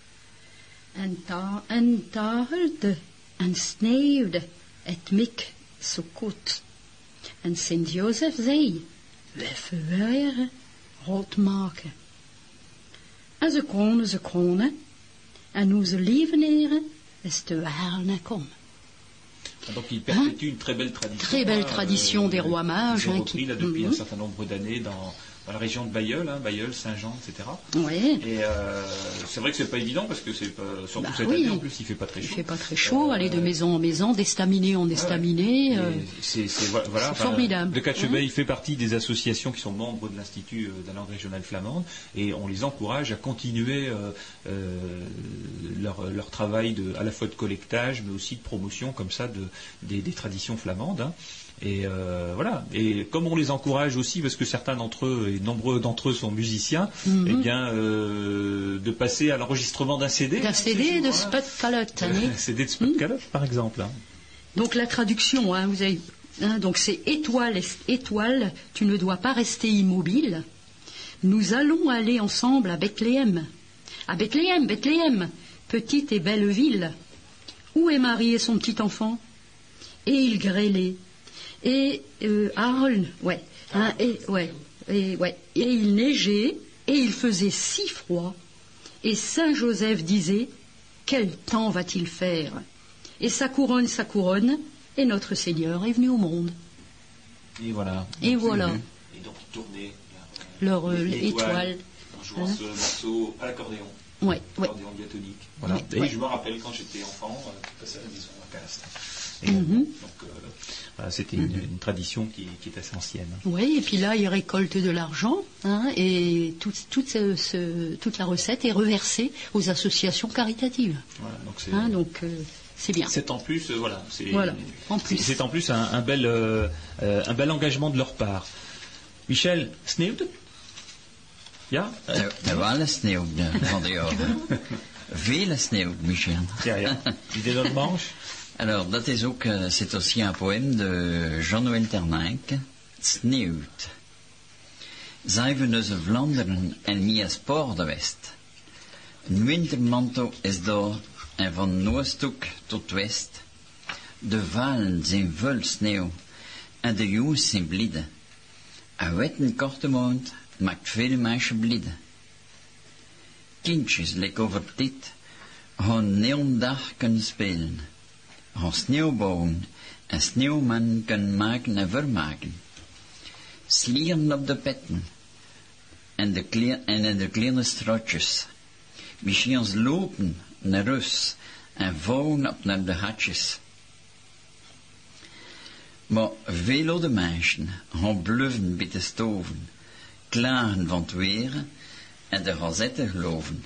[SPEAKER 2] En taalde en sneeuwde het mik zo goed. En Sint-Jozef zei, we verwijren rood maken. En ze konden, en onze lieve heren is te waar komen.
[SPEAKER 1] Donc il perpétue une très belle tradition.
[SPEAKER 2] Très belle tradition des rois mages.
[SPEAKER 1] Ils ont repris là, depuis un certain nombre d'années dans la région de Bailleul, Bailleul, Saint-Jean, etc.
[SPEAKER 2] Oui.
[SPEAKER 1] Et c'est vrai que c'est pas évident parce que c'est pas, surtout cette année en plus il fait pas très chaud.
[SPEAKER 2] Il fait pas très chaud, aller de maison en maison, d'estaminet en estaminet.
[SPEAKER 1] C'est formidable. Le Catch Bay fait partie des associations qui sont membres de l'Institut de la langue régionale flamande et on les encourage à continuer leur travail à la fois de collectage mais aussi de promotion comme ça des traditions flamandes. Hein. Et voilà. Et comme on les encourage aussi, parce que certains d'entre eux et nombreux d'entre eux sont musiciens, eh bien, de passer à l'enregistrement d'un CD.
[SPEAKER 2] D'un CD de Spud Calotte.
[SPEAKER 1] CD de Spud Calotte, par exemple. Hein.
[SPEAKER 2] Donc la traduction, hein, vous avez, hein, donc c'est étoile, tu ne dois pas rester immobile. Nous allons aller ensemble à Bethléem. À Bethléem, petite et belle ville. Où est Marie et son petit enfant? Et il grêlait. Et Aaron, et il neigeait, et il faisait si froid, et Saint Joseph disait, quel temps va-t-il faire? Et sa couronne, et notre Seigneur est venu au monde.
[SPEAKER 1] Et voilà.
[SPEAKER 2] Et voilà.
[SPEAKER 1] Et donc ils tournaient
[SPEAKER 2] leur étoile.
[SPEAKER 1] En jouant ce morceau à l'accordéon. Accordéon diatonique. Voilà. Et je me rappelle quand j'étais enfant, je passais à la maison à Castres. Donc voilà, c'était une tradition qui est assez ancienne.
[SPEAKER 2] Oui, et puis là, ils récoltent de l'argent, hein, et toute la recette est reversée aux associations caritatives.
[SPEAKER 1] Voilà,
[SPEAKER 2] donc c'est bien.
[SPEAKER 1] C'est en plus,
[SPEAKER 2] c'est
[SPEAKER 1] en plus un bel engagement de leur part. Michel, sneeuwt? Ja?
[SPEAKER 3] Er wel sneeuwde van de jaren. Vele sneeuw, Michel.
[SPEAKER 1] Ja. Idée dans le manche?
[SPEAKER 3] Alors, c'est aussi un poème de Jean-Noël Ternink, Sneeuwt. Zij ze Vlaanderen en Mia spoor de West. Een wintermantel is daar en van noordstoek tot west. De valen zijn vol sneeuw en de jongens zijn blide. Een witte korte maand maakt veel meisjes blide. Kindjes, lekker over tijd, gaan neondag kunnen spelen. Gaan sneeuw bouwen Een sneeuwman kan maken en vermaken. Slieren op de petten. En de kleine strotjes. Misschien lopen naar rus en vouwen op naar de hatjes. Maar veel oude mensen gaan bluffen bij de stoven, klagen van het weer en de gazetten geloven.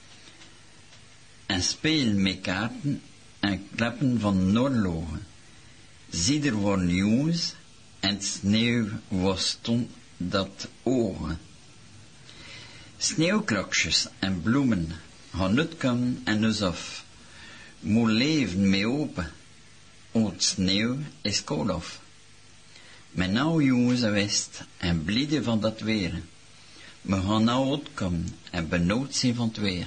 [SPEAKER 3] En spelen met kaarten en klappen van oorlogen. Zieder worden jongens en het sneeuw was stond dat ogen. Sneeuwklokjes en bloemen gaan uitkomen en dus af. Moet leven mee open. Het sneeuw is koud af. Men nou jongens en west en blide van dat weer. We gaan nou uitkomen en benauwd zijn van het weer.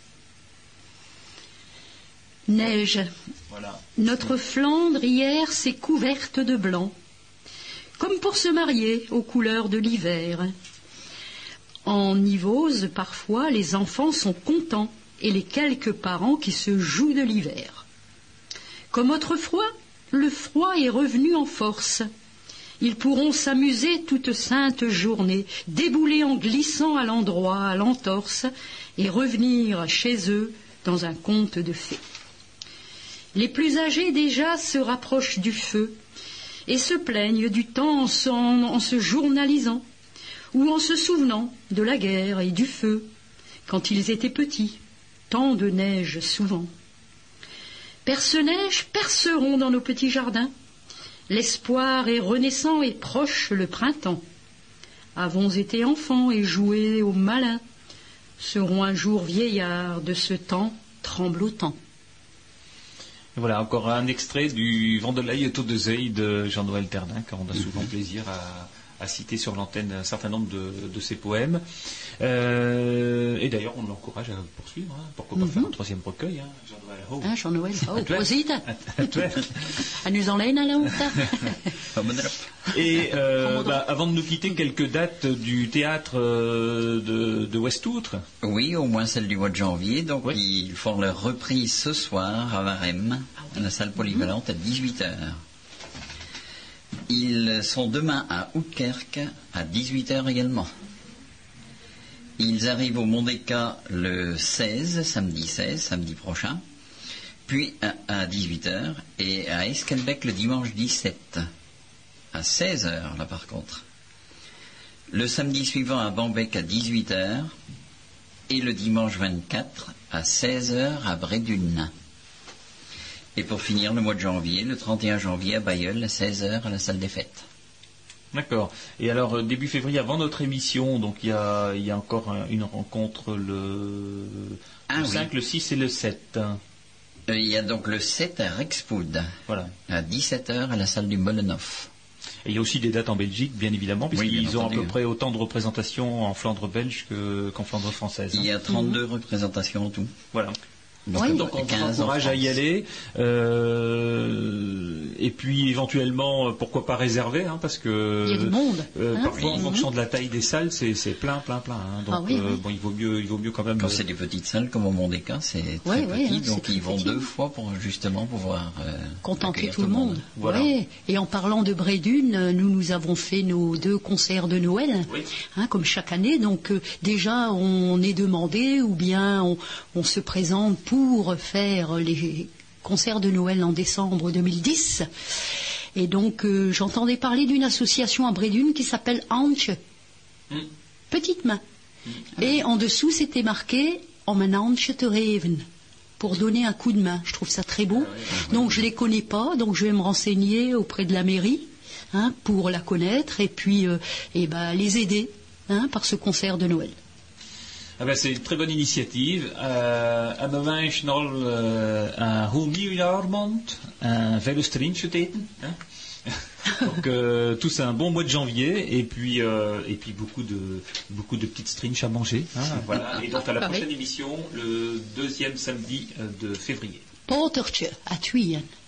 [SPEAKER 2] Neige.
[SPEAKER 1] Voilà.
[SPEAKER 2] Notre Flandre hier s'est couverte de blanc, comme pour se marier aux couleurs de l'hiver. En Yvose, parfois, les enfants sont contents et les quelques parents qui se jouent de l'hiver. Comme autrefois, le froid est revenu en force. Ils pourront s'amuser toute sainte journée, débouler en glissant à l'endroit, à l'entorse, et revenir chez eux dans un conte de fées. Les plus âgés déjà se rapprochent du feu et se plaignent du temps en se journalisant ou en se souvenant de la guerre et du feu quand ils étaient petits, tant de neige souvent. Perce-neige perceront dans nos petits jardins. L'espoir est renaissant et proche le printemps. Avons été enfants et joué au malin, seront un jour vieillards de ce temps tremblotant.
[SPEAKER 1] Et voilà, encore un extrait du Wanderlei tot de Zee de Jean-Noël Ternin, car on a souvent plaisir à citer sur l'antenne un certain nombre de ses poèmes. Et d'ailleurs, on l'encourage à poursuivre. Hein. Pourquoi pas faire un troisième recueil, hein, Jean-Noël. Oh.
[SPEAKER 2] Ah, Jean-Noël, oh, prosit. À nous en l'aine à la honte.
[SPEAKER 1] Et avant de nous quitter, quelques dates du théâtre de Westoutre.
[SPEAKER 3] Oui, au moins celle du mois de janvier. Donc ils font leur reprise ce soir à Varème, à la salle polyvalente à 18h. Ils sont demain à Houtkerque à 18h également. Ils arrivent au Mondéca le 16, samedi prochain, puis à 18h, et à Esquelbec le dimanche 17, à 16h là par contre. Le samedi suivant à Bambec à 18h, et le dimanche 24 à 16h à Brédune. Et pour finir, le mois de janvier, le 31 janvier à Bailleul, à 16h à la salle des fêtes.
[SPEAKER 1] D'accord. Et alors, début février, avant notre émission, donc il y a encore une rencontre le 5, le 6 et le 7.
[SPEAKER 3] Il y a donc le 7 à Rexpoud,
[SPEAKER 1] voilà,
[SPEAKER 3] à 17h à la salle du Molenhof.
[SPEAKER 1] Et il y a aussi des dates en Belgique, bien évidemment, puisqu'ils ont à peu près autant de représentations en Flandre belge qu'en Flandre française.
[SPEAKER 3] Il y a 32 représentations en tout.
[SPEAKER 1] Voilà. Donc on vous encourage à y aller, et puis éventuellement pourquoi pas réserver, hein, parce que
[SPEAKER 2] il y a du monde,
[SPEAKER 1] parfois en fonction de la taille des salles c'est plein, hein, donc bon, il vaut mieux quand même.
[SPEAKER 3] Quand c'est des petites salles comme au Mondéca, c'est très petit, donc ils vont 2 fois pour justement pouvoir
[SPEAKER 2] contenter tout le monde.
[SPEAKER 1] Voilà.
[SPEAKER 2] Ouais. Et en parlant de Brédune, nous avons fait nos 2 concerts de Noël, comme chaque année, donc déjà on est demandé ou bien on se présente pour faire les concerts de Noël en décembre 2010. Et donc, j'entendais parler d'une association à Brédune qui s'appelle Antje. Petite main. Et en dessous, c'était marqué « Om een handje te geven » pour donner un coup de main. Je trouve ça très beau. Donc, je ne les connais pas, donc je vais me renseigner auprès de la mairie pour la connaître et puis les aider par ce concert de Noël.
[SPEAKER 1] Ah ben, c'est une très bonne initiative. En we wensen al een goed nieuwjaar, een vele strintje eten. Donc tous un bon mois de janvier et puis beaucoup de petites strinches à manger. Voilà. Et donc à la prochaine émission, le 2e samedi de février.
[SPEAKER 2] Potertje à Thuyen.